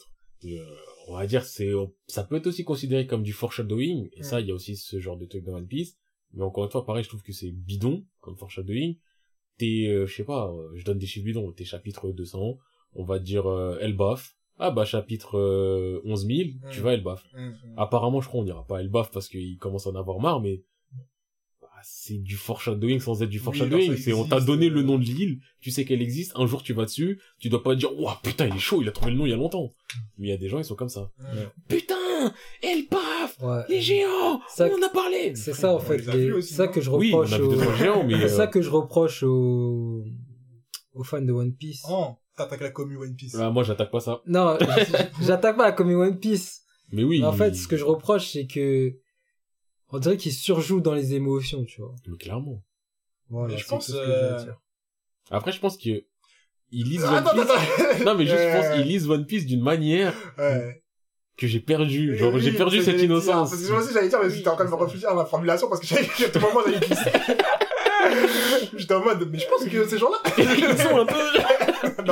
On va dire ça peut être aussi considéré comme du foreshadowing, et ça il y a aussi ce genre de truc dans One Piece. Mais encore une fois, pareil, je trouve que c'est bidon comme foreshadowing. Je sais pas, je donne des chiffres bidons, t'es chapitre 200, on va dire Elbaf. Ah bah chapitre 11 000, tu vas Elbaf. Apparemment, je crois on n'ira pas Elbaf parce qu'il commence à en avoir marre, mais c'est du foreshadowing sans être du foreshadowing. C'est on t'a donné le nom de l'île, tu sais qu'elle existe, un jour tu vas dessus, tu dois pas dire ouah putain il est chaud, il a trouvé le nom il y a longtemps. Mais il y a des gens ils sont comme ça. Putain, Elbaf, les géants, ça, on en a parlé. C'est ça en fait, c'est ça que je reproche. Oui, on a vu 2-3 géants, mais c'est ça que je reproche aux fans de One Piece. Oh, t'attaques la commu One Piece. Moi j'attaque pas ça. Non, j'attaque pas la commu One Piece. Mais oui. Mais en fait, ce que je reproche c'est que on dirait qu'ils surjouent dans les émotions, tu vois. Mais clairement. Voilà, je pense tout ce que je veux dire. Après, je pense que ils lisent One Piece. Non, mais juste, je pense qu'ils lisent One Piece d'une manière que j'ai perdu. Genre, j'ai perdu cette innocence. Parce que moi aussi, j'allais dire, mais j'étais en train de me réfléchir à ma formulation parce que à tout moment, j'allais glisser. J'étais en mode, mais je pense que ces gens-là, ils sont un peu...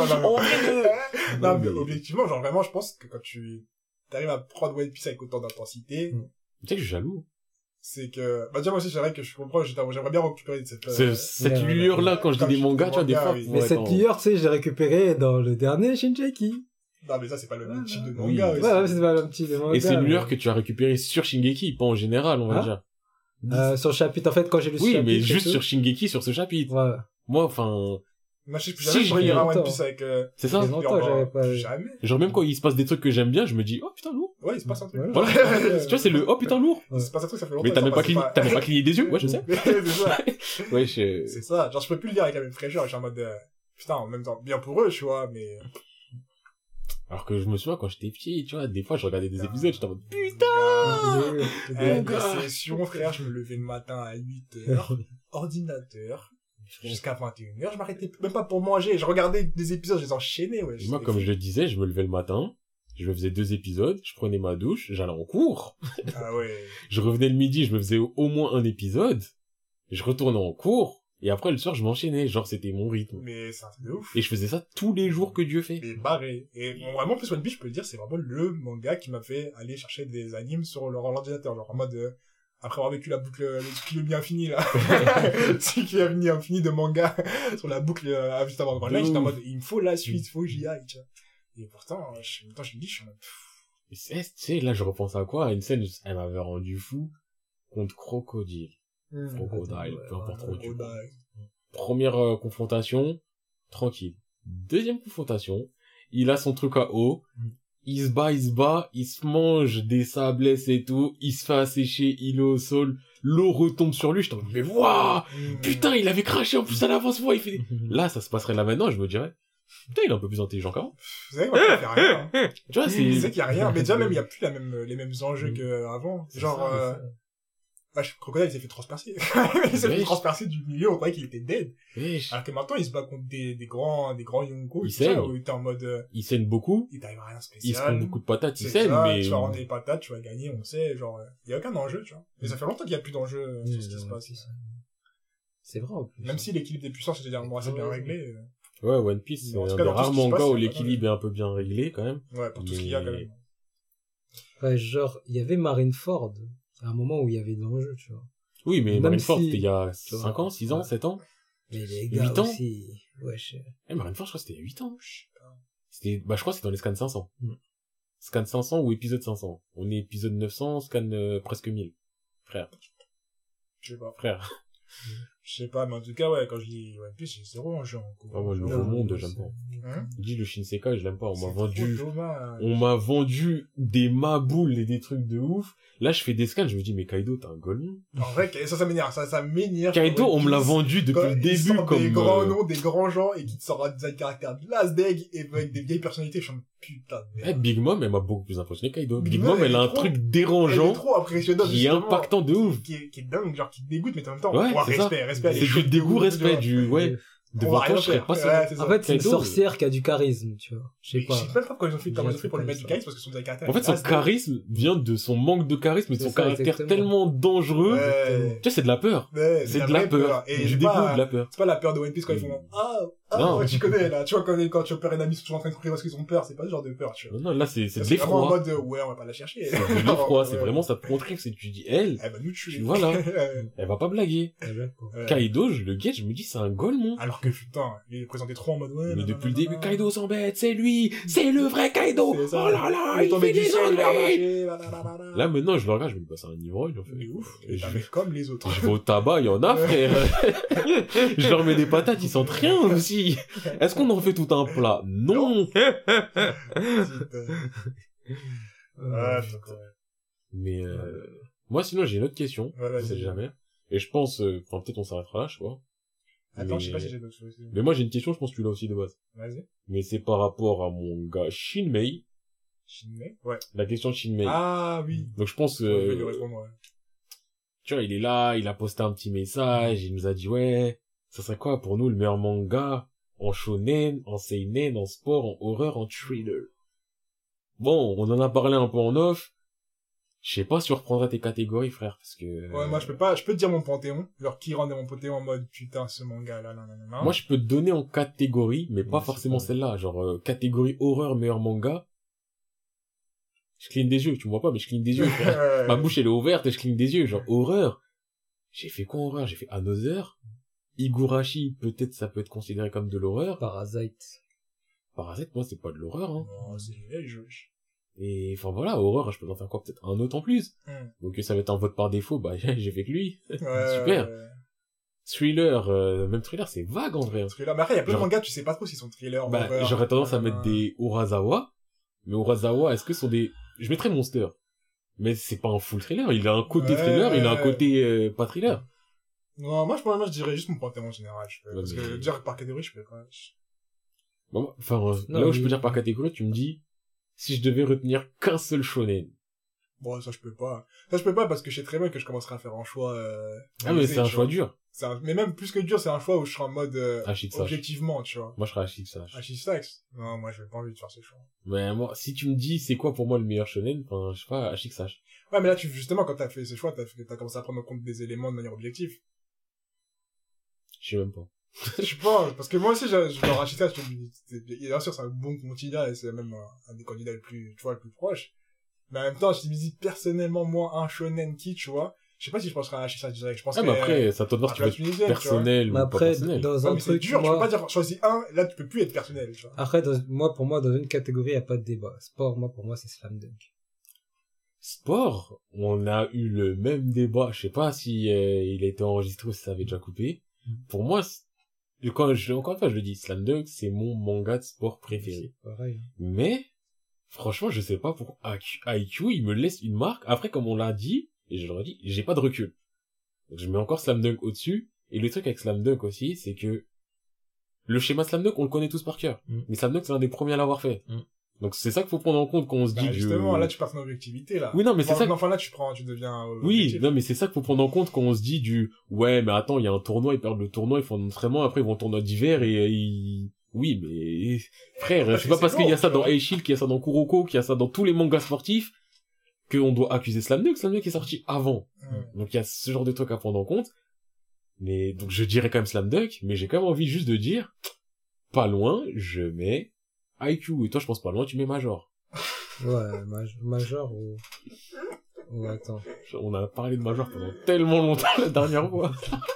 Non, mais objectivement, genre vraiment, je pense que quand tu arrives à prendre One Piece avec autant d'intensité, tu sais que je suis jaloux. C'est que, déjà moi aussi, c'est vrai que je comprends, j'aimerais bien récupérer cette lueur-là, quand je dis des mangas, tu vois, des fois. Mais cette lueur, tu sais, j'ai récupéré dans le dernier Shingeki. Non, mais ça, c'est pas le même type de manga aussi. Ouais, c'est pas le même type de manga. Et c'est une lueur que tu as récupérée sur Shingeki, pas en général, on va dire. Sur le chapitre, en fait, quand j'ai lu ce chapitre. Oui, mais juste sur Shingeki, sur ce chapitre. Ouais. Moi, enfin... Moi, je sais plus jamais, je lire un One Piece avec, c'est ça? Jamais. Genre, même quand il se passe des trucs que j'aime bien, je me dis, oh putain, lourd. Ouais, il se passe un truc. Voilà. Tu vois, c'est le, oh putain, lourd. Il se passe un truc, ça fait longtemps. Mais t'as même pas cligné des yeux? Ouais, je sais. C'est ça. Ouais, c'est ça. Genre, je peux plus le lire avec la même fraîcheur, je suis en mode, putain, en même temps, bien pour eux, tu vois, mais... Alors que je me souviens, quand j'étais petit, tu vois, des fois, je regardais des épisodes, j'étais en mode, putain! Des sessions, frère, je me levais le matin à 8h, ordinateur, jusqu'à 21h, je m'arrêtais même pas pour manger, je regardais des épisodes, je les enchaînais, ouais. Moi, comme je le disais, je me levais le matin, je me faisais 2 épisodes, je prenais ma douche, j'allais en cours. Ah ouais. Je revenais le midi, je me faisais au moins un épisode, je retournais en cours, et après, le soir, je m'enchaînais, genre, c'était mon rythme. Mais c'est un truc de ouf. Et je faisais ça tous les jours que Dieu fait. Mais barré. Et bon, vraiment, plus One Piece, je peux le dire, c'est vraiment le manga qui m'a fait aller chercher des animes sur leur ordinateur, genre en mode, après avoir vécu la boucle, le cycle infini, là. Le cycle infini de manga sur la boucle, juste avant Grand Line, j'étais en mode, il me faut la suite, il faut que j'y aille, tu vois. Et pourtant, je me dis, je suis en mode, tu sais, là, je repense à quoi? À une scène, elle m'avait rendu fou contre Crocodile. Crocodile, peu importe trop tu vois. Première confrontation, tranquille. Deuxième confrontation, il a son truc à eau, il se bat, il se mange des sablesses et tout, il se fait assécher, il est au sol, l'eau retombe sur lui, je t'en dis, mais waouh, putain, il avait craché en plus à l'avance, il fait... Là, ça se passerait là maintenant, je me dirais, putain, il est un peu plus intelligent qu'avant. Vous savez, moi, il y a rien, hein. Tu vois, C'est qu'il y a rien, mais déjà, même, il y a plus les mêmes enjeux qu'avant. Genre, Crocodile, il s'est fait transpercer. Il s'est fait transpercer du milieu, on croyait qu'il était dead. Alors que maintenant, il se bat contre des grands Yonko, il saigne. où il était en mode, il saigne beaucoup. il t'arrive à rien spécial. Il se prend beaucoup de patates, il C'est saigne, ça, mais... tu vas rendre des patates, tu vas gagner, on sait, genre, il y a aucun enjeu, tu vois. Mais ça fait longtemps qu'il y a plus d'enjeu sur ce qui se passe. C'est vrai, en plus. Même si l'équilibre des puissances était assez bien réglé. Ouais, One Piece, c'est En tout un cas, des dans tout ce rares qui se mangas passe, où c'est l'équilibre est un peu bien réglé, quand même. Ouais, pour tout ce qu'il y a, quand même. Ouais, genre, il y avait Marineford, à un moment où il y avait de l'enjeu, tu vois. Oui, mais Même Marineford, si- c'était il y a tu vois, 5 ans, 6 ans, ouais. 7 ans. Mais les gars 8 ans aussi, wesh. Marineford, je crois que c'était il y a 8 ans. C'était, je crois que c'était dans les scans 500. Mm. Scan 500 ou épisode 500. On est épisode 900, scan presque 1000. Frère. Je sais pas. Frère. Je sais pas, mais en tout cas, ouais, quand je lis One Piece, j'ai zéro enjeu en cours. Ah ouais, le nouveau monde, j'aime pas. Hein? Dis le Shinsekai, je l'aime pas. C'est trop dommage. On m'a vendu des maboules et des trucs de ouf. Là, je fais des scans, je me dis, mais Kaido, t'es un golemon. En vrai, ça m'énerve, ça m'énerve. Kaido, on me l'a vendu depuis le début comme... des grands noms, des grands gens, et qui te sortent un design de caractère de l'asdeg, et avec des vieilles personnalités, je suis en putain de merde. Big Mom, elle m'a beaucoup plus impressionné que Kaido. Big Ouais, Mom, elle a un elle est trop- truc Elle dérangeant, est trop impressionnante, qui est justement, impactant de ouf. qui est dingue, genre, qui te dégoûte, mais en même temps, Ouais, ouah, c'est ça. respect, elle est C'est du chaude de dégoût, ouf, respect, tu vois. du, ouais. On Devant va toi, rien je serais faire. pas Ouais, ça. c'est ça. En fait, c'est une Kaido, sorcière qui a du charisme, tu vois. Je sais Je pas. sais même pas comment ils ont fait pour lui mettre du ça. charisme, parce que son design de caractère. En fait, son est charisme vient de son manque de charisme et de C'est son ça, caractère exactement. tellement dangereux. Ouais. Tu sais, c'est de la peur. Ouais, C'est la de la vraie peur. Et Du c'est dégoût, pas, de la peur. c'est pas la peur de One Piece quand ils font Non. ouais, tu connais là, tu vois quand tu opères un ami, ils sont toujours en train de courir parce qu'ils ont peur, c'est pas ce genre de peur, tu vois. Non, non, là, c'est de C'est vraiment en l'effroi. mode ouais, on va pas la chercher. C'est de l'effroi, c'est Ouais. vraiment, ça te prend trip, c'est que tu dis, elle, Elle va nous tuer. Tu vois, là. Ouais. elle va pas blaguer. Ouais. Kaido, je le guette, je me dis, c'est un golemon. Alors que putain, il est présenté trop en mode ouais. Mais nanana, depuis le début, nanana. Kaido s'embête, c'est lui, c'est le vrai Kaido. C'est ça. Oh là là, Il est il tombé fait du des ciel, il a enlever. marché, blablabla. Là, maintenant, je le regarde, je me dis, bah, c'est un ivrogne, en fait. Il est ouf. Et Il je est comme les autres. je vais au tabac, il y en a, frère. Je leur mets des patates, ils sentent rien aussi. Est-ce qu'on en fait tout un plat? Non. Ouais, donc, ouais. Mais moi, sinon, j'ai une autre question. Voilà, Je sais vas-y. jamais. Et je pense, enfin, peut-être on s'arrêtera là, je sais pas. Attends, Mais- je sais pas si j'ai d'autres choses. Mais moi, j'ai une question, je pense que tu l'as aussi de base. Vas-y. Mais c'est par rapport à mon gars Shinmei. Shinmei? Ouais. La question de Shinmei. Ah, oui. Donc je pense, Je vais lui répondre, ouais. tu vois, il est là, il a posté un petit message, il nous a dit, ouais, ça serait quoi pour nous le meilleur manga en shonen, en seinen, en sport, en horreur, en thriller. Bon, on en a parlé un peu en off. Je sais pas si on reprendra tes catégories, frère, parce que... Ouais, moi, je peux te dire mon panthéon. Genre, qui rendait mon panthéon en mode, putain, ce manga, là, nanana. Moi, je peux te donner en catégorie, mais pas Ouais, forcément c'est celle-là. Genre, catégorie horreur, meilleur manga. Je cligne des yeux, tu me vois pas, mais je cligne des yeux, frère. Ma bouche, elle est ouverte et je cligne des yeux. Genre, horreur. J'ai fait quoi, horreur? J'ai fait Another. Higurashi, peut-être ça peut être considéré comme de l'horreur. Parasite. Parasite, moi, c'est pas de l'horreur, hein. Non, c'est les jeux. Et, enfin, voilà, horreur, je peux en faire quoi? Peut-être un autre en plus. Donc, ça va être un vote par défaut, bah, j'ai fait que lui. Ouais. Super. Ouais. Thriller, même thriller, c'est vague, en vrai. Thriller. Mais après, il y a plein de Genre- mangas, tu sais pas trop s'ils sont thrillers, Bah, horreur. j'aurais tendance à mettre des Urasawa. Mais Urasawa, est-ce que ce sont des... Je mettrais Monster. Mais c'est pas un full thriller. Il a un côté Ouais. thriller, il a un côté pas thriller. Non, moi, je dirais juste mon panthéon en général. Parce Ouais, que mais- dire par catégorie, je peux pas. Bon, enfin, Non, là où mais- je peux dire par catégorie, tu me dis, si je devais retenir qu'un seul shonen. Bon, ça, je peux pas. Ça, je peux pas parce que je sais très bien que je commencerai à faire un choix, Ah, mais biaisé, c'est un tu choix vois. dur. Mais même plus que dur, c'est un choix où je serai en mode, Ashik Sage. objectivement, tu vois. Moi, je serais Ashik-Sage. Ashistax. Non, moi, je vais pas envie de faire ce choix. Mais moi, si tu me dis, c'est quoi pour moi le meilleur shonen, enfin, je sais pas, Ashik-Sage. Ouais, mais là, justement, quand t'as fait ce choix, t'as commencé à prendre en compte des éléments de manière objective. Je sais même pas. Je pense, parce que moi aussi, genre, Ashistax, bien sûr, c'est un bon candidat et c'est même un des candidats les plus, tu vois, le plus proche. Mais en même temps, je me dis personnellement, moi, un shonen qui, tu vois, je sais pas si je penserais à Ashistax direct. Je pense Ah, mais après, ça te voir si tu veux être personnel ou Mais pas après, personnel. dans Ouais, un mais c'est truc, dur, tu peux moi... pas dire choisis un, là tu peux plus être personnel, tu vois. Après, pour moi, dans une catégorie, il n'y a pas de débat. Sport, pour moi, c'est Slam Dunk. Sport, on a eu le même débat. Je sais pas si il a été enregistré ou si ça avait déjà coupé. Pour moi, encore une fois, je le dis, Slam Dunk, c'est mon manga de sport préféré. C'est pareil. Mais, franchement, je sais pas pourquoi IQ, il me laisse une marque. Après, comme on l'a dit, et je le redis, j'ai pas de recul. Donc, je mets encore Slam Dunk au-dessus. Et le truc avec Slam Dunk aussi, c'est que le schéma Slam Dunk, on le connaît tous par cœur. Mais Slam Dunk, c'est l'un des premiers à l'avoir fait. Donc c'est ça qu'il faut prendre en compte quand on se dit justement, là, tu passes ton objectivité, là. Oui, non, mais c'est ça. Enfin, là, tu deviens, oui, non, mais c'est ça qu'il faut prendre en compte quand on se dit ouais, mais attends, il y a un tournoi, ils perdent le tournoi, ils font un entraînement, après ils vont au tournoi d'hiver oui, mais, frère, c'est pas parce qu'il y a ça dans A-Shield, qu'il y a ça dans Kuroko, qu'il y a ça dans tous les mangas sportifs, qu'on doit accuser Slam Dunk. Slam Dunk est sorti avant. Donc il y a ce genre de trucs à prendre en compte. Mais, donc je dirais quand même Slam Dunk, mais j'ai quand même envie juste de dire, pas loin, je mets IQ. Et toi, je pense pas loin, tu mets Major. Ouais, Major ou attends. On a parlé de Major pendant tellement longtemps la dernière fois.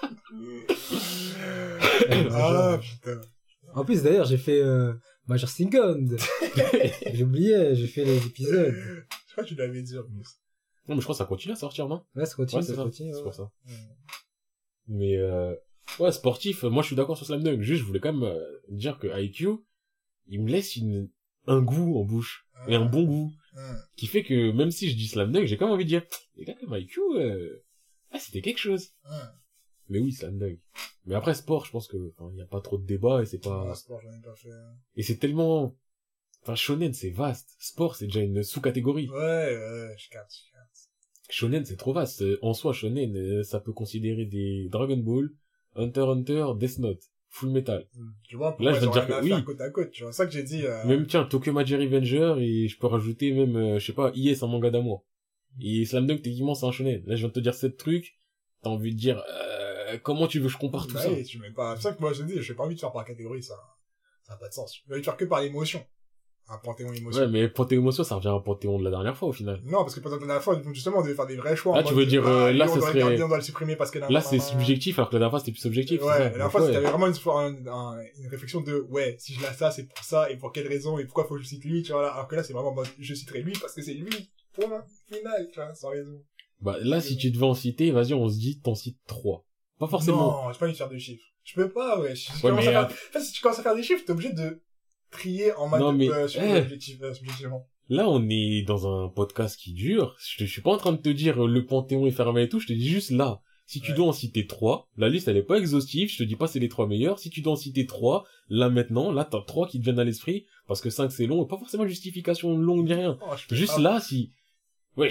Ah, putain. En plus, d'ailleurs, j'ai fait Major Second. J'oubliais, j'ai fait les épisodes. Je crois que tu l'avais dit en plus. Non, mais je crois que ça continue à sortir, non? Ouais, ça continue, ouais, ça continue. C'est pour ça. Mais ouais, sportif, moi je suis d'accord sur Slam Dunk. Juste, je voulais quand même dire que IQ, il me laisse un goût en bouche. Et un bon goût. Qui fait que même si je dis Slam Dunk, j'ai quand même envie de dire, les gars, comme IQ, c'était quelque chose. Mais oui, Slam Dunk. Mais après, sport, je pense que, il y a pas trop de débat et c'est pas... sport, j'en ai pas fait. Et c'est tellement... Shonen, c'est vaste. Sport, c'est déjà une sous-catégorie. Ouais, je capte. Shonen, c'est trop vaste. En soi, Shonen, ça peut considérer des Dragon Ball, Hunter x Hunter, Death Note, Full Metal. Tu vois, là, je vais te dire que oui. Côte à côte, tu vois. C'est ça que j'ai dit. Même, tiens, Tokyo Magic Revenger, et je peux rajouter même, je sais pas, IS, un manga d'amour. Et Slam Dunk, techniquement, c'est un Shonen. Là, je viens de te dire 7 trucs, t'as envie de dire, comment tu veux que je compare tout ça? Oui, tu mets pas, c'est ça que moi, je dis, j'ai pas envie de faire par catégorie, ça a pas de sens. J'ai envie de faire que par l'émotion. Un panthéon émotion. Ouais, mais panthéon émotion, ça revient à un panthéon de la dernière fois, au final. Non, parce que pendant la dernière fois, justement, on devait faire des vrais choix. Là, tu veux dire, là, ce serait... On doit le supprimer parce que là, c'est subjectif, alors que la dernière fois, c'était plus objectif. Ouais, la dernière fois, c'était vraiment une réflexion de, ouais, si je lâche ça, c'est pour ça, et pour quelle raison, et pourquoi faut que je cite lui, tu vois, là. Alors que là, c'est vraiment, je citerai lui parce que c'est lui. Point final, tu vois, sans raison. Bah, là, si tu devais en citer, vas-y, on se dit, t'en cites 3. Pas forcément. Non, j'ai pas envie de faire de chiffres. Je peux pas, ouais. Ouais, mais... En fait, si tu commences à faire des chiffres, t'es obligé de trier en mode subjectivement. Là, on est dans un podcast qui dure. Je suis pas en train de te dire le panthéon est fermé et tout. Je te dis juste là. Si tu dois en citer 3, la liste elle est pas exhaustive. Je te dis pas c'est les 3 meilleurs. Si tu dois en citer 3, là maintenant, là t'as 3 qui te viennent à l'esprit parce que 5 c'est long et pas forcément justification longue ni rien. Oh, juste là si. Ouais,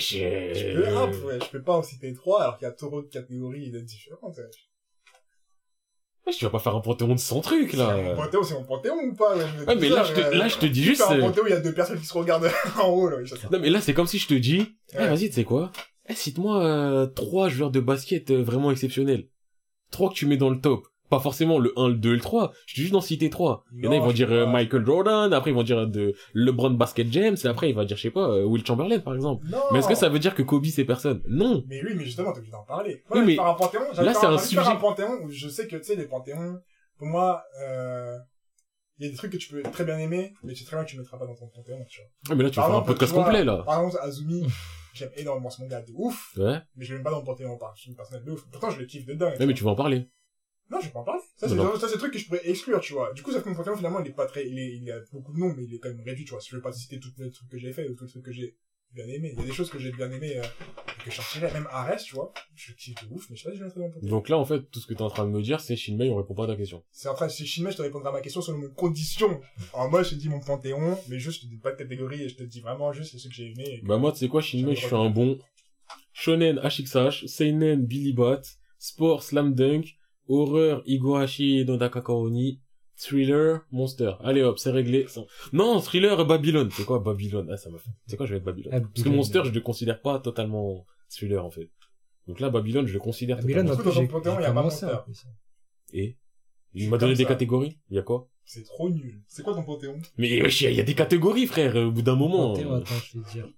je peux pas en citer 3 alors qu'il y a trop de catégories différentes. Ouais, tu vas pas faire un panthéon de 100 trucs, là. C'est mon panthéon ou pas? Ouais, mais là, je te dis juste... un panthéon, il y a 2 personnes qui se regardent en haut, là. Non, mais là, c'est comme si je te dis, vas-y, tu sais quoi? Cite-moi, 3 joueurs de basket vraiment exceptionnels. 3 que tu mets dans le top. Pas forcément le 1, le 2, le 3. Je te dis juste d'en citer 3. Il y en a, ils vont dire Michael Jordan, après ils vont dire de LeBron Basket James, et après il va dire, je sais pas, Will Chamberlain, par exemple. Non. Mais est-ce que ça veut dire que Kobe c'est personne? Non. Mais oui, mais justement, t'as obligé d'en parler. Moi, oui, mais faire un panthéon, là, c'est un sujet. Faire un panthéon où je sais que, tu sais, les panthéons, pour moi, il y a des trucs que tu peux très bien aimer, mais c'est très bien que tu mettras pas dans ton panthéon, tu vois. Ah, mais là, tu vas faire un podcast complet, là. Par exemple, Azumi, j'aime énormément ce manga de ouf. Ouais. Mais je l'aime pas dans le panthéon, c'est une personnage de ouf. Pourtant, je le kiffe dedans. Ouais, mais tu vas en parler. Non, je vais pas en parler. Ça, c'est des trucs que je pourrais exclure, tu vois. Du coup, ça fait mon panthéon, finalement, il est pas très, il a beaucoup de noms, mais il est quand même réduit, tu vois. Si je veux pas citer tous les trucs que j'ai fait ou tous les trucs que j'ai bien aimé. Il y a des choses que j'ai bien aimé, que je sortirais, même Ares, tu vois. Je kiffe de ouf, mais je sais pas si je vais rentrer dans mon panthéon. Donc là, en fait, tout ce que t'es en train de me dire, c'est Shinmei, on répond pas à ta question. C'est Shinmei, je te répondrai à ma question selon mes conditions. Alors moi, je te dis mon panthéon, mais juste, je te dis pas de catégorie et je te dis vraiment juste ce que j'ai aimé. Bah moi, tu sais quoi, Shinmei, je suis un bon Shonen HXH, Seinen Billy Bat, Sport Slam Dunk, Horreur, Higurashi, Nodaka Kaoni, Thriller, Monster. Allez hop, c'est réglé. Non, Thriller, Babylone. C'est quoi Babylone? Ah, ça m'a fait. C'est quoi, je vais être Babylone. Parce que Monster, je le considère pas totalement Thriller, en fait. Donc là, Babylone, je le considère totalement. Dans ton panthéon, il y a pas Monster. Et? Il m'a donné des catégories. Il y a quoi? C'est trop nul. C'est quoi ton panthéon? Mais wesh, il y a des catégories, frère, au bout d'un moment. Panthéon, attends, je vais te dire.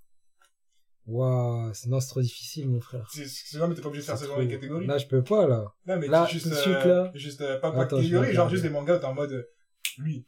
Waouh, non, c'est trop difficile, mon frère. Non, mais t'es pas obligé de faire ce genre de catégories. Là, je peux pas, là. Non, mais là, juste, pas de catégorie, genre juste des mangas où t'es en mode, lui.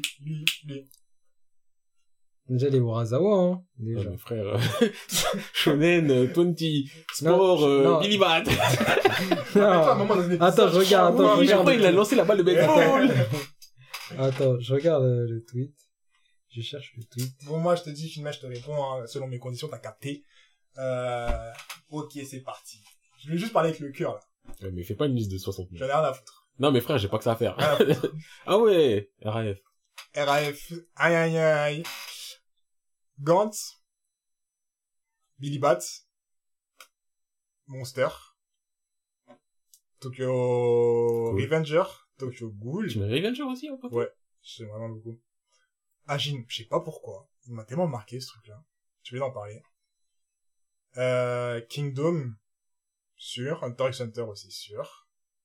Déjà, les Murasawa, hein. Déjà. Ah, frère, Shonen, 20, Sport, Billy Bat. Attends, je regarde. Il a lancé la balle de baseball. Attends, je regarde le tweet. Je cherche le tweet. Bon, moi, je te dis, Finma, je te réponds, hein, selon mes conditions, t'as capté. Ok, c'est parti. Je vais juste parler avec le cœur, là. Ouais, mais fais pas une liste de 60 000. J'en ai rien à foutre. Non, mais frère, j'ai pas que ça à faire. Rien à foutre. Ah ouais, RAF. RAF, aïe aïe aïe. Gantz. Billy Bat. Monster. Tokyo Cool. Revenger. Tokyo Ghoul. Tu mets Revenger aussi, hein, papa? Ouais, c'est vraiment beaucoup. Ajin, je sais pas pourquoi. Il m'a tellement marqué, ce truc-là. Je vais en parler. Kingdom. Sûr. Hunter x Hunter aussi, sûr.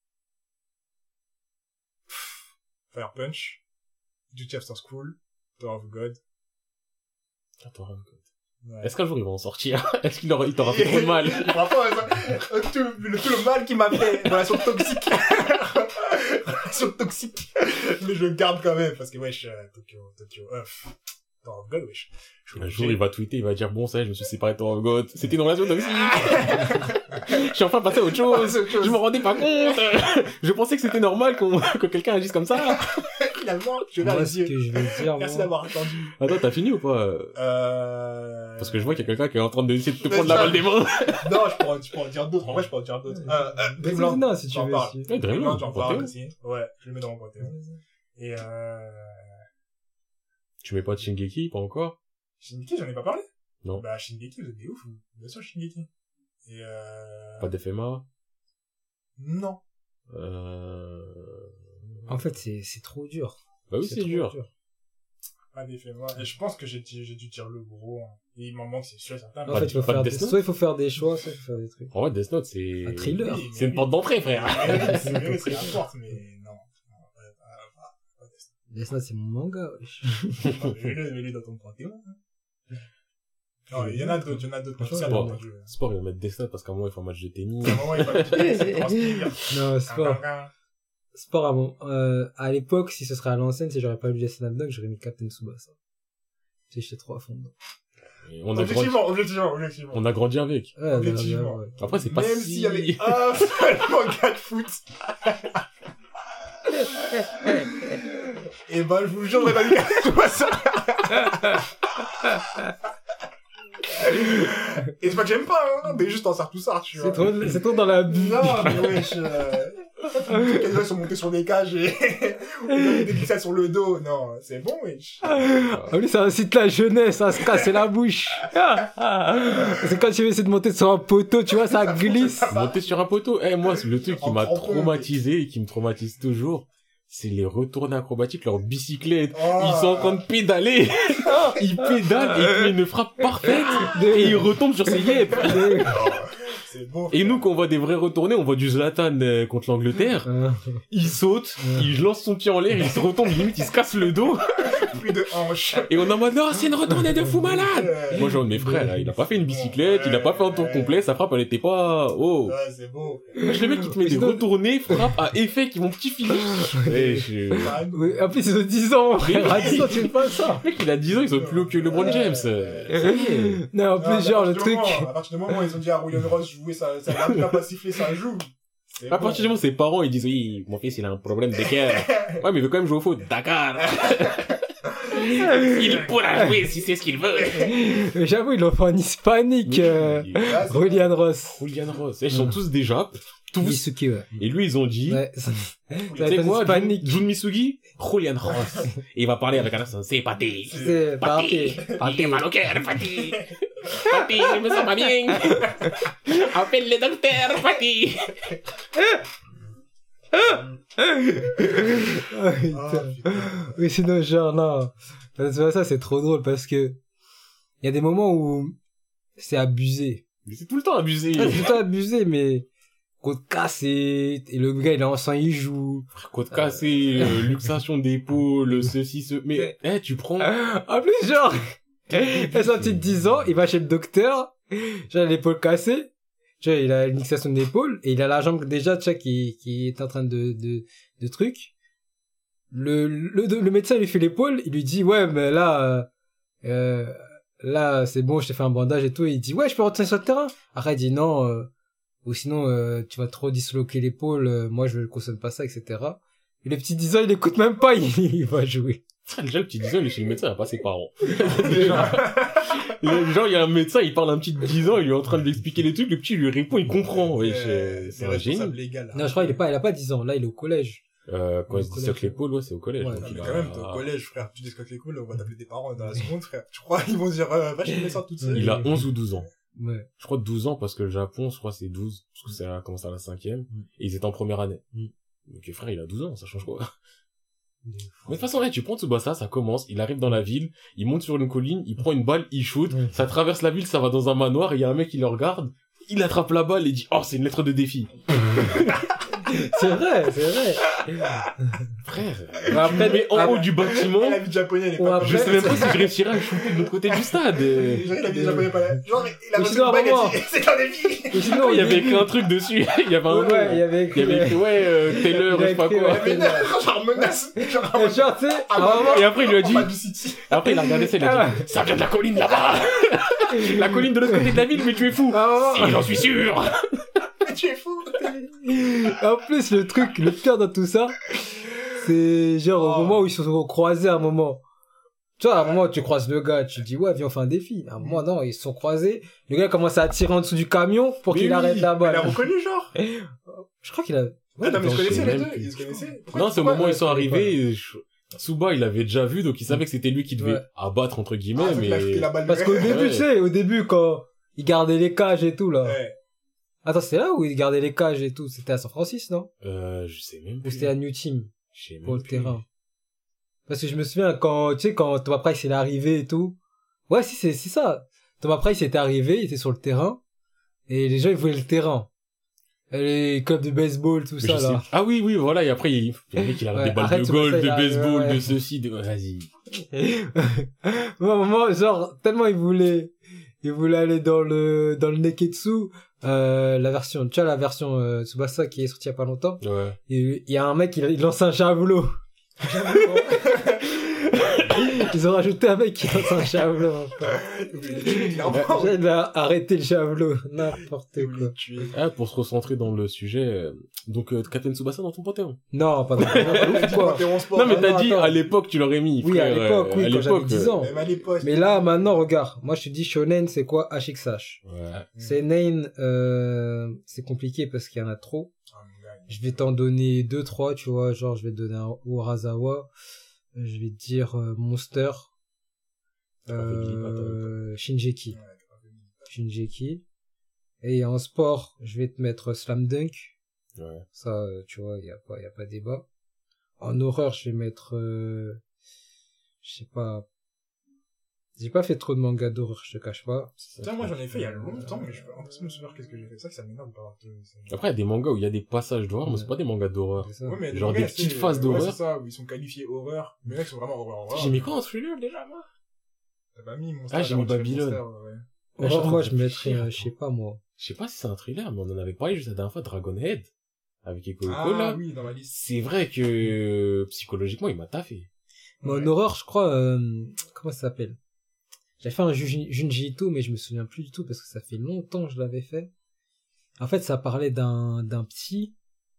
Fire Punch. Duty After School. Tower of God. Attends, Ouais. est-ce qu'un jour ils vont en sortir? Est-ce qu'il t'aura fait trop de mal? Vraiment, tout le mal qu'il m'a fait. Relation toxique. Relation toxique. Mais je le garde quand même, parce que wesh, Tokyo, Tower of God, wesh. Un jour, il va tweeter, il va dire, bon, ça y est, je me suis séparé de Tower of God. C'était une relation toxique. Je suis enfin passé à autre chose. Je me rendais pas compte. Je pensais que c'était normal que quelqu'un agisse comme ça. Finalement, je vais Moi, les ce yeux. que je vais dire, Merci moi, d'avoir attendu. Attends, t'as fini ou pas? Parce que je vois qu'il y a quelqu'un qui est en train d'essayer de te prendre la balle des mains. Non, je pourrais en dire d'autres. En vrai, je pourrais en dire d'autres. Dreamland. non, si tu j'en veux. parle. Si... Ouais, Dreamland, j'en parle Panthéon. aussi. Ouais, je le mets dans mon côté. Et Tu mets pas de Shingeki, pas encore? Shingeki, j'en ai pas parlé. Non. Bah, Shingeki, vous êtes des ouf. Bien sûr, Shingeki. Et Pas d'FMA? non. En fait, c'est trop dur. Bah oui, c'est trop dur. Pas d'effet, moi. Et je pense que j'ai dû tirer le gros. Hein. Et il m'en manque, c'est sûr et certain. En Pas fait, de- il faut pas de faire Death Note soit il faut faire des choix, soit il faut faire des trucs. En vrai, Death Note, c'est... Un thriller. Oui, C'est une porte d'entrée, frère. C'est vrai, c'est la porte, mais non. Pas Death Death Note, c'est mon manga, wesh. Note. Je vais le dans ton panthéon. Non, il y en a d'autres, Franchement, Ça, il y en a bien d'autres. entendu. Sport, ils vont mettre Death Note parce qu'à un moment, ils font un match de tennis. À un moment, il fallait que tu commences à dire. Non, sport à l'époque, si ce serait à l'ancienne, si j'aurais pas lu Death Note, j'aurais mis Captain Tsubasa. Si j'étais trop à fond dedans. Et on a grandi, Objectivement. on a grandi avec. Ouais, Objectivement. ouais. Après, c'est pas Même si... s'il y avait un seul manga de foot. Et ben, je vous jure, j'aurais pas vu c'est pas ça. Et c'est pas que j'aime pas, hein, mais juste en Sartoussard, tu vois. C'est trop dans la bulle. Non, mais wesh, les gens sont montés sur des cages et on a mis des glissades sur le dos. Non, c'est bon, wesh. En plus, ça incite la jeunesse à se casser la bouche. C'est quand tu veux essayer de monter sur un poteau, tu vois, ça glisse. Monter sur un poteau. Eh, moi, c'est le truc qui En m'a crampon, traumatisé et qui me traumatise toujours. C'est les retournées acrobatiques, leur bicyclette. Oh. Ils sont en train de pédaler. Ils pédalent et ils font une frappe parfaite. Et ils retombent sur ses yeux. C'est beau. Et nous, quand on voit des vrais retournés, on voit du Zlatan contre l'Angleterre. Il saute, il lance son pied en l'air, il se retombe, limite, il se casse le dos. Plus de hanches. Et on est en mode, non, c'est une retournée de fou malade. Moi, j'ai un de mes frères, là, il a pas fait une bicyclette, il a pas fait un tour complet, sa frappe, elle était pas, oh. Ouais, c'est beau. Wesh, le mec, il te met des retournées, frappes à effet qui vont petit filer. Oui, en plus, ils ont 10 ans, frère. À 10 ans, tu fais pas ça. Le mec, il a 10 ans, ils sont plus hauts que LeBron James. Non, en plus, genre, le truc. À partir du moment où ils ont dit à William Ross jouer, ça n'a pas sifflé, ça joue. C'est À partir du moment où ses parents, ils disent, oui, mon fils, il a un problème de cœur. Ouais, mais il veut quand même jouer au foot. Dakar. Il pourra jouer si c'est ce qu'il veut. J'avoue, ils l'ont fait en hispanique, Julian Ross. Julian Ross. Ils sont tous déjà, tous. Misuki, ouais. Et lui, ils ont dit, Ouais, tu sais quoi, Jun Misugi, Julian Ross. Et il va parler avec un accent, c'est Pati. c'est parti. Pati, mal au cœur, Pati. Pati, je me sens pas bien. Appelle le docteur, Pati. Oh, putain. Oui, sinon, genre, non. Ça, c'est trop drôle parce que il y a des moments où c'est abusé. C'est tout le temps abusé. C'est tout le temps abusé, mais côte cassée, et le gars, il est enceint, il joue. Côte cassée, luxation d'épaule, ceci, ce... Mais, tu prends... En plus, genre, il a sa petite 10 ans, il va chez le docteur, genre, l'épaule cassée, tu vois, il a une luxation d'épaule, et il a la jambe déjà, tu vois, qui est en train de truc. Le médecin lui fait l'épaule, il lui dit, ouais, mais là, c'est bon, je t'ai fait un bandage et tout, et il dit, ouais, je peux retourner sur le terrain. Après, il dit, non, ou sinon, tu vas trop disloquer l'épaule, moi, je ne cautionne pas ça, etc. Et le petit 10 ans, il écoute même pas, il va jouer. Déjà, le petit 10 ans, il est chez le médecin, il a pas ses parents. Genre, il y a un médecin, il parle à un petit de 10 ans, il est en train de lui expliquer les trucs, le petit lui répond, il comprend. Ouais, c'est un génie. Légal, Non, je crois qu'il il a pas 10 ans. Là, il est au collège. Quand il se disloque l'épaule, ouais, c'est au collège. Ouais. donc Non, il mais a- quand même, t'es au collège, frère, tu disloques l'école, on va t'appeler tes parents dans la seconde, frère. Tu crois, ils vont dire, va chez le médecin toute seule. Il a 11 ou 12 ans. Ouais. Je crois 12 ans parce que le Japon, je crois c'est 12, parce que ça a commencé à la 5e, et ils étaient en première année. Donc frère, il a 12 ans, ça change quoi. Mais de toute façon, tu prends Tsubasa, ça commence, il arrive dans la ville, il monte sur une colline, il prend une balle, il shoot, ça traverse la ville, ça va dans un manoir, il y a un mec qui le regarde, il attrape la balle et dit, oh, c'est une lettre de défi. C'est vrai. Frère, Après, mais en haut du bâtiment, La vie de japonais, elle est Ouais, pas... après- je sais même pas si je réussirais à shooter de l'autre côté du stade. Genre, la vie de japonais, pas là. Genre, il a Mais reçu sinon, une bague, vraiment- elle dit, c'est un défi. Et sinon, Il y avait écrit un truc dessus, il y avait un nom. Ouais, il y avait écrit. Taylor, Il a je sais pas écrit, quoi. ouais. Mais non, genre, menace. Genre, Et genre, tu sais, à un moment, Et après, il lui a dit, Pas du City. après, il a regardé ça, il a dit, ça vient de la colline là-bas! La colline de l'autre côté de la ville, mais tu es fou! à un moment- Si, j'en suis sûr! Mais tu es fou. En plus, le pire dans tout ça, c'est genre au Oh. moment où ils se sont croisés à un moment. Tu vois, à un moment, tu croises le gars, tu dis, ouais, viens, on fait un défi. À un moment, non, ils se sont croisés. Le gars commence à tirer en dessous du camion pour Mais qu'il oui, arrête la Il a balle. reconnu, genre. Je crois qu'il a... Ouais, Attends, mais ils se je sais connaissaient, les même deux. plus. Ils se connaissaient. Pourquoi- Non, c'est au pourquoi- moment où ils sont je connais arrivés, Tsuba, il avait déjà vu, donc il savait que c'était lui qui devait Ouais. abattre, entre guillemets, Ah, mais... il a pris la balle Parce qu'au de- début, Ouais. tu sais, au début, quand ils gardaient les cages et tout, là. Ouais. Attends, c'était là où ils gardaient les cages et tout? C'était à San Francisco, non? Je sais même Ou plus. c'était à New Team? Je sais même Pour le plus. terrain. Parce que je me souviens quand, tu sais, quand Thomas Price il est arrivé et tout. Ouais, si, c'est ça. Thomas Price était arrivé, il était sur le terrain. Et les gens, ils voulaient le terrain. Et les clubs de baseball, tout Mais ça, je sais- là. Ah oui, voilà, et après, il y a un mec qui a Ouais, des balles arrête, de tu vois golf, ça, de il a- baseball, ouais. de ceci, de... Vas-y. Moi, à un moment, genre, tellement il voulait aller dans le Neketsu, la version, tu vois, la version, Tsubasa qui est sortie il y a pas longtemps. Ouais. Et il y a un mec, il lance un javelot. Ils ont rajouté un mec qui lance un javelot. Il a arrêté le javelot. N'importe quoi. Ah, pour se recentrer dans le sujet, donc Captain Tsubasa dans ton panthéon. Non, pas quoi. Non, mais t'as dit, attends. à l'époque, tu l'aurais mis, Oui, frère. à l'époque, oui, à quand j'avais l'époque, 10 ans. Même à l'époque. Mais là, maintenant, regarde. Moi, je te dis shonen, c'est quoi HXH? Ouais. Seinen, c'est compliqué parce qu'il y en a trop. Je vais t'en donner 2-3, tu vois. Genre, je vais te donner un Urasawa. Je vais te dire Monster. Shinjeki. Shinjeki. Et en sport, je vais te mettre Slam Dunk. Ouais. Ça, tu vois, y a pas débat. En horreur, je vais mettre, je sais pas. J'ai pas fait trop de mangas d'horreur, je te cache pas. Putain, moi j'en ai fait il y a longtemps, mais je peux impossible de me souvenir qu'est-ce que j'ai fait. Ça, que ça m'énerve de pas avoir Après, il y a des mangas où il y a des passages d'horreur, mais c'est pas des mangas d'horreur. C'est ça. Ouais, mais Genre mangas, des petites c'est- phases ouais, d'horreur. c'est ça, où ils sont qualifiés horreur. Mais là, ils sont vraiment horreur. J'ai mis quoi en thriller déjà, moi? T'as pas mis Monster. Ah, j'ai mis t'as retiré Babylone. Monster, ouais. Ouais, Horreur, je moi, suis je en train de mettrais, réfléchir, je sais pas, moi. Je sais pas si c'est un thriller, mais on en avait parlé juste la dernière fois, Dragonhead. Avec Eko Eko, Ah là. oui, dans ma liste. C'est vrai que, psychologiquement, il m'a taffé. Mais Ouais. en horreur, je crois, comment ça s'appelle? J'avais fait un Junji Ito, mais je me souviens plus du tout parce que ça fait longtemps que je l'avais fait. En fait, ça parlait d'un psy.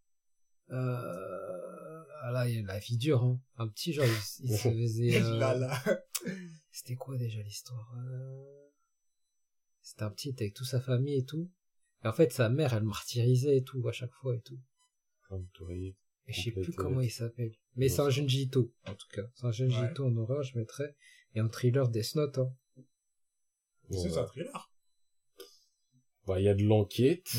Ah là, la vie dure, hein. Un petit, genre, il se faisait, Là. c'était quoi déjà l'histoire? C'était un petit avec toute sa famille et tout. Et en fait, sa mère, elle martyrisait et tout, à chaque fois et tout. Et je sais plus Complète, comment il s'appelle. Mais ouais, c'est un Junji Ito, en tout cas. C'est un Junji Ouais. Ito en horreur, je mettrais. Et en thriller, Death Note, hein. C'est un thriller. Bah, il y a de l'enquête.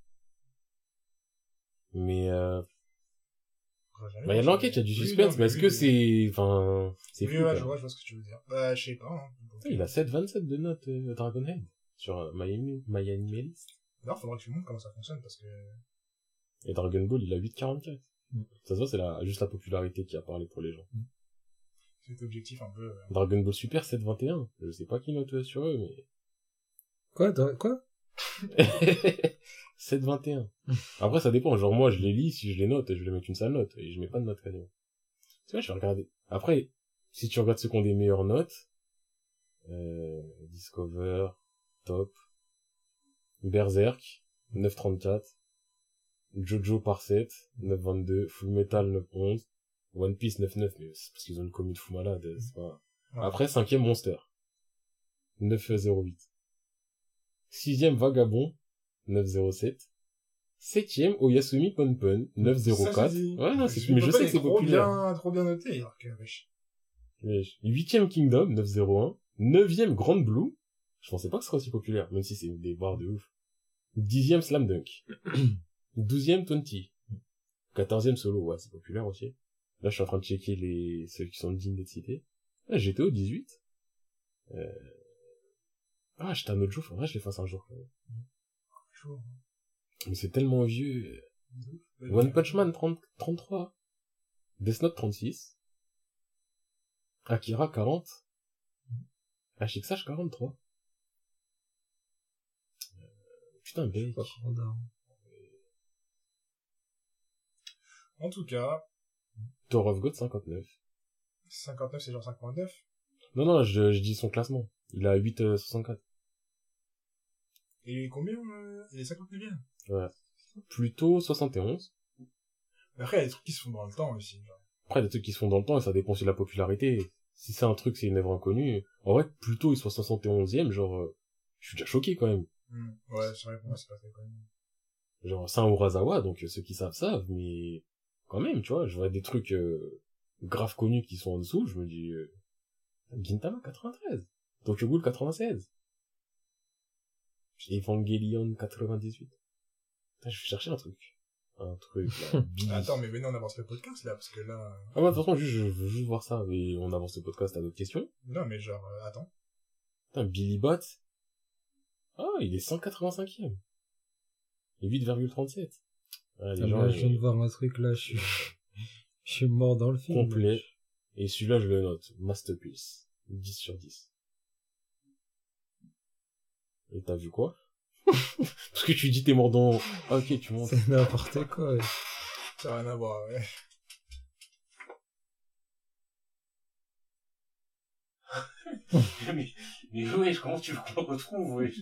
Mais, bah, il y a de l'enquête, il y a du suspense, mais est-ce que c'est, enfin, c'est Oui, fou, ouais, quoi. je vois ce que tu veux dire. Bah, je sais pas, hein. Il a 7,27 de notes, Dragonhead. Sur MyAnimeList. D'ailleurs, faudra que tu montres comment ça fonctionne, parce que... Et Dragon Ball, il a 8,44. Ça se voit, c'est juste la popularité qui a parlé pour les gens. C'est objectif un peu... Dragon Ball Super 7,21. Je sais pas qui note sur eux, mais... Quoi? 7,21. Après, ça dépend. Genre, moi, je les lis, si je les note, je vais mettre une sale note. Et je mets pas de note quasiment. Tu vois, je vais regarder. Après, si tu regardes ceux qui ont des meilleures notes, Discover, Top, Berserk, 9,34, Jojo par 7, 9,22, Fullmetal 9,11, One Piece 9-9, mais c'est parce qu'ils ont une commune de fou malade, c'est pas... Ouais. Après, 5e Monster. 9-08. 6e Vagabond. 9-07. 7e Oyasumi Ponpon. 9-04. Ouais, non, c'est, mais je sais que c'est populaire. Trop bien noté, alors que, wesh. 8e Kingdom. 9-01. 9e Grand Blue. Je pensais pas que ce serait aussi populaire, même si c'est des barres de ouf. 10e Slam Dunk. 12e 20. 14e Solo, ouais, c'est populaire aussi. Là, je suis en train de checker ceux qui sont dignes d'être cités. Là, j'étais au 18. Ah, j'étais un autre jour, faudrait que je les fasse un jour, quand même. Mais c'est tellement vieux. One Punch Man 33. Death Note 36. Akira 40. HXH 43. Putain, Bake. En tout cas. Tower of God 59. 59, c'est genre 59? Non, je dis son classement. Il a 8,64. Et il est combien, il est 59e? Ouais. Plutôt 71. Mais après, il y a des trucs qui se font dans le temps aussi, genre. Après, il y a des trucs qui se font dans le temps et ça dépend aussi de la popularité. Si c'est un truc, c'est une œuvre inconnue. En vrai, plutôt il soit 71e, genre, je suis déjà choqué quand même. Ouais, c'est vrai, pour moi, c'est pas très connu. Genre, c'est un Urasawa, donc ceux qui savent, mais quand même, tu vois, je vois des trucs grave connus qui sont en dessous, je me dis, Gintama 93, Tokyo Ghoul 96, Evangelion 98. Putain, je vais chercher un truc, là, Attends, mais venez, on avance le podcast, là, parce que là... Ah, ouais, de toute façon, je veux juste voir ça, mais on avance le podcast à d'autres questions. Non, mais genre, attends. Putain, Billy Bot. Ah, il est 185e. Et 8,37. Ah, les gens, je viens de voir un truc, là, je suis mort dans le film. Complet. Et celui-là, je le note. Masterpiece. 10 sur 10. Et t'as vu quoi? Parce que tu dis t'es mort dans... Ah, ok, tu montes. C'est n'importe quoi, ouais. Ça n'a rien à voir, ouais. mais ouais, comment tu le retrouves, ouais.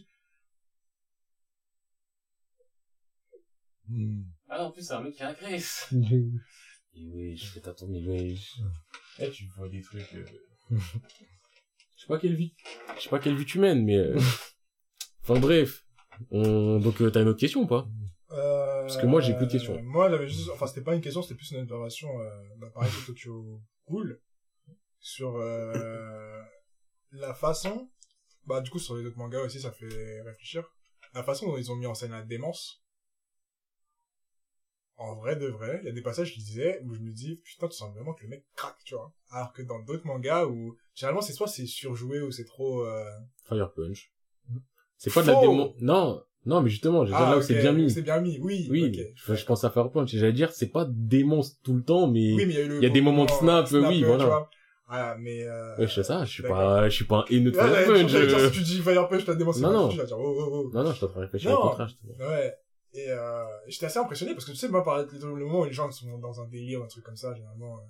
Ah non, en plus, c'est un mec qui agresse. Et oui, je fais t'attendre, mais ouais. Eh, tu vois des trucs, Je sais pas quelle vie tu mènes, mais, Enfin, bref. Donc, t'as une autre question ou pas? Parce que moi, j'ai plus de questions. Moi, j'avais juste, enfin, c'était pas une question, c'était plus une observation, pareil que Tokyo Ghoul. Sur, la façon, du coup, sur les autres mangas aussi, ça fait réfléchir. La façon dont ils ont mis en scène la démence. En vrai de vrai, il y a des passages qui disaient, où je me dis, putain, tu sens vraiment que le mec craque, tu vois. Alors que dans d'autres mangas où, généralement, c'est soit c'est surjoué ou c'est trop, Fire Punch. C'est pas de la démon. Non, mais justement, là où c'est bien mis. C'est bien mis, oui. Okay. Je pense à Fire Punch. J'allais dire, c'est pas démon tout le temps, mais oui, mais il y a des moments de snap, oui, voilà. Voilà, mais ouais, je sais ça, je suis pas un haineux de Fire Punch. Si tu dis Fire Punch, t'as démon, non. Tu vas dire, oh. Non, je t'en réfléchir au contraire. Ouais. Et j'étais assez impressionné parce que tu sais, moi, par le moment où les gens sont dans un délire ou un truc comme ça, généralement,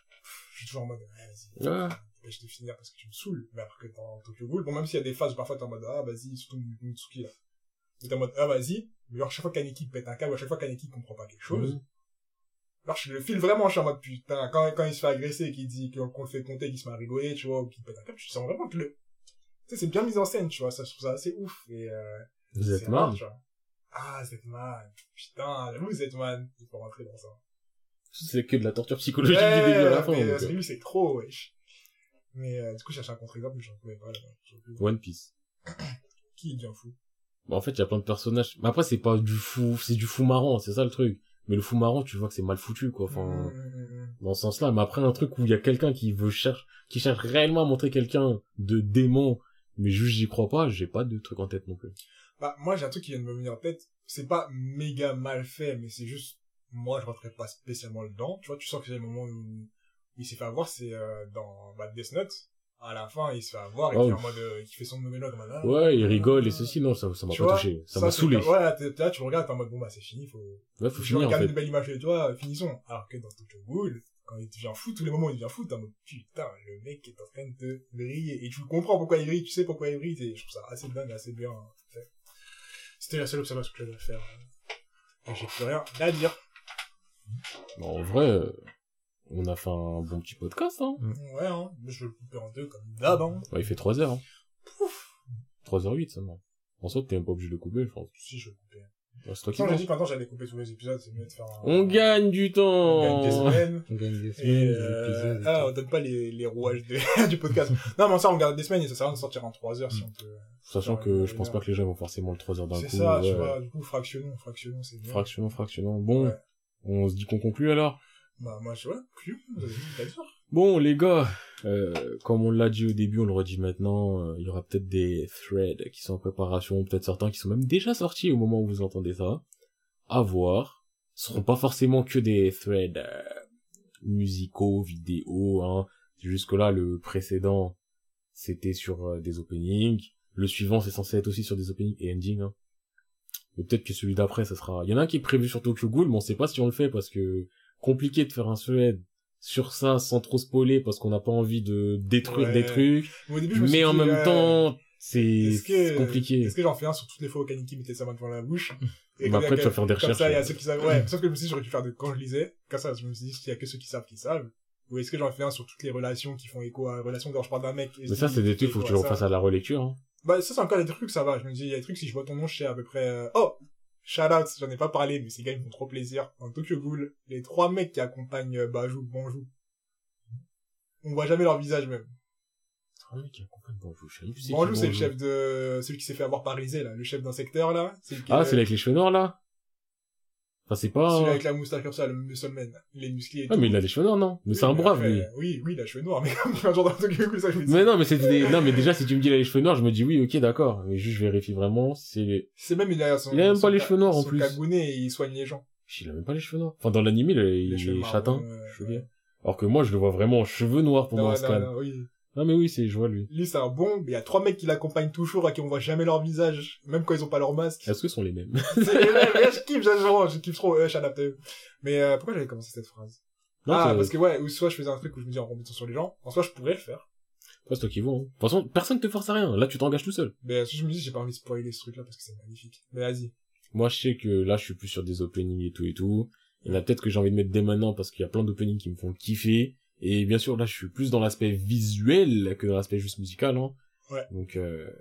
je suis toujours en mode, vas-y, je te finir parce que tu me saoules. Mais alors que dans Tokyo Ghoul, bon, même s'il y a des phases où parfois t'es en mode, vas-y, surtout Mitsuki, là. T'es en mode, vas-y. Mais alors, chaque fois qu'Aneki pète un câble, ou à chaque fois qu'Aneki comprend pas quelque chose, alors je le file vraiment, je suis en mode, putain, quand il se fait agresser et qu'il dit qu'on le fait compter, qu'il se met à rigoler, tu vois, ou qu'il pète un câble, tu sens vraiment que tu sais, c'est bien mis en scène, tu vois, ça, je trouve ça assez ouf, et Zetman. Tu vois. Ah, Zetman. Putain, j'avoue, Zetman. Il faut rentrer dans ça. C'est que de la torture psychologique du début à la fin. Mais lui, c'est trop, wesh. Mais, du coup, je cherchais un contre-exemple, mais j'en trouvais pas, là-bas. One Piece. Qui devient fou? En fait, il y a plein de personnages. Mais après, c'est pas du fou, c'est du fou marrant, c'est ça le truc. Mais le fou marrant, tu vois que c'est mal foutu, quoi. Enfin, dans ce sens-là. Mais après, un truc où il y a quelqu'un qui cherche réellement à montrer quelqu'un de démon, mais juste j'y crois pas, j'ai pas de truc en tête non plus. Moi, j'ai un truc qui vient de me venir en tête. C'est pas méga mal fait, mais c'est juste, moi, je rentrais pas spécialement dedans. Tu vois, tu sens que c'est le moment où il s'est fait avoir, c'est, dans, Death Note. À la fin, il se fait avoir, et puis en mode, il fait son monologue, en mode, ouais, il rigole, et ceci, non, ça m'a pas touché. Ça m'a saoulé. Ouais, là, tu le regardes, t'es en mode, bon, c'est fini, faut finir, en fait. une belle image de toi, finissons. Alors que dans Tokyo Ghoul, quand il devient fou, tous les moments où il devient fou, t'es en mode, putain, le mec est en train de briller. Et tu comprends pourquoi il brille, tu sais pourquoi il brille, et je trouve ça assez dingue, assez bien fait. C'était la seule observation que j'avais à faire. Et j'ai plus rien à dire. En vrai, On a fait un bon petit podcast, hein. Ouais, hein. Je vais le couper en deux, comme d'hab, hein. Ouais, il fait 3 heures, hein. 3h08 seulement. En soi, t'es même pas obligé de le couper, je pense. Si, je vais le couper. Ouais, c'est toi qui J'ai vois. dit que maintenant j'allais couper tous les épisodes, c'est mieux de faire un... On gagne du temps. On gagne des semaines. On gagne des Et semaines, des épisodes. on donne pas les rouages du podcast. Non, mais ça, on garde des semaines et ça sert à rien de sortir en 3 heures si on peut. Sachant que je pense pas que les gens vont forcément le 3 heures d'un coup. C'est ça, ouais. tu vois, du coup, fractionnons, c'est bien. Fractionnons. Bon, Ouais. on se dit qu'on conclut alors. Bah, moi, je vois, plus, vous avez dit, t'as sûr. Bon, les gars, comme on l'a dit au début, on le redit maintenant, il y aura peut-être des threads qui sont en préparation, peut-être certains qui sont même déjà sortis au moment où vous entendez ça. À voir. Ce seront pas forcément que des threads musicaux, vidéo, hein. Jusque-là, le précédent, c'était sur des openings. Le suivant, c'est censé être aussi sur des openings et endings, hein. Mais peut-être que celui d'après, ça sera... Il y en a un qui est prévu sur Tokyo Ghoul, mais on sait pas si on le fait parce que compliqué de faire un thread sur ça sans trop spoiler parce qu'on n'a pas envie de détruire des trucs. Au début, je me suis Mais en dit, même temps, c'est que compliqué. Est-ce que j'en fais un sur toutes les fois où Kaneki mettait sa main devant la bouche? Et Bah après, tu vas faire des comme recherches. ça, il y a ceux qui savent, ouais, sauf que je me suis dit, j'aurais dû faire de, quand je lisais, comme ça, je me suis dit, s'il y a que ceux qui savent. Ou est-ce que j'en fais un sur toutes les relations qui font écho à la relation dont je parle d'un mec? Mais ça, c'est des trucs, faut que tu le refasses à la relecture, hein. Bah, ça, c'est encore des trucs, ça va. Je me dis, il y a des trucs, si je vois ton nom, je sais à peu près, oh! Shout out, j'en ai pas parlé, mais ces gars, ils me font trop plaisir. Dans Tokyo Ghoul, les 3 mecs qui accompagnent, Bajou, Bonjou. On voit jamais leur visage, même. Bonjou, c'est le chef de, celui qui s'est fait avoir par Rizé, là, le chef d'un secteur, là. C'est avec les cheveux noirs, là? Enfin, c'est pas... Celui avec la moustache comme ça, le muscleman. Il est musclé et tout. Ah, mais il a les cheveux noirs, non? Mais c'est un brave, lui. Oui, il a les cheveux noirs, mais comme un genre d'un Tokyo Ghoul, ça, je me dis. Mais non, mais c'était non, mais déjà, si tu me dis il a les cheveux noirs, je me dis oui, ok, d'accord. Mais juste, je vérifie vraiment, c'est même, il a même pas les cheveux noirs, en plus. Son Kagune, et il soigne les gens. Il a même pas les cheveux noirs. Enfin, dans l'anime, il est châtain. Ouais. Alors que moi, je le vois vraiment cheveux noirs pour moi, Scan. Non, oui. Non, mais oui, je vois lui. Lui, c'est un bon, mais il y a 3 mecs qui l'accompagnent toujours, à qui on voit jamais leur visage, même quand ils ont pas leur masque. Est-ce que ce sont les mêmes? C'est les mêmes, mais je kiffe trop, j'adapte. Mais, pourquoi j'avais commencé cette phrase? Non, parce que ouais, ou soit je faisais un truc où je me dis en compétition sur les gens, en soit je pourrais le faire. C'est toi qui vois, hein. De toute façon, personne te force à rien. Là, tu t'engages tout seul. Mais, je me dis, j'ai pas envie de spoiler ce truc-là parce que c'est magnifique. Mais vas-y. Moi, je sais que là, je suis plus sur des openings et tout. Il y en a peut-être que j'ai envie de mettre dès maintenant parce qu'il y a plein d'openings qui me font kiffer. Et bien sûr, là, je suis plus dans l'aspect visuel que dans l'aspect juste musical, hein. Ouais. Donc,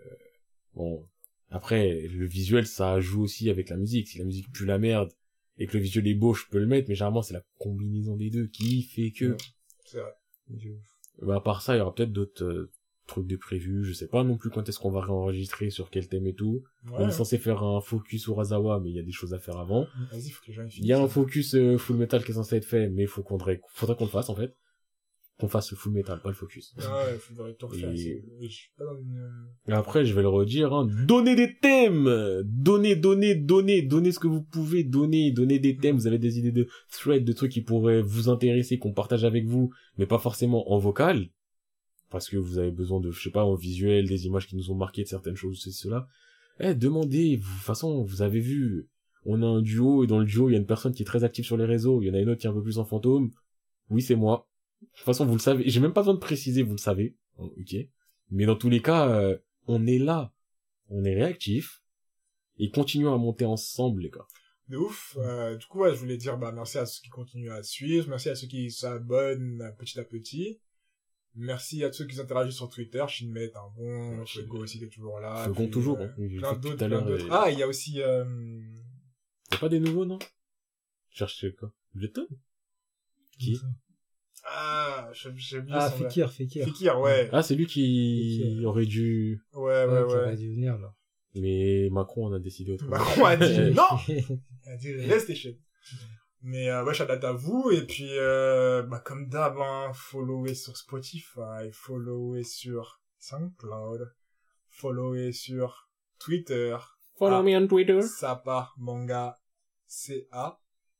bon. Après, le visuel, ça joue aussi avec la musique. Si la musique pue la merde et que le visuel est beau, je peux le mettre, mais généralement, c'est la combinaison des deux qui fait que... C'est vrai. Bah, à part ça, il y aura peut-être d'autres trucs de prévus. Je sais pas non plus quand est-ce qu'on va réenregistrer, sur quel thème et tout. Ouais. On est censé faire un focus sur Urasawa, mais il y a des choses à faire avant. Vas-y, faut que les gens finissent. Il y a un focus Full Metal qui est censé être fait, mais faudrait qu'on le fasse, en fait. Qu'on fasse le Full Metal, pas le focus. Ouais, faudrait tout refaire. Et... Je suis pas dans une... Et après, je vais le redire, hein. Donnez des thèmes! Donnez ce que vous pouvez, donnez des thèmes. Vous avez des idées de threads, de trucs qui pourraient vous intéresser, qu'on partage avec vous, mais pas forcément en vocal. Parce que vous avez besoin de, je sais pas, en visuel, des images qui nous ont marqué de certaines choses, c'est cela. Demandez, de toute façon, vous avez vu, on a un duo, et dans le duo, il y a une personne qui est très active sur les réseaux, il y en a une autre qui est un peu plus en fantôme. Oui, c'est moi. De toute façon, vous le savez. J'ai même pas besoin de préciser, vous le savez. Ok. Mais dans tous les cas, on est là. On est réactifs. Et continuons à monter ensemble, les gars. De ouf. Du coup, ouais, je voulais dire, merci à ceux qui continuent à suivre. Merci à ceux qui s'abonnent petit à petit. Merci à ceux qui interagissent sur Twitter. Shinmet, un bon. Fuego aussi qui est toujours là. Fuego toujours, hein. Plein d'autres. Ah, il y a aussi, Y'a pas des nouveaux, non? Cherchez quoi? Bletton? Qui? Ah, j'ai oublié son nom. Fekir, ouais. Ah, c'est lui qui aurait dû... Ouais. Qui aurait dû venir, là. Mais Macron en a décidé autrement. Macron a dit non! Il a dit restez chez nous. Mais, ouais, shout out à vous, et puis, comme d'hab, followez sur Spotify, followez sur SoundCloud, followez sur Twitter. Follow me on Twitter. Sapar Manga CA.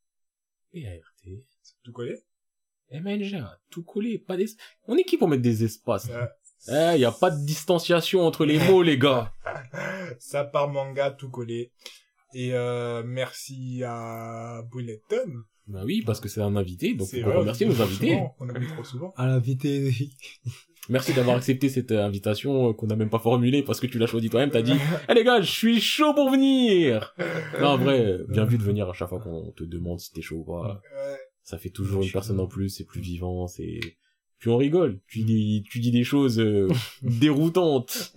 PART. Tout collé? MNG, tout collé, pas des... On est qui pour mettre des espaces? Y a pas de distanciation entre les mots, les gars. Sapar Manga, tout collé. Et merci à Bulleton. Bah oui, parce que c'est un invité, donc on vrai, remercie nos invités. On oublie trop souvent. À l'invité. Merci d'avoir accepté cette invitation qu'on n'a même pas formulée parce que tu l'as choisi toi-même, t'as dit « Eh les gars, je suis chaud pour venir !» Non, en vrai, bien vu de venir à chaque fois qu'on te demande si t'es chaud ou pas. Ça fait toujours une personne en plus, c'est plus vivant, c'est... Puis on rigole, tu dis des choses déroutantes.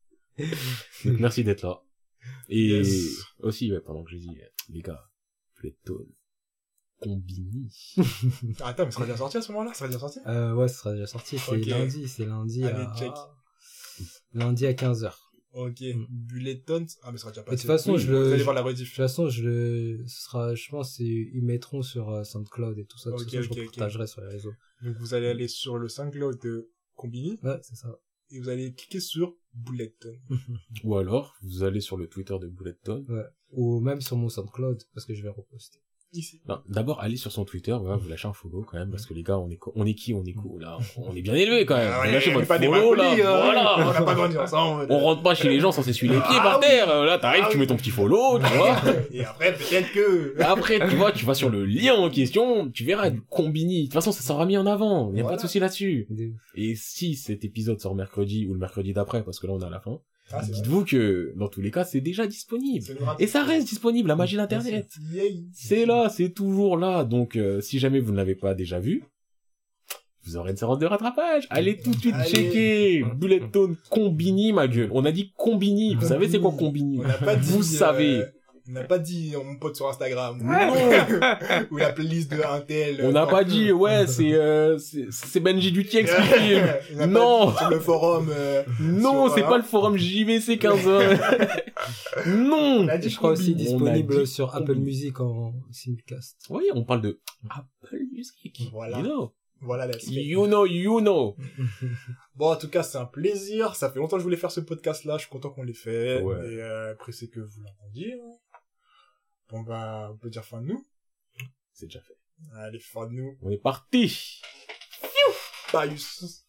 Donc, merci d'être là. Et aussi, ouais, pendant que je dis, les gars, Fleton, Combini. Attends, mais ça sera déjà sorti à ce moment-là? Ça sera déjà sorti? Ouais, ça sera déjà sorti, c'est lundi Allez, à... check. Lundi à 15h. Ok, Bulleton, ah mais ça sera déjà passé. De toute façon, oui, vous allez voir la rediff. De toute façon, ce sera, je pense, ils mettront sur SoundCloud et tout ça. Ok, je repartagerai sur les réseaux. Donc vous allez aller sur le SoundCloud de Combini. Ouais, c'est ça. Et vous allez cliquer sur Bulleton. Ou alors, vous allez sur le Twitter de Bulleton. Ouais. Ou même sur mon SoundCloud, parce que je vais reposter. Ici. Non, d'abord, allez sur son Twitter, ouais, vous lâchez un follow quand même, parce que les gars, on est cool, là. On est bien élevés quand même. Ah, Vous lâchez votre pas des follow, là. malpolis, Voilà. On n'a pas grandi ensemble. On rentre pas chez les gens sans s'essuyer les pieds par terre. Là, t'arrives, tu mets ton petit follow, tu vois. Et après, peut-être que... Après, tu vois, tu vas sur le lien en question, tu verras du Combini. De toute façon, ça sera mis en avant. Il y a pas de souci là-dessus. Et si cet épisode sort mercredi ou le mercredi d'après, parce que là, on est à la fin, dites-vous que, dans tous les cas, c'est déjà disponible. Et ça reste disponible, la magie d'Internet. C'est là, c'est toujours là. Donc, si jamais vous ne l'avez pas déjà vu, vous aurez une séance de rattrapage. Allez tout de suite checker. Bulleton Combini, ma gueule. On a dit Combini. Vous savez c'est quoi Combini? On n'a pas dit... Vous savez. On n'a pas dit mon pote sur Instagram. Ou la playlist de Intel. On n'a pas dit, ouais, c'est Benji Dutier qui filme. Non. Sur le forum. Non, c'est pas le forum JVC 15h. Non. Je crois aussi disponible sur Apple Music en simulcast. Oui, on parle de Apple Music. Voilà. You know. Voilà la You know. Bon, en tout cas, c'est un plaisir. Ça fait longtemps que je voulais faire ce podcast-là. Je suis content qu'on l'ait fait. Ouais. Et après, c'est que vous l'entendiez. Bon, bah, on peut dire fin de nous. C'est déjà fait. Allez, fin de nous. On est parti. Bye.